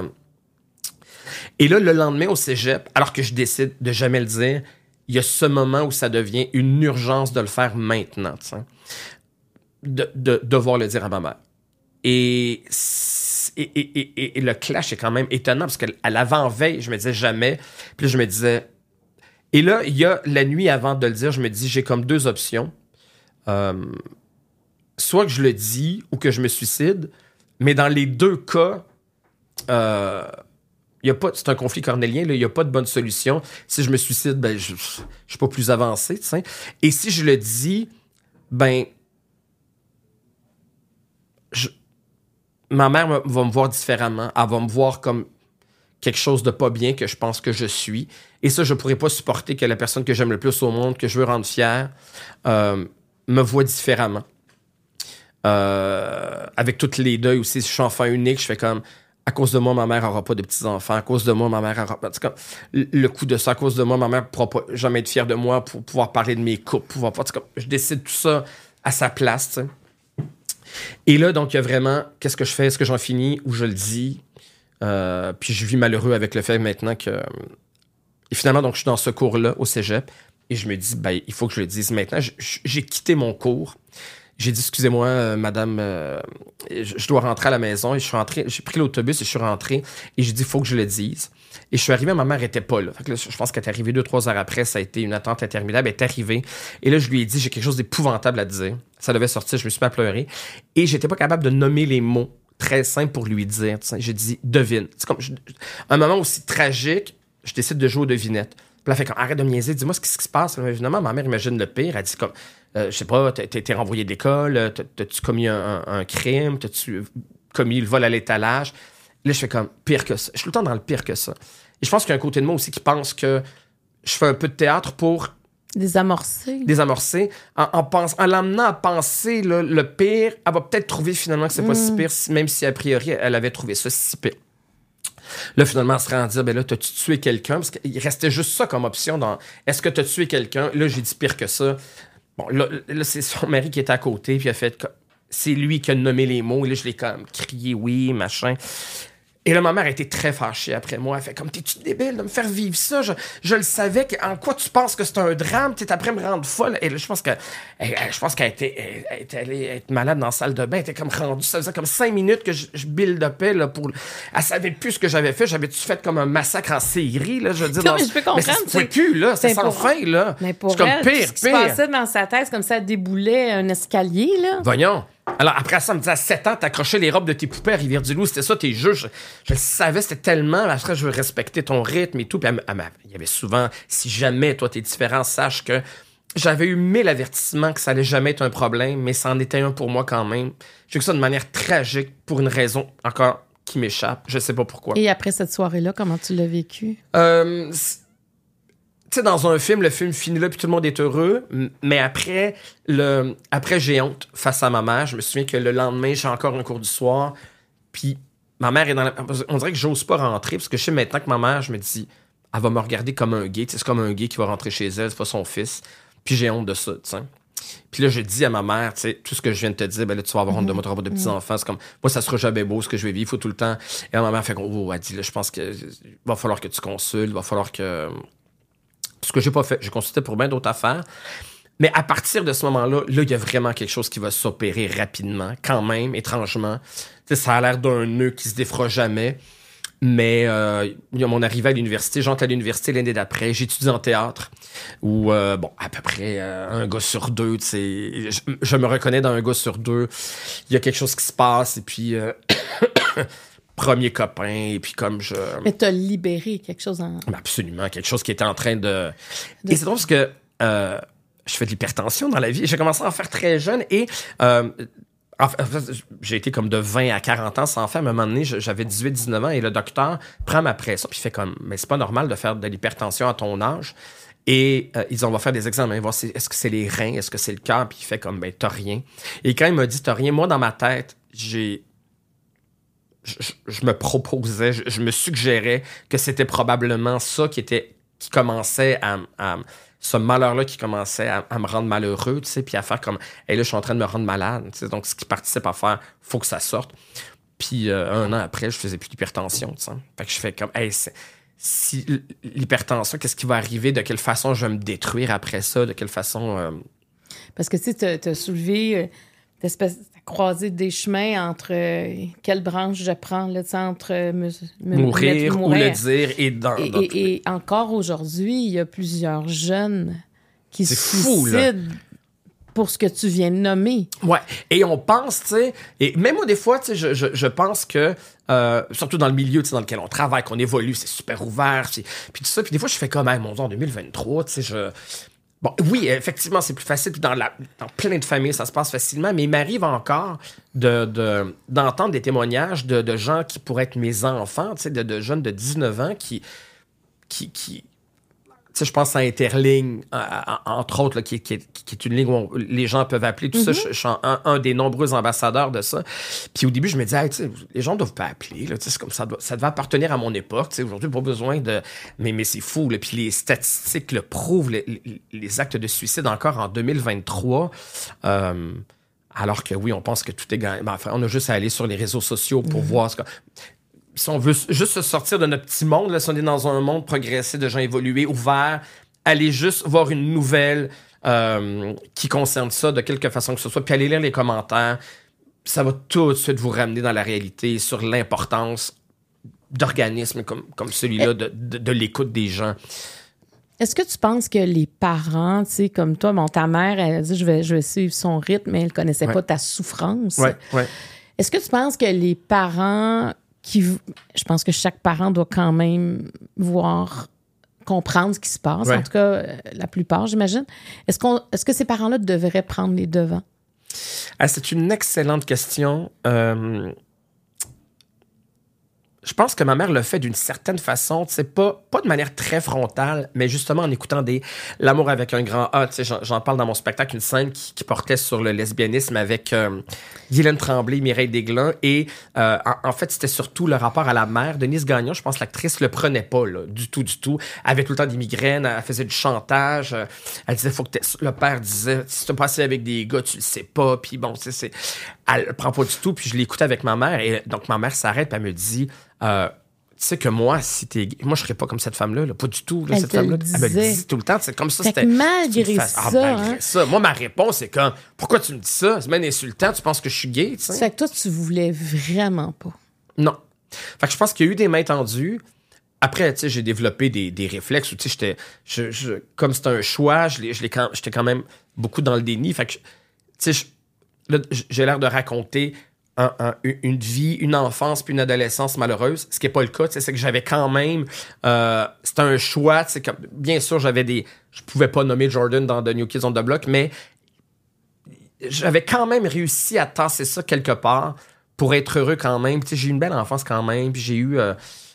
Et là, le lendemain au cégep, alors que je décide de jamais le dire, il y a ce moment où ça devient une urgence de le faire maintenant, tu sais. De, de devoir le dire à ma mère. Et et, et, et, et le clash est quand même étonnant parce qu'à l'avant-veille, je me disais jamais. Puis là, je me disais... Et là, il y a la nuit avant de le dire, je me dis, j'ai comme deux options. Euh, soit que je le dis ou que je me suicide, mais dans les deux cas, euh, y a pas, c'est un conflit cornélien, il n'y a pas de bonne solution. Si je me suicide, ben, je ne suis pas plus avancé. T'sais. Et si je le dis, ben, je, ma mère va me voir différemment. Elle va me voir comme quelque chose de pas bien que je pense que je suis. Et ça, je ne pourrais pas supporter que la personne que j'aime le plus au monde, que je veux rendre fière, euh, me voit différemment. Euh, avec toutes les deuils aussi, si je suis enfant unique, je fais comme... À cause de moi, ma mère n'aura pas de petits-enfants. À cause de moi, ma mère aura pas... C'est comme le coup de ça. À cause de moi, ma mère ne pourra pas jamais être fière de moi pour pouvoir parler de mes couples. Pouvoir pas... C'est comme... Je décide tout ça à sa place, t'sais. Et là, donc, il y a vraiment... Qu'est-ce que je fais? Est-ce que j'en finis ou je le dis? Euh, puis je vis malheureux avec le fait maintenant que... Et finalement, donc, je suis dans ce cours-là, au cégep, et je me dis, ben, il faut que je le dise maintenant. J'ai quitté mon cours. J'ai dit, excusez-moi, euh, madame, euh, je, je dois rentrer à la maison. Et je suis rentré, j'ai pris l'autobus et je suis rentré. Et j'ai dit, il faut que je le dise. Et je suis arrivé, ma mère n'était pas là. Fait que là, je pense qu'elle est arrivée deux, trois heures après. Ça a été une attente interminable. Elle est arrivée. Et là, je lui ai dit, j'ai quelque chose d'épouvantable à dire. Ça devait sortir. Je me suis mis à pleurer. Et j'étais pas capable de nommer les mots très simples pour lui dire. J'ai dit, devine. C'est comme je, un moment aussi tragique, je décide de jouer aux devinettes. Puis elle fait comme, arrête de me niaiser, dis-moi ce qui se passe. Là, évidemment, ma mère imagine le pire. Elle dit comme, euh, je sais pas, t'as été renvoyé d'école, t'as-tu commis un, un, un crime, t'as-tu commis le vol à l'étalage. Là, je fais comme, pire que ça. Je suis tout le temps dans le pire que ça. Et je pense qu'il y a un côté de moi aussi qui pense que je fais un peu de théâtre pour... Désamorcer. Désamorcer. En, en, pense, en l'amenant à penser là, le pire, elle va peut-être trouver finalement que c'est mm. pas si pire, même si a priori, elle avait trouvé ça si pire. Là, finalement, elle se rend à dire, ben là, t'as-tu tué quelqu'un? Parce qu'il restait juste ça comme option dans est-ce que t'as tué quelqu'un? Là, j'ai dit pire que ça. Bon, là, là c'est son mari qui était à côté, puis il a fait, c'est lui qui a nommé les mots, et là, je l'ai comme crié oui, machin. Et là, ma mère a été très fâchée après moi. Elle fait comme, t'es-tu débile de me faire vivre ça? Je, je le savais. Que, en quoi tu penses que c'est un drame? T'es après me rendre folle. Et là, je pense que, elle, je pense qu'elle était, elle, elle était allée être malade dans la salle de bain. Elle était comme rendue. Ça faisait comme cinq minutes que je, je build-upais, là, pour. Elle savait plus ce que j'avais fait. J'avais-tu fait comme un massacre en série, là? Je veux dire. Non, dans, mais je peux comprendre. Mais ça se pouvait plus, là. C'est sans fin, là. Mais pour c'est comme elle, pire, ce qui pire. se passait dans sa tête, comme ça, elle déboulait un escalier, là. Voyons. Alors, après ça, elle me disait, à sept ans, t'accrochais les robes de tes poupées à Rivière-du-Loup. C'était ça, tes jeux. Je, je le savais, c'était tellement... Après, je veux respecter ton rythme et tout. Puis, elle, elle, il y avait souvent, si jamais, toi, t'es différent, sache que j'avais eu mille avertissements que ça allait jamais être un problème, mais ça en était un pour moi quand même. J'ai vu ça de manière tragique pour une raison encore qui m'échappe. Je sais pas pourquoi. Et après cette soirée-là, comment tu l'as vécu? Euh... Tu sais, dans un film, le film finit là, puis tout le monde est heureux. Mais après, le, après, j'ai honte face à ma mère. Je me souviens que le lendemain, j'ai encore un cours du soir. Puis ma mère est dans la... On dirait que j'ose pas rentrer, parce que je sais maintenant que ma mère, je me dis, elle va me regarder comme un gay. C'est comme un gay qui va rentrer chez elle, c'est pas son fils. Puis j'ai honte de ça, tu sais. Puis là, je dis à ma mère, tu sais, tout ce que je viens de te dire, ben là, tu vas avoir honte de moi, tu n'auras pas de petits-enfants. C'est comme, moi, ça sera jamais beau ce que je vais vivre, il faut tout le temps. Et là, ma mère fait, oh, elle dit, là, je pense que il va falloir que tu consultes, il va falloir que... Ce que j'ai pas fait, j'ai consulté pour bien d'autres affaires. Mais à partir de ce moment-là, là, il y a vraiment quelque chose qui va s'opérer rapidement, quand même, étrangement. T'sais, ça a l'air d'un nœud qui se défera jamais. Mais euh, il y a mon arrivée à l'université. J'entre à l'université l'année d'après. J'étudie en théâtre. Où, euh, bon, à peu près euh, un gars sur deux, tu sais. Je, je me reconnais dans un gars sur deux. Il y a quelque chose qui se passe. Et puis... Euh, premier copain, et puis comme je... Mais t'as libéré quelque chose en... Absolument, quelque chose qui était en train de... de... Et c'est drôle parce que euh, je fais de l'hypertension dans la vie. J'ai commencé à en faire très jeune, et euh, en fait, j'ai été comme de vingt à quarante ans sans faire. À un moment donné, j'avais dix-huit dix-neuf ans, et le docteur prend ma pression, puis il fait comme, mais c'est pas normal de faire de l'hypertension à ton âge. Et euh, ils ont, on va faire des examens, voir si, est-ce que c'est les reins, est-ce que c'est le cœur, puis il fait comme, ben t'as rien. Et quand il m'a dit t'as rien, moi dans ma tête, j'ai... Je, je me proposais, je, je me suggérais que c'était probablement ça qui était qui commençait à, à ce malheur-là qui commençait à, à me rendre malheureux, tu sais, puis à faire comme, hey, là, je suis en train de me rendre malade, tu sais, donc ce qui participe à faire, faut que ça sorte. Puis euh, un an après, je faisais plus d'hypertension, tu sais. Fait que je fais comme, hey, c'est, si l'hypertension, qu'est-ce qui va arriver, de quelle façon je vais me détruire après ça, de quelle façon... Euh... Parce que tu sais, t'as soulevé... Euh, d'espèce croisée des chemins entre euh, quelle branche je prends, là, entre euh, me, me, mourir, me mourir ou le dire. Et, dans, et, dans et, et encore aujourd'hui, il y a plusieurs jeunes qui se fou, suicident là. Pour ce que tu viens de nommer. Ouais. Et on pense, tu sais, et même moi, des fois, tu sais, je, je, je pense que, euh, surtout dans le milieu, tu sais, dans lequel on travaille, qu'on évolue, c'est super ouvert, puis, puis tout ça. Puis des fois, je fais comme, hey, mon Dieu, en deux mille vingt-trois, tu sais, je... Bon, oui, effectivement, c'est plus facile. Puis dans, la, dans plein de familles, ça se passe facilement. Mais il m'arrive encore de, de, d'entendre des témoignages de, de gens qui pourraient être mes enfants, tu sais, de, de jeunes de dix-neuf ans qui... qui, qui tu sais, je pense à Interligne, entre autres, là, qui, qui, qui est une ligne où on, les gens peuvent appeler, tout mm-hmm. ça. Je, je suis un, un des nombreux ambassadeurs de ça. Puis au début, je me disais, hey, tu sais, les gens ne doivent pas appeler. Là, c'est comme ça, ça devait appartenir à mon époque. Tu sais, aujourd'hui, pas besoin de... Mais, mais c'est fou. Là. Puis les statistiques le prouvent, les, les, les actes de suicide encore en deux mille vingt-trois. Euh, alors que oui, on pense que tout est gagné. Ben, enfin, on a juste à aller sur les réseaux sociaux pour mm-hmm. voir ce que... Si on veut juste se sortir de notre petit monde, là, si on est dans un monde progressé, de gens évolués, ouverts, aller juste voir une nouvelle euh, qui concerne ça de quelque façon que ce soit, puis aller lire les commentaires, ça va tout de suite vous ramener dans la réalité sur l'importance d'organismes comme, comme celui-là, de, de, de l'écoute des gens. Est-ce que tu penses que les parents, tu sais, comme toi, bon, ta mère, elle a dit, je vais, je vais suivre son rythme, mais elle ne connaissait ouais. pas ta souffrance. Ouais, ouais. Est-ce que tu penses que les parents... Qui, je pense que chaque parent doit quand même voir, comprendre ce qui se passe. Ouais. En tout cas, euh, la plupart, j'imagine. Est-ce, qu'on, est-ce que ces parents-là devraient prendre les devants? Ah, c'est une excellente question. Euh, je pense que ma mère le fait d'une certaine façon, c'est pas, pas de manière très frontale, mais justement en écoutant des L'amour avec un grand A. J'en, j'en parle dans mon spectacle, une scène qui, qui portait sur le lesbianisme avec euh, Guylaine Tremblay, Mireille Desglands. Et euh, en, en fait, c'était surtout le rapport à la mère. Denise Gagnon, je pense que l'actrice le prenait pas là, du tout, du tout. Elle avait tout le temps des migraines, elle faisait du chantage. Euh, elle disait, faut que le père disait, si t'as passé avec des gars, tu le sais pas. Puis bon, tu sais, c'est... elle le prend pas du tout. Puis je l'écoute avec ma mère. Et donc ma mère s'arrête et elle me dit... Euh, tu sais que moi, si t'es gay, moi, je serais pas comme cette femme-là, là, pas du tout. Là, elle cette femme-là, disait. elle me le dit tout le temps. C'est comme ça. Fait c'était malgré ça, ah, malgré hein? ça. Moi, ma réponse, c'est comme, pourquoi tu me dis ça? C'est même insultant. Tu penses que je suis gay, tu sais? Fait que toi, tu voulais vraiment pas. Non. Fait que je pense qu'il y a eu des mains tendues. Après, tu sais, j'ai développé des, des réflexes où, tu sais, j'étais, je, je, comme c'était un choix, je l'ai, je l'ai quand, j'étais quand même beaucoup dans le déni. Fait que, tu sais, je, là, j'ai l'air de raconter Un, un, une vie, une enfance puis une adolescence malheureuse, ce qui n'est pas le cas, c'est que j'avais quand même... Euh, c'était un choix, comme, bien sûr, j'avais des... Je pouvais pas nommer Jordan dans The New Kids on the Block, mais j'avais quand même réussi à tasser ça quelque part pour être heureux quand même. T'sais, j'ai eu une belle enfance quand même, puis j'ai eu... Euh,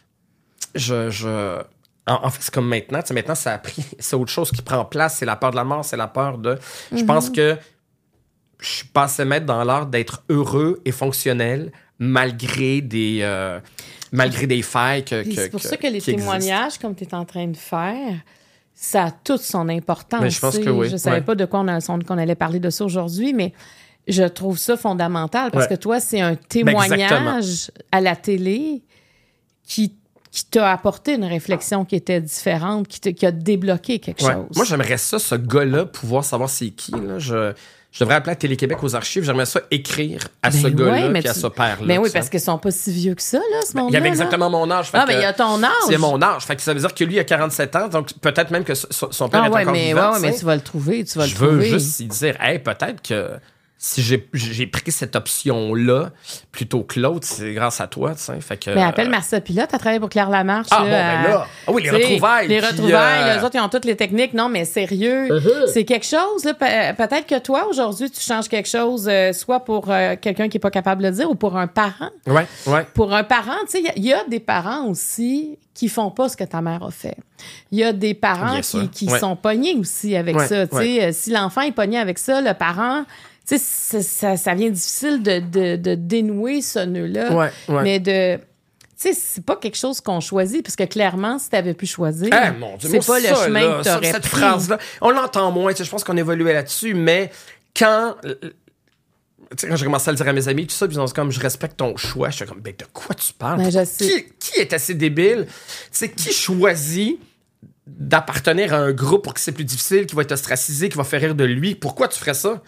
je... je en, en fait, c'est comme maintenant, maintenant, ça a pris... C'est autre chose qui prend place, c'est la peur de la mort, c'est la peur de... Mm-hmm. Je pense que je suis passé maître dans l'art d'être heureux et fonctionnel malgré des, euh, malgré des failles que, que c'est pour que, ça que les témoignages, existent. Comme tu es en train de faire, ça a toute son importance. Mais je pense que oui. Je ne savais ouais. pas de quoi on, a, qu'on allait parler de ça aujourd'hui, mais je trouve ça fondamental parce ouais. que toi, c'est un témoignage ben à la télé qui qui t'a apporté une réflexion qui était différente, qui, te, qui a débloqué quelque ouais. chose. Moi, j'aimerais ça, ce gars-là, pouvoir savoir c'est qui. Là. Je... Je devrais appeler à Télé-Québec aux archives. J'aimerais ça écrire à ben ce ouais, gars-là et tu... à ce père-là. Mais oui, parce qu'ils sont pas si vieux que ça, là, ce ben, monde-là. Il avait exactement là. mon âge. Ah, mais ben, il a ton âge. C'est mon âge. Fait que ça veut dire que lui, il a quarante-sept ans. Donc, peut-être même que son père ah, est ouais, encore mais, vivant. Ouais, mais tu vas le trouver. Tu vas je le trouver. veux juste y dire, hey, peut-être que si j'ai, j'ai pris cette option-là plutôt que l'autre, c'est grâce à toi, tu sais. Fait que. Mais appelle Marcia Pilote, t'as travaillé pour Claire Lamarche. Ah, là, bon, ben là. Ah oui, les retrouvailles. Les puis, retrouvailles, euh... les autres, ils ont toutes les techniques. Non, mais sérieux, uh-huh. c'est quelque chose, là. Pe- peut-être que toi, aujourd'hui, tu changes quelque chose, euh, soit pour euh, quelqu'un qui n'est pas capable de le dire ou pour un parent. Ouais, ouais. Pour un parent, tu sais, il y, y a des parents aussi qui font pas ce que ta mère a fait. Il y a des parents Bien qui, qui ouais. sont pognés aussi avec ouais, ça. Tu sais, ouais. Si l'enfant est pogné avec ça, le parent... Tu sais, ça, ça vient difficile de, de, de dénouer ce nœud-là. Ouais, ouais. Mais de... Tu sais, c'est pas quelque chose qu'on choisit, parce que clairement, si t'avais pu choisir, hey, mon Dieu, c'est pas ça, le chemin là, que t'aurais cette pris. Phrase-là, on l'entend moins. Je pense qu'on évoluait là-dessus, mais quand... Tu sais, quand j'ai commencé à le dire à mes amis, tout ça, puis ils ont dit comme, je respecte ton choix. Je suis comme, ben de quoi tu parles? Ben, je sais. Qui, qui est assez débile? Tu sais, qui choisit d'appartenir à un groupe pour que c'est plus difficile, qui va être ostracisé, qui va faire rire de lui? Pourquoi tu ferais ça?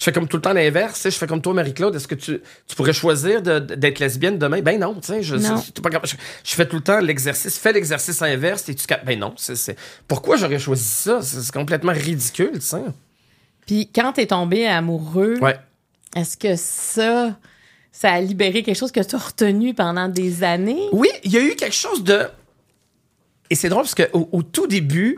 Je fais comme tout le temps l'inverse. Tu sais, je fais comme toi, Marie-Claude. Est-ce que tu, tu pourrais choisir de, d'être lesbienne demain? Ben non, tu sais, je, non. C'est, c'est pas grave. Je, je fais tout le temps l'exercice. Fais l'exercice inverse et tu captes. Ben non, c'est, c'est... Pourquoi j'aurais choisi ça? C'est, c'est complètement ridicule, tu sais. Puis quand t'es tombé amoureux, ouais. est-ce que ça, ça a libéré quelque chose que tu as retenu pendant des années? Oui, il y a eu quelque chose de... Et c'est drôle parce qu'au au tout début...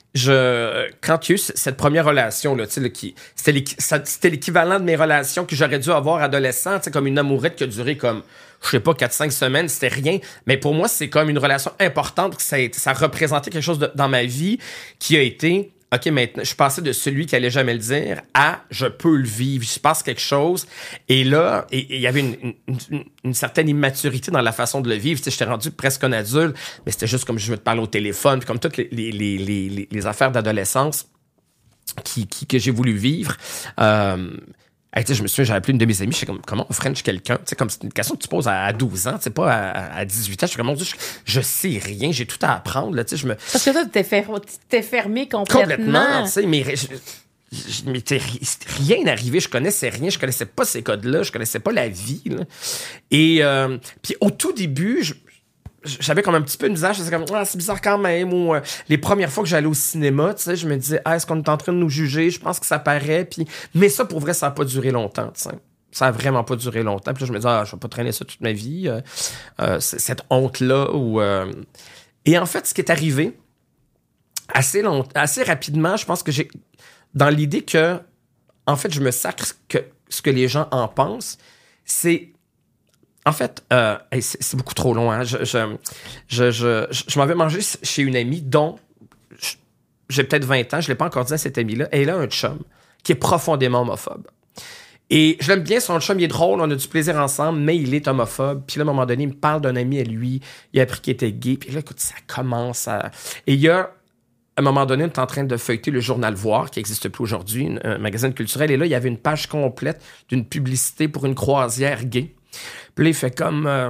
Je, quand il y a eu cette première relation, là, là, qui, c'était, l'équ, ça, c'était l'équivalent de mes relations que j'aurais dû avoir adolescent, comme une amourette qui a duré comme, je sais pas, quatre cinq semaines, c'était rien. Mais pour moi, c'est comme une relation importante, que ça, ça représentait quelque chose de, dans ma vie qui a été... OK, maintenant, je suis passé de celui qui allait jamais le dire à je peux le vivre, il se passe quelque chose. Et là, il y avait une, une, une, une certaine immaturité dans la façon de le vivre. Tu sais, j'étais rendu presque un adulte, mais c'était juste comme je veux te parler au téléphone, puis comme toutes les, les, les, les, les affaires d'adolescence qui, qui, que j'ai voulu vivre. Euh, Hey, je me souviens, j'avais appelé une de mes amies, je sais comme, comment on French quelqu'un? Tu sais, comme c'est une question que tu poses à douze ans, tu sais, pas à, à dix-huit ans. Je suis comme, mon Dieu, je, je sais rien, j'ai tout à apprendre, là, tu sais, je me... Parce que toi, tu t'es, fer... t'es fermé complètement. Complètement, tu sais, mais je, je, m'étais rien arrivé, je connaissais rien, je connaissais pas ces codes-là, je connaissais pas la vie, là. Et, euh, puis au tout début, je, j'avais comme un petit peu une visage, comme ah, c'est bizarre quand même, ou euh, les premières fois que j'allais au cinéma, tu sais, je me disais ah, est-ce qu'on est en train de nous juger, je pense que ça paraît, puis mais ça pour vrai ça a pas duré longtemps, tu sais. Ça a vraiment pas duré longtemps. Puis là je me disais ah, je vais pas traîner ça toute ma vie, euh, euh, cette honte là ou euh... et en fait ce qui est arrivé assez long, assez rapidement, je pense que j'ai dans l'idée que en fait je me sacre que ce que les gens en pensent, c'est En fait, euh, c'est, c'est beaucoup trop long. Hein. Je, je, je, je, je m'en vais manger chez une amie dont je, j'ai peut-être vingt ans, je ne l'ai pas encore dit à cette amie-là. Elle a un chum qui est profondément homophobe. Et je l'aime bien, son chum, il est drôle, on a du plaisir ensemble, mais il est homophobe. Puis là, à un moment donné, il me parle d'un ami à lui, il a appris qu'il était gay. Puis là, écoute, ça commence à... Et il y a... À un moment donné, on est en train de feuilleter le Journal Voir, qui n'existe plus aujourd'hui, un magazine culturel. Et là, il y avait une page complète d'une publicité pour une croisière gay. Puis là, il fait comme... Euh,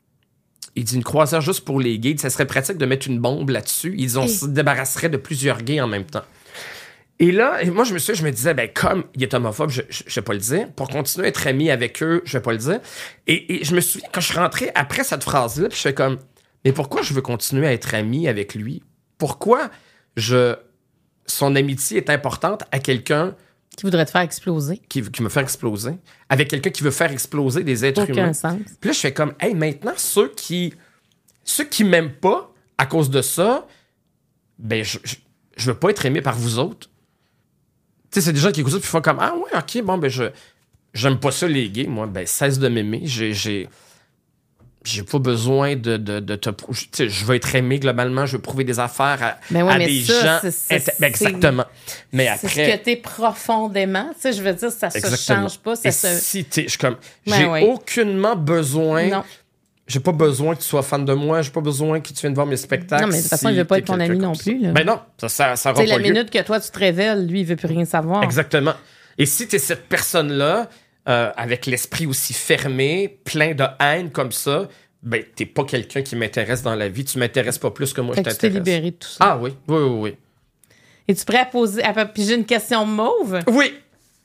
il dit une croisière juste pour les gays. Ça serait pratique de mettre une bombe là-dessus. Ils on et... se débarrasserait de plusieurs gays en même temps. Et là, et moi, je me suis, je me disais, ben comme il est homophobe, je, je, je vais pas le dire. Pour continuer à être ami avec eux, je vais pas le dire. Et, et je me souviens, quand je suis rentré après cette phrase-là, puis je fais comme, mais pourquoi je veux continuer à être ami avec lui? Pourquoi je... son amitié est importante à quelqu'un... Qui voudrait te faire exploser. Qui, qui me fait exploser. Avec quelqu'un qui veut faire exploser des êtres Aucun humains. Sens. Puis là, je fais comme, hey, maintenant, ceux qui ceux qui m'aiment pas à cause de ça, ben, je, je, je veux pas être aimé par vous autres. Tu sais, c'est des gens qui écoutent ça puis font comme, ah ouais, ok, bon, ben, je j'aime pas ça, les gays. Moi, ben, cesse de m'aimer. J'ai... j'ai J'ai pas besoin de, de, de te... Tu sais, je veux être aimé globalement, je veux prouver des affaires à, mais ouais, à mais des ça, gens... C'est, c'est, ben exactement. Mais c'est après... ce que t'es profondément. Tu sais, je veux dire, ça se exactement. change pas. Ça Et se... si t'es... Je, comme, ben j'ai oui. aucunement besoin... Non. J'ai pas besoin que tu sois fan de moi, j'ai pas besoin que tu viennes voir mes spectacles. Non, mais de toute façon, si il veut pas être ton ami non plus. Là. Ben non, ça, ça, ça aura pas lieu. La minute que toi, tu te révèles, lui, il veut plus rien savoir. Exactement. Et si t'es cette personne-là, euh, avec l'esprit aussi fermé, plein de haine comme ça... ben, t'es pas quelqu'un qui m'intéresse dans la vie. Tu m'intéresses pas plus que moi, fait je que t'intéresse. Tu t'es libéré de tout ça. Ah oui, oui, oui, oui. Es-tu prêt à poser, à piger une question mauve? Oui.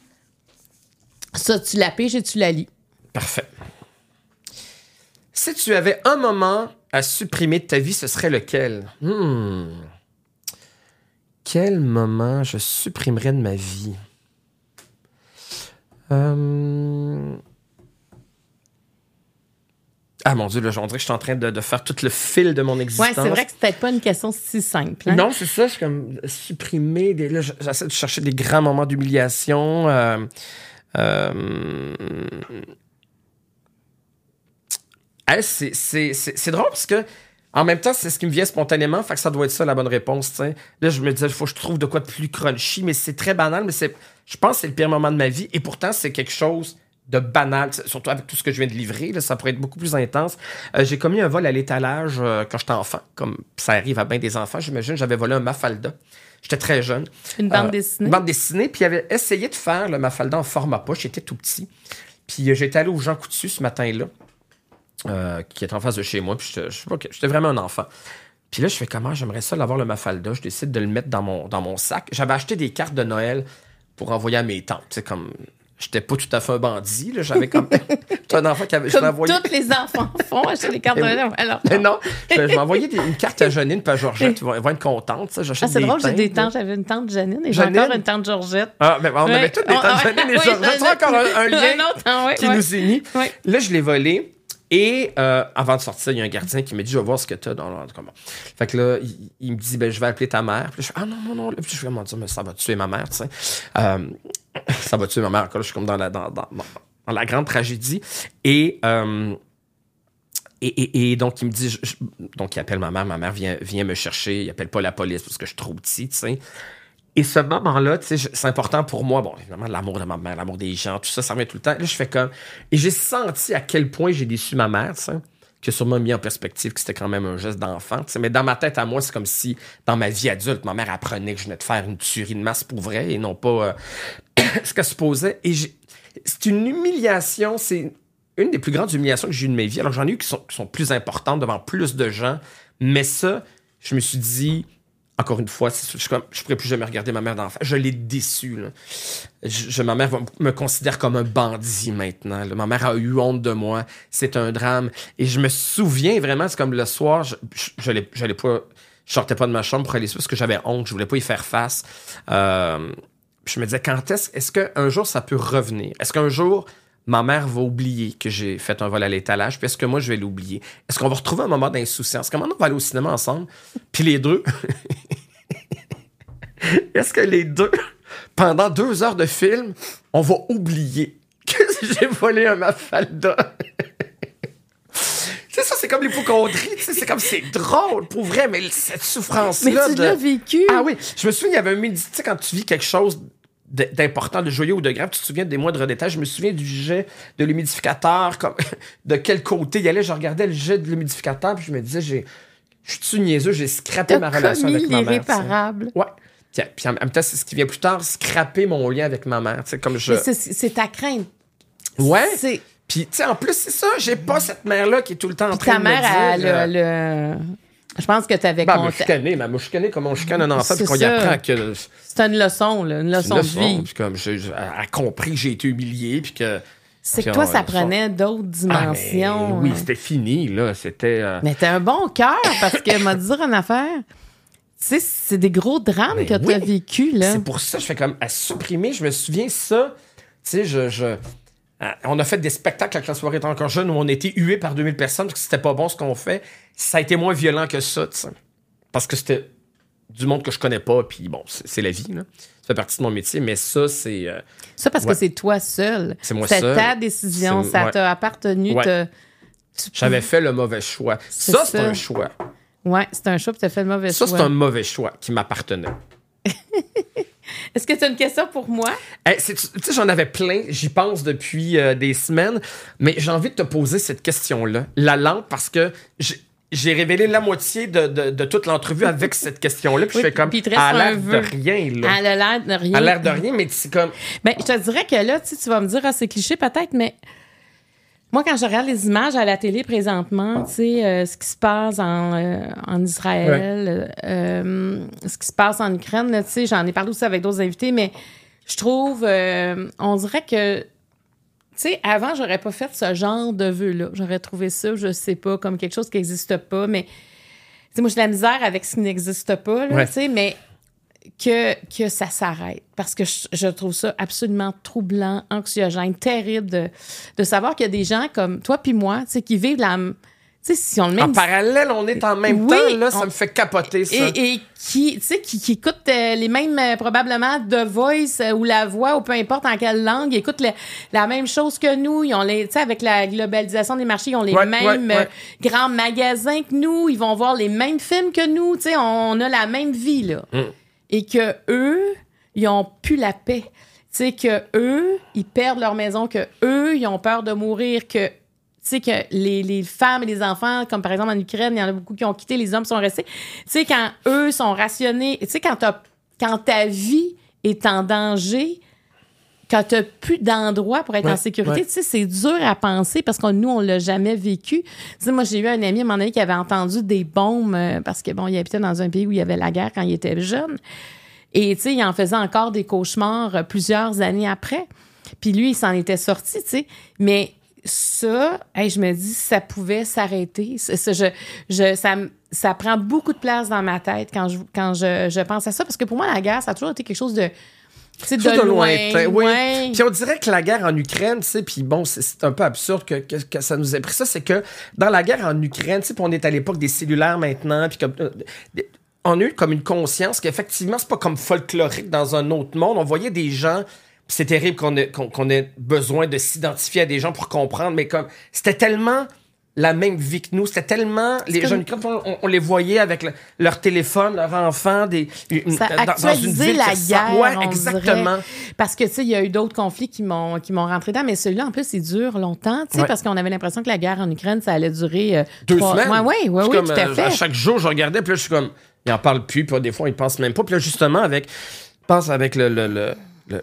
Ça, tu la piges et tu la lis. Parfait. Si tu avais un moment à supprimer de ta vie, ce serait lequel? Hmm. Quel moment je supprimerais de ma vie? Euh... Ah mon Dieu, là, on dirait que je suis en train de, de faire tout le fil de mon existence. Oui, c'est vrai que c'est peut-être pas une question si simple. Hein? Non, c'est ça, je suis comme supprimer. Des, là, j'essaie de chercher des grands moments d'humiliation. Euh, euh, hey, c'est, c'est, c'est, c'est drôle parce que en même temps, c'est ce qui me vient spontanément, fait que ça doit être ça la bonne réponse. T'sais. Là, je me disais, il faut que je trouve de quoi de plus crunchy, mais c'est très banal, mais c'est, je pense que c'est le pire moment de ma vie, et pourtant, c'est quelque chose de banal, surtout avec tout ce que je viens de livrer, là, ça pourrait être beaucoup plus intense. Euh, j'ai commis un vol à l'étalage euh, quand j'étais enfant, comme ça arrive à bien des enfants, j'imagine. J'avais volé un Mafalda. J'étais très jeune. Une bande euh, dessinée? Une bande dessinée, puis il avait essayé de faire le Mafalda en format poche. J'étais tout petit. Puis euh, j'étais allé au Jean Coutu ce matin-là, euh, qui est en face de chez moi, puis j'étais, j'étais vraiment un enfant. Puis là, je fais comment? J'aimerais ça l'avoir le Mafalda. Je décide de le mettre dans mon, dans mon sac. J'avais acheté des cartes de Noël pour envoyer à mes tantes. Tu sais, comme... j'étais pas tout à fait un bandit, là. J'avais comme... J'étais un enfant qui avait... Comme envoyé... tous les enfants font, acheter des cartes de Noël. Alors, mais non, je, je m'envoyais des, une carte à Janine puis à Georgette. Ils vont, ils vont être contentes, ça. J'achète ah, c'est des drôle, teintes, j'ai des là. tantes. J'avais une tante Janine et Janine? j'ai encore une tante Georgette. Ah, mais on ouais. avait toutes des tantes oh, Janine et oui, Georgette. Tu vois encore un, un lien un autre, hein, ouais, qui ouais. nous unit. Ouais. Là, je l'ai volé. Et euh, avant de sortir, il y a un gardien qui m'a dit, je vais voir ce que t'as dans l'ordre. Comment. Fait que là, il, il me dit, ben, je vais appeler ta mère. Puis là, je fais, ah non, non, non. Puis je vais vraiment dire, mais ça va tuer ma mère, tu sais. Euh, ça va tuer ma mère. Encore là, je suis comme dans la, dans, dans, dans la grande tragédie. Et, euh, et, et, et donc, il me dit, je, je, donc, il appelle ma mère. Ma mère vient, vient me chercher. Il appelle pas la police parce que je suis trop petit, tu sais. Et ce moment-là, tu sais, c'est important pour moi. Bon, évidemment, l'amour de ma mère, l'amour des gens, tout ça, ça revient tout le temps. Là, je fais comme... Et j'ai senti à quel point j'ai déçu ma mère, tu sais, qui a sûrement mis en perspective que c'était quand même un geste d'enfant, tu sais. Mais dans ma tête, à moi, c'est comme si, dans ma vie adulte, ma mère apprenait que je venais de faire une tuerie de masse pour vrai et non pas euh, ce qu'elle supposait. Et j'ai... c'est une humiliation, c'est une des plus grandes humiliations que j'ai eues de ma vie. Alors, j'en ai eu qui sont, qui sont plus importantes devant plus de gens. Mais ça, je me suis dit... Encore une fois, je ne pourrais plus jamais regarder ma mère d'enfant. Je l'ai déçue. Là. Je, je, ma mère va, me considère comme un bandit maintenant. Là. Ma mère a eu honte de moi. C'est un drame. Et je me souviens vraiment, c'est comme le soir, je, je, je, l'ai, je, l'ai pas, je sortais pas de ma chambre pour aller parce que j'avais honte. Je voulais pas y faire face. Euh, je me disais, quand est-ce, est-ce qu'un jour ça peut revenir? Est-ce qu'un jour... ma mère va oublier que j'ai fait un vol à l'étalage, puis est-ce que moi, je vais l'oublier? Est-ce qu'on va retrouver un moment d'insouciance? Comment on va aller au cinéma ensemble? Puis les deux... est-ce que les deux, pendant deux heures de film, on va oublier que j'ai volé un Mafalda? C'est ça, c'est comme l'hypocondrie, c'est comme, c'est drôle, pour vrai, mais cette souffrance-là... Mais tu de... l'as vécu! Ah oui, je me souviens, il y avait un midi, tu sais, quand tu vis quelque chose... d'important, de joyeux ou de grave, tu te souviens des moindres détails. Je me souviens du jet de l'humidificateur, comme de quel côté il allait. Je regardais le jet de l'humidificateur, puis je me disais, j'ai, je suis niaiseux, j'ai scrappé ma relation avec ma mère. L'irréparable. Ouais. Puis, puis en même temps, c'est ce qui vient plus tard, scraper mon lien avec ma mère. Comme je... Mais c'est, c'est ta crainte. Ouais. C'est... Puis, tu sais, en plus, c'est ça, j'ai pas cette mère-là qui est tout le temps en puis train de me dire... ta mère, euh... elle, le... Je pense que tu avais ben, compté. me chicaner, mais me chicaner comme on chicane un enfant, puis qu'on y ça. apprend que... C'est une leçon, là, une leçon, une leçon de vie. Puis comme, j'ai, elle a compris que j'ai été humilié, puis que... C'est puis que toi, on, ça on, prenait on... d'autres dimensions. Ah, mais oui, c'était fini, là, c'était... Euh... Mais t'as un bon cœur, parce que, m'a dire une affaire... Tu sais, c'est des gros drames mais que tu as oui. vécu, là. C'est pour ça que je fais comme à supprimer. Je me souviens ça. Tu sais, je, je, on a fait des spectacles quand la soirée était encore jeune où on était hués par deux mille personnes parce que c'était pas bon ce qu'on fait. Ça a été moins violent que ça, tu sais. Parce que c'était du monde que je connais pas, puis bon, c'est, c'est la vie, là. Ça fait partie de mon métier, mais ça, c'est... Euh, ça, parce ouais. que c'est toi seul. C'est moi c'est seul. C'est ta décision, c'est, ça ouais. t'a appartenu. Ouais. Te, tu... J'avais fait le mauvais choix. C'est ça, ça, c'est un choix. Oui, c'est un choix, puis tu as fait le mauvais ça, choix. Ça, c'est un mauvais choix qui m'appartenait. Est-ce que tu as une question pour moi? Eh, tu sais, j'en avais plein. J'y pense depuis euh, des semaines. Mais j'ai envie de te poser cette question-là. La lampe, parce que j'ai, j'ai révélé la moitié de, de, de toute l'entrevue avec cette question-là. Puis oui, je fais comme, elle a l'air de rien. Là. Elle a l'air de rien. Elle a l'air de rien, mais c'est comme... Ben, je te dirais que là, tu vas me dire, ah, c'est cliché peut-être, mais... Moi, quand je regarde les images à la télé présentement, tu sais, euh, ce qui se passe en, euh, en Israël, ouais. euh, ce qui se passe en Ukraine, tu sais, j'en ai parlé aussi avec d'autres invités, mais je trouve, euh, on dirait que, tu sais, avant, j'aurais pas fait ce genre de vœu-là. J'aurais trouvé ça, je sais pas, comme quelque chose qui n'existe pas, mais, tu sais, moi, j'ai de la misère avec ce qui n'existe pas, là, ouais. tu sais, mais... Que, que ça s'arrête. Parce que je, je trouve ça absolument troublant, anxiogène, terrible de, de savoir qu'il y a des gens comme toi puis moi, tu sais, qui vivent la... Tu sais, si on le même... En parallèle, on est en même oui, temps, là, ça on... me fait capoter, ça. Et, et qui, tu sais, qui, qui écoutent euh, les mêmes, euh, probablement, The Voice euh, ou La Voix, ou peu importe en quelle langue, ils écoutent le, la même chose que nous. Ils ont les, tu sais, avec la globalisation des marchés, ils ont les ouais, mêmes ouais, ouais. Euh, grands magasins que nous. Ils vont voir les mêmes films que nous. Tu sais, on, on a la même vie, là. Mm. Et que eux, ils ont plus la paix. Tu sais, que eux, ils perdent leur maison, que eux, ils ont peur de mourir, que, tu sais, que les, les femmes et les enfants, comme par exemple en Ukraine, il y en a beaucoup qui ont quitté, les hommes sont restés. Tu sais, quand eux sont rationnés, tu sais, quand, t'as, quand ta vie est en danger, quand t'as plus d'endroit pour être ouais, en sécurité, ouais. tu sais, c'est dur à penser parce que nous, on l'a jamais vécu. Tu sais, moi, j'ai eu un ami à mon avis qui avait entendu des bombes euh, parce que, bon, il habitait dans un pays où il y avait la guerre quand il était jeune. Et, tu sais, il en faisait encore des cauchemars euh, plusieurs années après. Puis lui, il s'en était sorti, tu sais. Mais ça, hey, je me dis, ça pouvait s'arrêter. Ça, ça, je, je, ça, ça prend beaucoup de place dans ma tête quand je, quand je, je pense à ça. Parce que pour moi, la guerre, ça a toujours été quelque chose de... C'est de, de loin. lointain, oui. Ouais. Puis on dirait que la guerre en Ukraine, tu sais, puis bon, c'est, c'est un peu absurde que, que, que ça nous ait pris ça, c'est que dans la guerre en Ukraine, tu sais, puis on est à l'époque des cellulaires maintenant, puis comme... Euh, on a eu comme une conscience qu'effectivement, c'est pas comme folklorique dans un autre monde. On voyait des gens... C'est terrible qu'on ait, qu'on, qu'on ait besoin de s'identifier à des gens pour comprendre, mais comme c'était tellement la même vie que nous, c'était tellement c'est les comme... jeunes on, on les voyait avec le, leur téléphone, leur enfant, des une, ça dans, dans une ville la guerre, ouais, exactement. Dirait. Parce que tu sais, il y a eu d'autres conflits qui m'ont qui m'ont rentré dedans, mais celui-là en plus il dure longtemps, tu sais, ouais. parce qu'on avait l'impression que la guerre en Ukraine ça allait durer euh, deux trois... semaines. Ouais, ouais, ouais, oui, comme, tout à fait. À chaque jour, je regardais, puis là je suis comme, ils en parlent plus, puis des fois ils pensent même pas, puis là justement avec, je pense avec le le, le, le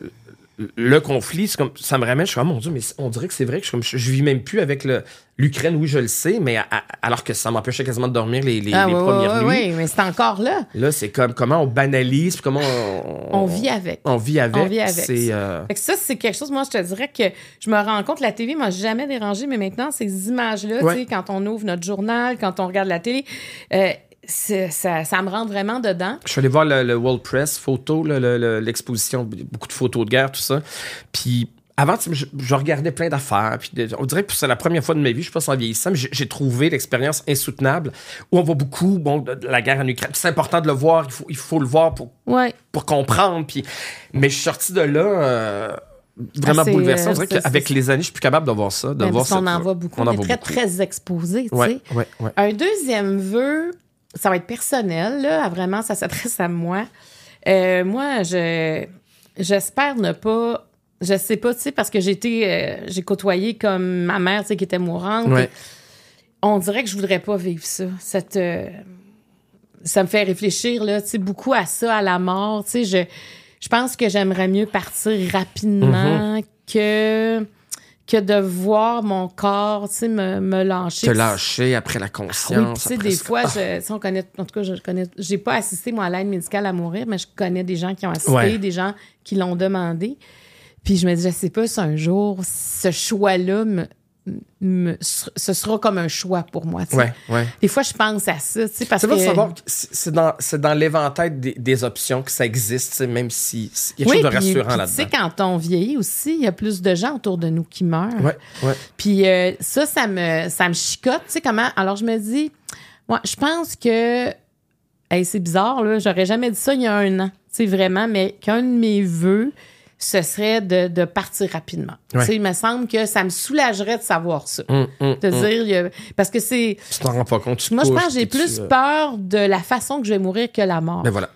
le conflit, c'est comme, ça me ramène, je suis comme, oh mon Dieu, mais on dirait que c'est vrai que je, comme, je, je vis même plus avec le, l'Ukraine, oui, je le sais, mais à, à, alors que ça m'empêchait quasiment de dormir les, les, ah, les oui, premières oui, nuits. Oui, mais c'est encore là. Là, c'est comme, comment on banalise, puis comment on, on... On vit avec. On vit avec. On vit avec. C'est, euh... fait que ça, c'est quelque chose, moi, je te dirais que je me rends compte, la T V m'a jamais dérangé, mais maintenant, ces images-là, ouais. tu sais, quand on ouvre notre journal, quand on regarde la télé, euh, C'est, ça, ça me rentre vraiment dedans. Je suis allé voir le, le World Press photo, le, le, l'exposition, beaucoup de photos de guerre, tout ça. Puis avant, je, je regardais plein d'affaires. Puis de, on dirait que c'est la première fois de ma vie, je pense en vieillissant, mais j'ai, j'ai trouvé l'expérience insoutenable où on voit beaucoup bon, de, de la guerre en Ukraine. C'est important de le voir, il faut, il faut le voir pour, ouais. pour comprendre. Puis, mais je suis sorti de là... Euh, vraiment ah, bouleversant. On dirait qu'avec les années, je suis plus capable de voir ça. De ben, voir parce qu'on cette... en voit beaucoup. On, on en est voit très, beaucoup. très exposé. Ouais, ouais, ouais. Un deuxième vœu... Ça va être personnel, là, vraiment, ça s'adresse à moi. Euh, moi, je j'espère ne pas... Je sais pas, tu sais, parce que j'ai été... Euh, j'ai côtoyé comme ma mère, tu sais, qui était mourante. Ouais. On dirait que je voudrais pas vivre ça. Cette, euh, ça me fait réfléchir, là, tu sais, beaucoup à ça, à la mort. Tu sais, je, je pense que j'aimerais mieux partir rapidement mm-hmm. que... que de voir mon corps, tu sais, me, me lâcher. Te lâcher après la conscience. Oui, tu sais, des fois, je, on connaît, en tout cas, je connais, j'ai pas assisté, moi, à l'aide médicale à mourir, mais je connais des gens qui ont assisté, ouais. des gens qui l'ont demandé. Puis je me dis, je sais pas si un jour, ce choix-là, me, me, ce sera comme un choix pour moi, tu sais. Ouais, ouais. Des fois, je pense à ça, tu sais, parce c'est que... C'est savoir, c'est dans, c'est dans l'éventail des, des options que ça existe, tu sais, même si... Il y a quelque oui, chose de puis, rassurant puis, là-dedans. Tu sais, quand on vieillit aussi, il y a plus de gens autour de nous qui meurent. Ouais, ouais. Puis euh, ça, ça me, ça me chicote, tu sais, comment... Alors, je me dis, moi, je pense que... Hey, c'est bizarre, là, j'aurais jamais dit ça il y a un an, tu sais, vraiment, mais qu'un de mes vœux... ce serait de, de partir rapidement. Ouais. Tu sais, il me semble que ça me soulagerait de savoir ça. Mmh, mmh, de mmh. dire... Il y a, parce que c'est... Tu t'en rends pas compte. Tu moi, couches, je pense que j'ai plus tu, euh... peur de la façon que je vais mourir que la mort. Mais voilà.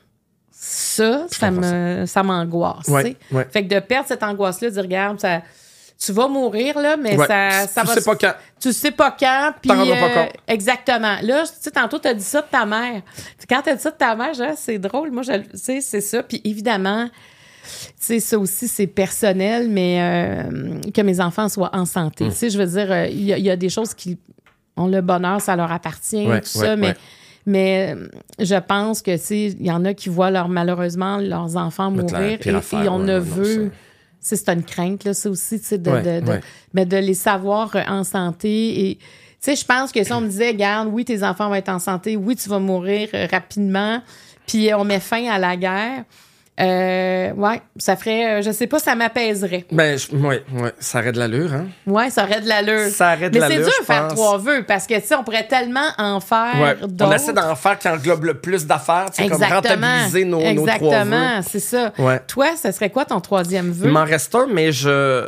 Ça, ça, me, ça. ça m'angoisse. Ouais, ouais. Fait que de perdre cette angoisse-là, de dire, regarde, ça, tu vas mourir, là, mais ouais. ça, ça tu va... Tu sais pas quand. Tu sais pas quand, puis... T'en rendras euh, pas compte. Exactement. Là, tu sais, tantôt, t'as dit ça de ta mère. Quand t'as dit ça de ta mère, genre, c'est drôle. Moi, je sais, c'est ça. Puis évidemment... Tu sais, ça aussi, c'est personnel, mais euh, que mes enfants soient en santé. Mmh. Tu sais, je veux dire, il euh, y, y a des choses qui ont le bonheur, ça leur appartient, ouais, tout ouais, ça, mais, ouais. mais je pense que, tu sais, il y en a qui voient leur, malheureusement leurs enfants mourir et, et on ne veut... C'est, c'est une crainte, là, ça aussi, tu sais, de, ouais, de, de, ouais. mais de les savoir en santé et... Tu sais, je pense que si on me disait, regarde, oui, tes enfants vont être en santé, oui, tu vas mourir rapidement, puis on met fin à la guerre... Euh, ouais, ça ferait, euh, je sais pas, ça m'apaiserait. Ben, ouais, ouais, ça aurait de l'allure, hein? Ouais, ça aurait de l'allure. Ça aurait de Mais l'allure. Mais c'est dur de faire pense. trois vœux parce que, tu sais, on pourrait tellement en faire ouais. d'autres. On essaie d'en faire qui englobe le plus d'affaires, tu sais, comme rentabiliser nos, nos trois vœux. Exactement, c'est ça. Ouais. Toi, ça serait quoi ton troisième vœu? Il m'en reste un, mais je.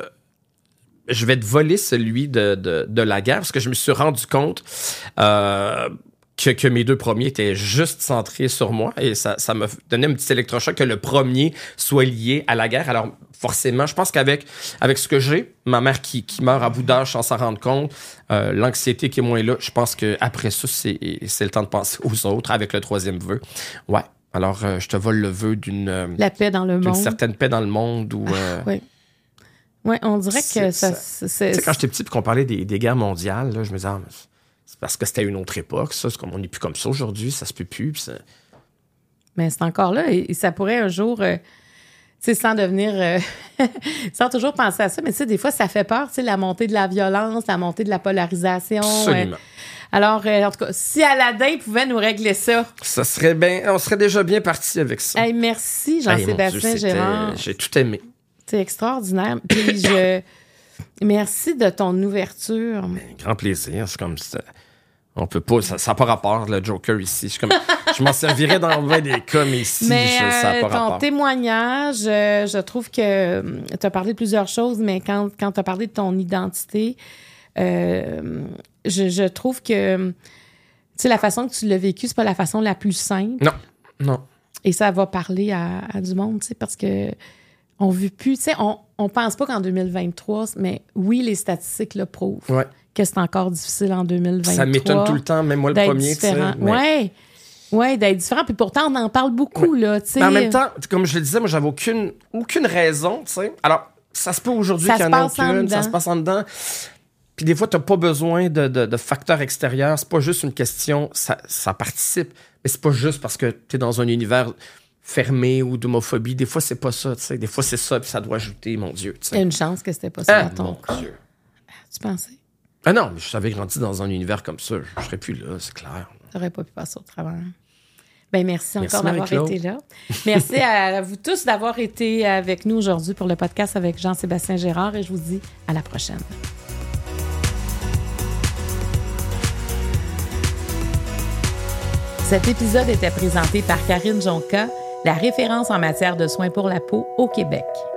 Je vais te voler celui de, de, de la guerre parce que je me suis rendu compte. Euh, Que, que mes deux premiers étaient juste centrés sur moi et ça, ça m'a donné un petit électrochoc que le premier soit lié à la guerre. Alors, forcément, je pense qu'avec avec ce que j'ai, ma mère qui, qui meurt à bout d'âge sans s'en rendre compte, euh, l'anxiété qui est moins là, je pense qu'après ça, c'est, c'est le temps de penser aux autres avec le troisième vœu. Ouais. Alors, euh, je te vole le vœu d'une... Euh, la paix dans le monde. D'une certaine paix dans le monde. Où, euh, ah, oui. Oui, on dirait que ça... ça c'est, tu sais, quand j'étais petit et qu'on parlait des, des guerres mondiales, là, je me disais... Ah, c'est parce que c'était une autre époque, ça. C'est comme on n'est plus comme ça aujourd'hui, ça se peut plus. Ça... Mais c'est encore là et, et ça pourrait un jour... Euh, tu sais, sans devenir... Euh, sans toujours penser à ça, mais tu sais, des fois, ça fait peur, tu sais, la montée de la violence, la montée de la polarisation. Absolument. Euh, alors, euh, en tout cas, si Aladdin pouvait nous régler ça... Ça serait bien... On serait déjà bien parti avec ça. Hey, merci, Jean-Sébastien hey, Girard. J'ai tout aimé. C'est extraordinaire. Puis je... Merci de ton ouverture. Ben, grand plaisir. C'est comme ça. On peut pas... Ça n'a pas rapport, le Joker, ici. Je, comme, je m'en servirais dans bien des cas, mais ici, mais, je, ça n'a euh, pas ton rapport. témoignage, euh, je trouve que tu as parlé de plusieurs choses, mais quand, quand tu as parlé de ton identité, euh, je, je trouve que tu sais, la façon que tu l'as vécu, c'est pas la façon la plus simple. Non, non. Et ça va parler à, à du monde, tu sais, parce que on ne veut plus, tu sais, on, on pense pas qu'en deux mille vingt-trois, mais oui, les statistiques le prouvent. Ouais. Que c'est encore difficile en deux mille vingt-trois. Ça m'étonne tout le temps, même moi le premier. Différent. Mais... Oui, ouais, d'être différent. Puis pourtant, on en parle beaucoup, ouais. là, tu sais. Mais en même temps, comme je le disais, moi, j'avais aucune, aucune raison, tu sais. Alors, ça se peut aujourd'hui qu'il y en ait aucune, ça se passe en dedans. Puis des fois, tu n'as pas besoin de, de, de facteurs extérieurs. C'est pas juste une question, ça, ça participe, mais c'est pas juste parce que tu es dans un univers fermé ou d'homophobie. Des fois, c'est pas ça, tu sais. Des fois, c'est ça, puis ça doit ajouter, mon Dieu, tu sais. Il y a une chance que c'était pas ça ah, dans ton cas. Dieu. Tu pensais? Ah non, mais je savais grandi dans un univers comme ça. Je serais plus là, c'est clair. Tu n'aurais pas pu passer au travers. Ben merci, merci encore d'avoir Marie-Claude. été là. Merci à vous tous d'avoir été avec nous aujourd'hui pour le podcast avec Jean-Sébastien Girard et je vous dis à la prochaine. Cet épisode était présenté par Karine Jonca, la référence en matière de soins pour la peau au Québec.